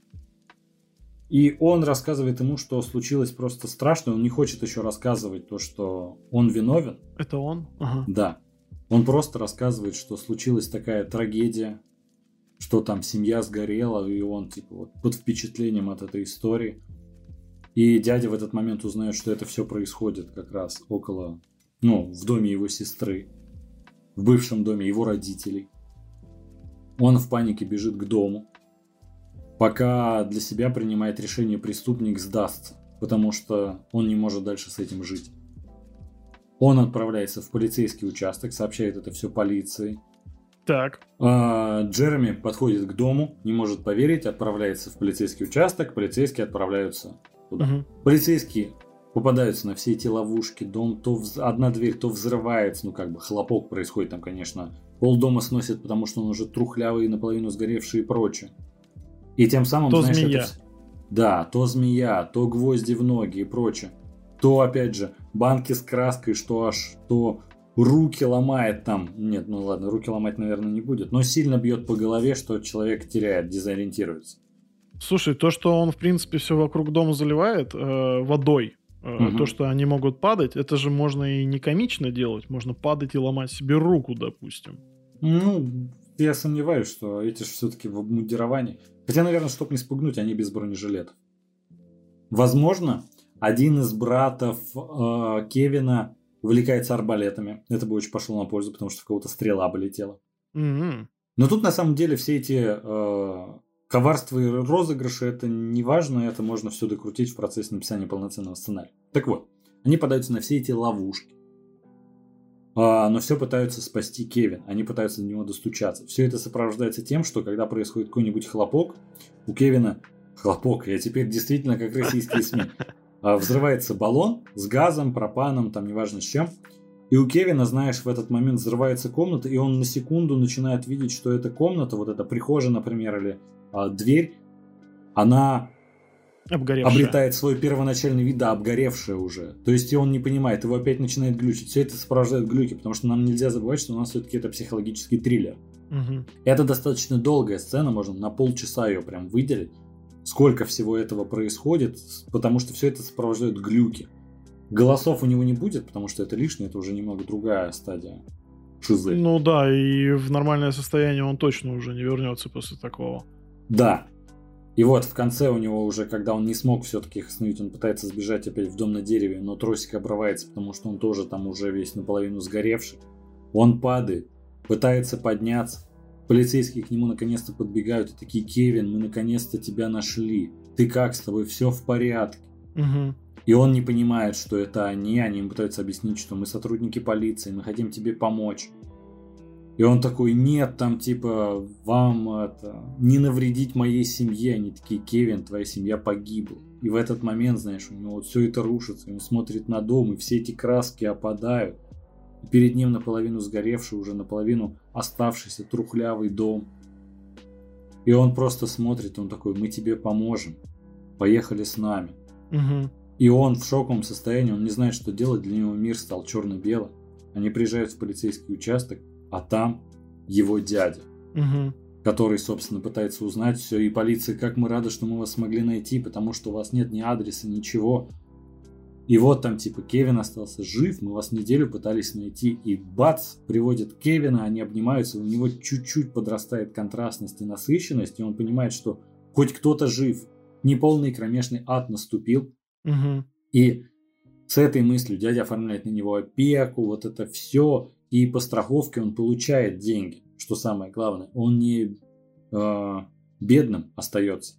И он рассказывает ему, что случилось просто страшно, он не хочет еще рассказывать то, что он виновен. Это он? Ага. Да. Он просто рассказывает, что случилась такая трагедия, что там семья сгорела, и он типа вот под впечатлением от этой истории. И дядя в этот момент узнает, что это все происходит как раз около, ну, в доме его сестры, в бывшем доме его родителей. Он в панике бежит к дому, пока для себя принимает решение преступник сдастся, потому что он не может дальше с этим жить. Он отправляется в полицейский участок, сообщает это все полиции. Так. А, Джереми подходит к дому, не может поверить, отправляется в полицейский участок, полицейские отправляются туда. Угу. Полицейские попадаются на все эти ловушки, дом то вз... одна дверь то взрывается, ну как бы хлопок происходит там, конечно, полдома сносит, потому что он уже трухлявый, наполовину сгоревший и прочее. И тем самым, то знаешь, змея. это... Да, то змея, то гвозди в ноги и прочее. То, опять же, банки с краской, что аж, то руки ломает там. Нет, ну ладно, руки ломать, наверное, не будет. Но сильно бьет по голове, что человек теряет, дезориентируется. Слушай, то, что он, в принципе, все вокруг дома заливает э, водой, э, Угу. то, что они могут падать, это же можно и не комично делать. Можно падать и ломать себе руку, допустим. Ну, я сомневаюсь, что эти же все-таки в обмундировании. Хотя, наверное, чтобы не спугнуть, они без бронежилетов. Возможно, один из братов э, Кевина увлекается арбалетами. Это бы очень пошло на пользу, потому что в кого-то стрела бы летела. Угу. Но тут, на самом деле, все эти э, коварства и розыгрыши, это не важно, это можно все докрутить в процессе написания полноценного сценария. Так вот, они подаются на все эти ловушки. А, но все пытаются спасти Кевин, они пытаются до него достучаться. Все это сопровождается тем, что когда происходит какой-нибудь хлопок, у Кевина хлопок, я теперь действительно как российские СМИ, а, взрывается баллон с газом, пропаном, там неважно с чем. И у Кевина, знаешь, в этот момент взрывается комната, и он на секунду начинает видеть, что эта комната, вот эта прихожая, например, или а, дверь, она Обгоревшее. обретает свой первоначальный вид, да, обгоревшее уже. То есть и он не понимает, его опять начинает глючить. Все это сопровождает глюки, потому что нам нельзя забывать, что у нас все-таки это психологический триллер. Угу. Это достаточно долгая сцена, можно на полчаса ее прям выделить. Сколько всего этого происходит, потому что все это сопровождает глюки. Голосов у него не будет, потому что это лишнее, это уже немного другая стадия шизы. Ну да, и в нормальное состояние он точно уже не вернется после такого. Да. И вот в конце у него уже, когда он не смог все-таки их остановить, он пытается сбежать опять в дом на дереве, но тросик обрывается, потому что он тоже там уже весь наполовину сгоревший. Он падает, пытается подняться. Полицейские к нему наконец-то подбегают и такие: Кевин, мы наконец-то тебя нашли. Ты как, с тобой все в порядке? Угу. И он не понимает, что это они, они им пытаются объяснить, что мы сотрудники полиции, мы хотим тебе помочь. И он такой: нет, там типа вам это, не навредить моей семье. Они такие: Кевин, твоя семья погибла. И в этот момент, знаешь, у него вот все это рушится, и он смотрит на дом, и все эти краски опадают. И перед ним наполовину сгоревший, уже наполовину оставшийся трухлявый дом. И он просто смотрит, он такой: мы тебе поможем, поехали с нами. Угу. И он в шоковом состоянии, он не знает, что делать, для него мир стал черно-белым. Они приезжают в полицейский участок, а там его дядя, Угу. который, собственно, пытается узнать все. И полиция: как мы рады, что мы вас смогли найти, потому что у вас нет ни адреса, ничего. И вот там типа: Кевин остался жив, мы вас неделю пытались найти. И бац, приводят Кевина, они обнимаются, у него чуть-чуть подрастает контрастность и насыщенность, и он понимает, что хоть кто-то жив, неполный кромешный ад наступил. Угу. И с этой мыслью дядя оформляет на него опеку, вот это все. И по страховке он получает деньги, что самое главное. Он не э, бедным остается.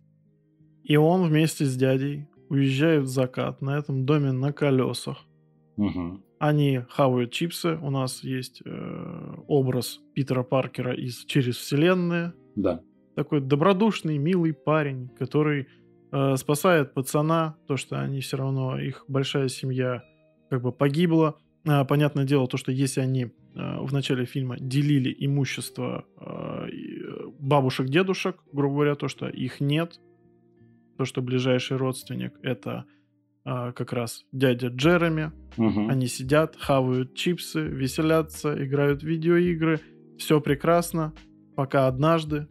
И он вместе с дядей уезжает в закат на этом доме на колесах. Угу. Они хавают чипсы. У нас есть э, образ Питера Паркера из «Через вселенные». Да. Такой добродушный, милый парень, который э, спасает пацана. То, что они все равно, их большая семья как бы погибла. А, понятное дело, то, что если они э, в начале фильма делили имущество э, бабушек-дедушек, грубо говоря, то, что их нет, то, что ближайший родственник, это э, как раз дядя Джереми. Угу. Они сидят, хавают чипсы, веселятся, играют в видеоигры. Все прекрасно, пока однажды,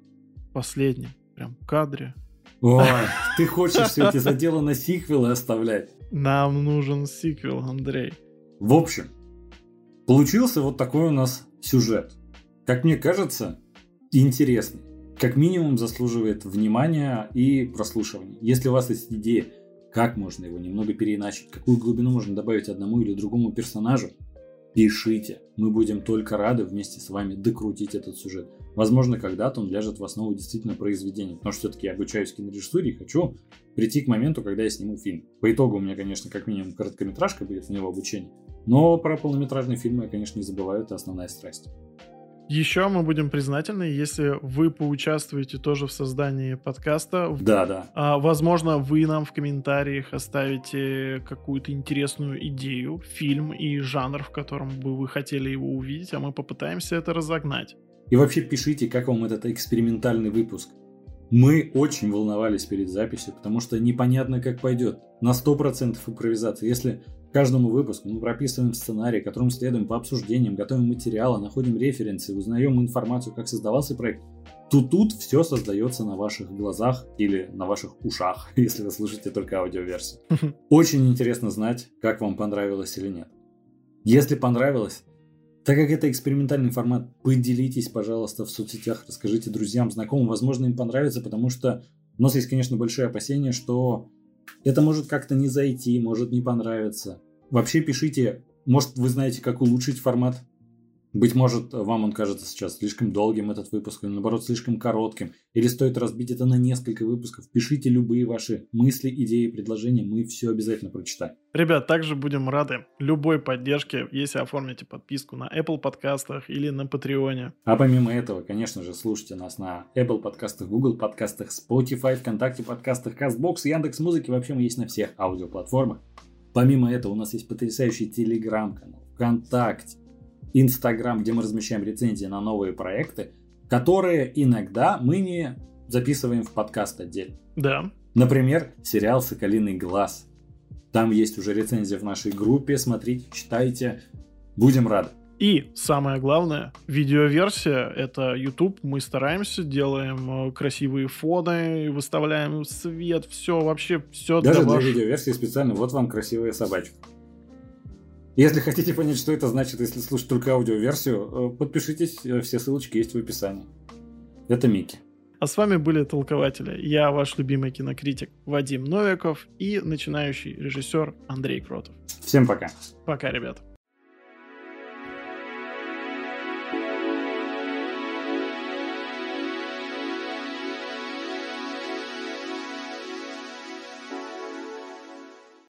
в последнем прям кадре, Ой, ты хочешь все эти заделы на сиквелы оставлять? нам нужен сиквел, Андрей. В общем, получился вот такой у нас сюжет. Как мне кажется, интересный. Как минимум заслуживает внимания и прослушивания. Если у вас есть идея, как можно его немного переиначить, какую глубину можно добавить одному или другому персонажу, пишите. Мы будем только рады вместе с вами докрутить этот сюжет. Возможно, когда-то он ляжет в основу действительно произведения. Потому что все-таки я обучаюсь в кинорежиссуре и хочу прийти к моменту, когда я сниму фильм. По итогу у меня, конечно, как минимум короткометражка будет в него обучение. Но про полнометражные фильмы я, конечно, не забываю. Это основная страсть. Еще мы будем признательны, если вы поучаствуете тоже в создании подкаста. Да, да. А, возможно, вы нам в комментариях оставите какую-то интересную идею, фильм и жанр, в котором бы вы хотели его увидеть, а мы попытаемся это разогнать. И вообще пишите, как вам этот экспериментальный выпуск. Мы очень волновались перед записью, потому что непонятно, как пойдет. На сто процентов импровизация. Если каждому выпуску мы прописываем сценарий, которым следуем по обсуждениям, готовим материалы, находим референсы, узнаем информацию, как создавался проект, то тут все создается на ваших глазах или на ваших ушах, если вы слушаете только аудиоверсию. Очень интересно знать, как вам понравилось или нет. Если понравилось, так как это экспериментальный формат, поделитесь, пожалуйста, в соцсетях, расскажите друзьям, знакомым, возможно, им понравится, потому что у нас есть, конечно, большое опасение, что это может как-то не зайти, может не понравиться. Вообще пишите, может, вы знаете, как улучшить формат. Быть может, вам он кажется сейчас слишком долгим, этот выпуск, или наоборот, слишком коротким. Или стоит разбить это на несколько выпусков. Пишите любые ваши мысли, идеи, предложения, мы все обязательно прочитаем. Ребят, также будем рады любой поддержке, если оформите подписку на Apple подкастах или на Патреоне. А помимо этого, конечно же, слушайте нас на Apple подкастах, Google подкастах, Spotify, ВКонтакте подкастах, CastBox, Яндекс.Музыке. Вообще мы есть на всех аудиоплатформах. Помимо этого, у нас есть потрясающий Telegram-канал, ВКонтакте, Инстаграм, где мы размещаем рецензии на новые проекты, которые иногда мы не записываем в подкаст отдельно. Да. Например, сериал «Соколиный глаз». Там есть уже рецензия в нашей группе. Смотрите, читайте. Будем рады. И самое главное, видеоверсия — это YouTube. Мы стараемся, делаем красивые фоны, выставляем свет, все, вообще все. Даже для, ваш... для видеоверсии специально. Вот вам красивая собачка. Если хотите понять, что это значит, если слушать только аудиоверсию, подпишитесь, все ссылочки есть в описании. Это Микки. А с вами были Толкователи. Я ваш любимый кинокритик Вадим Новиков и начинающий режиссер Андрей Кротов. Всем пока. Пока, ребята.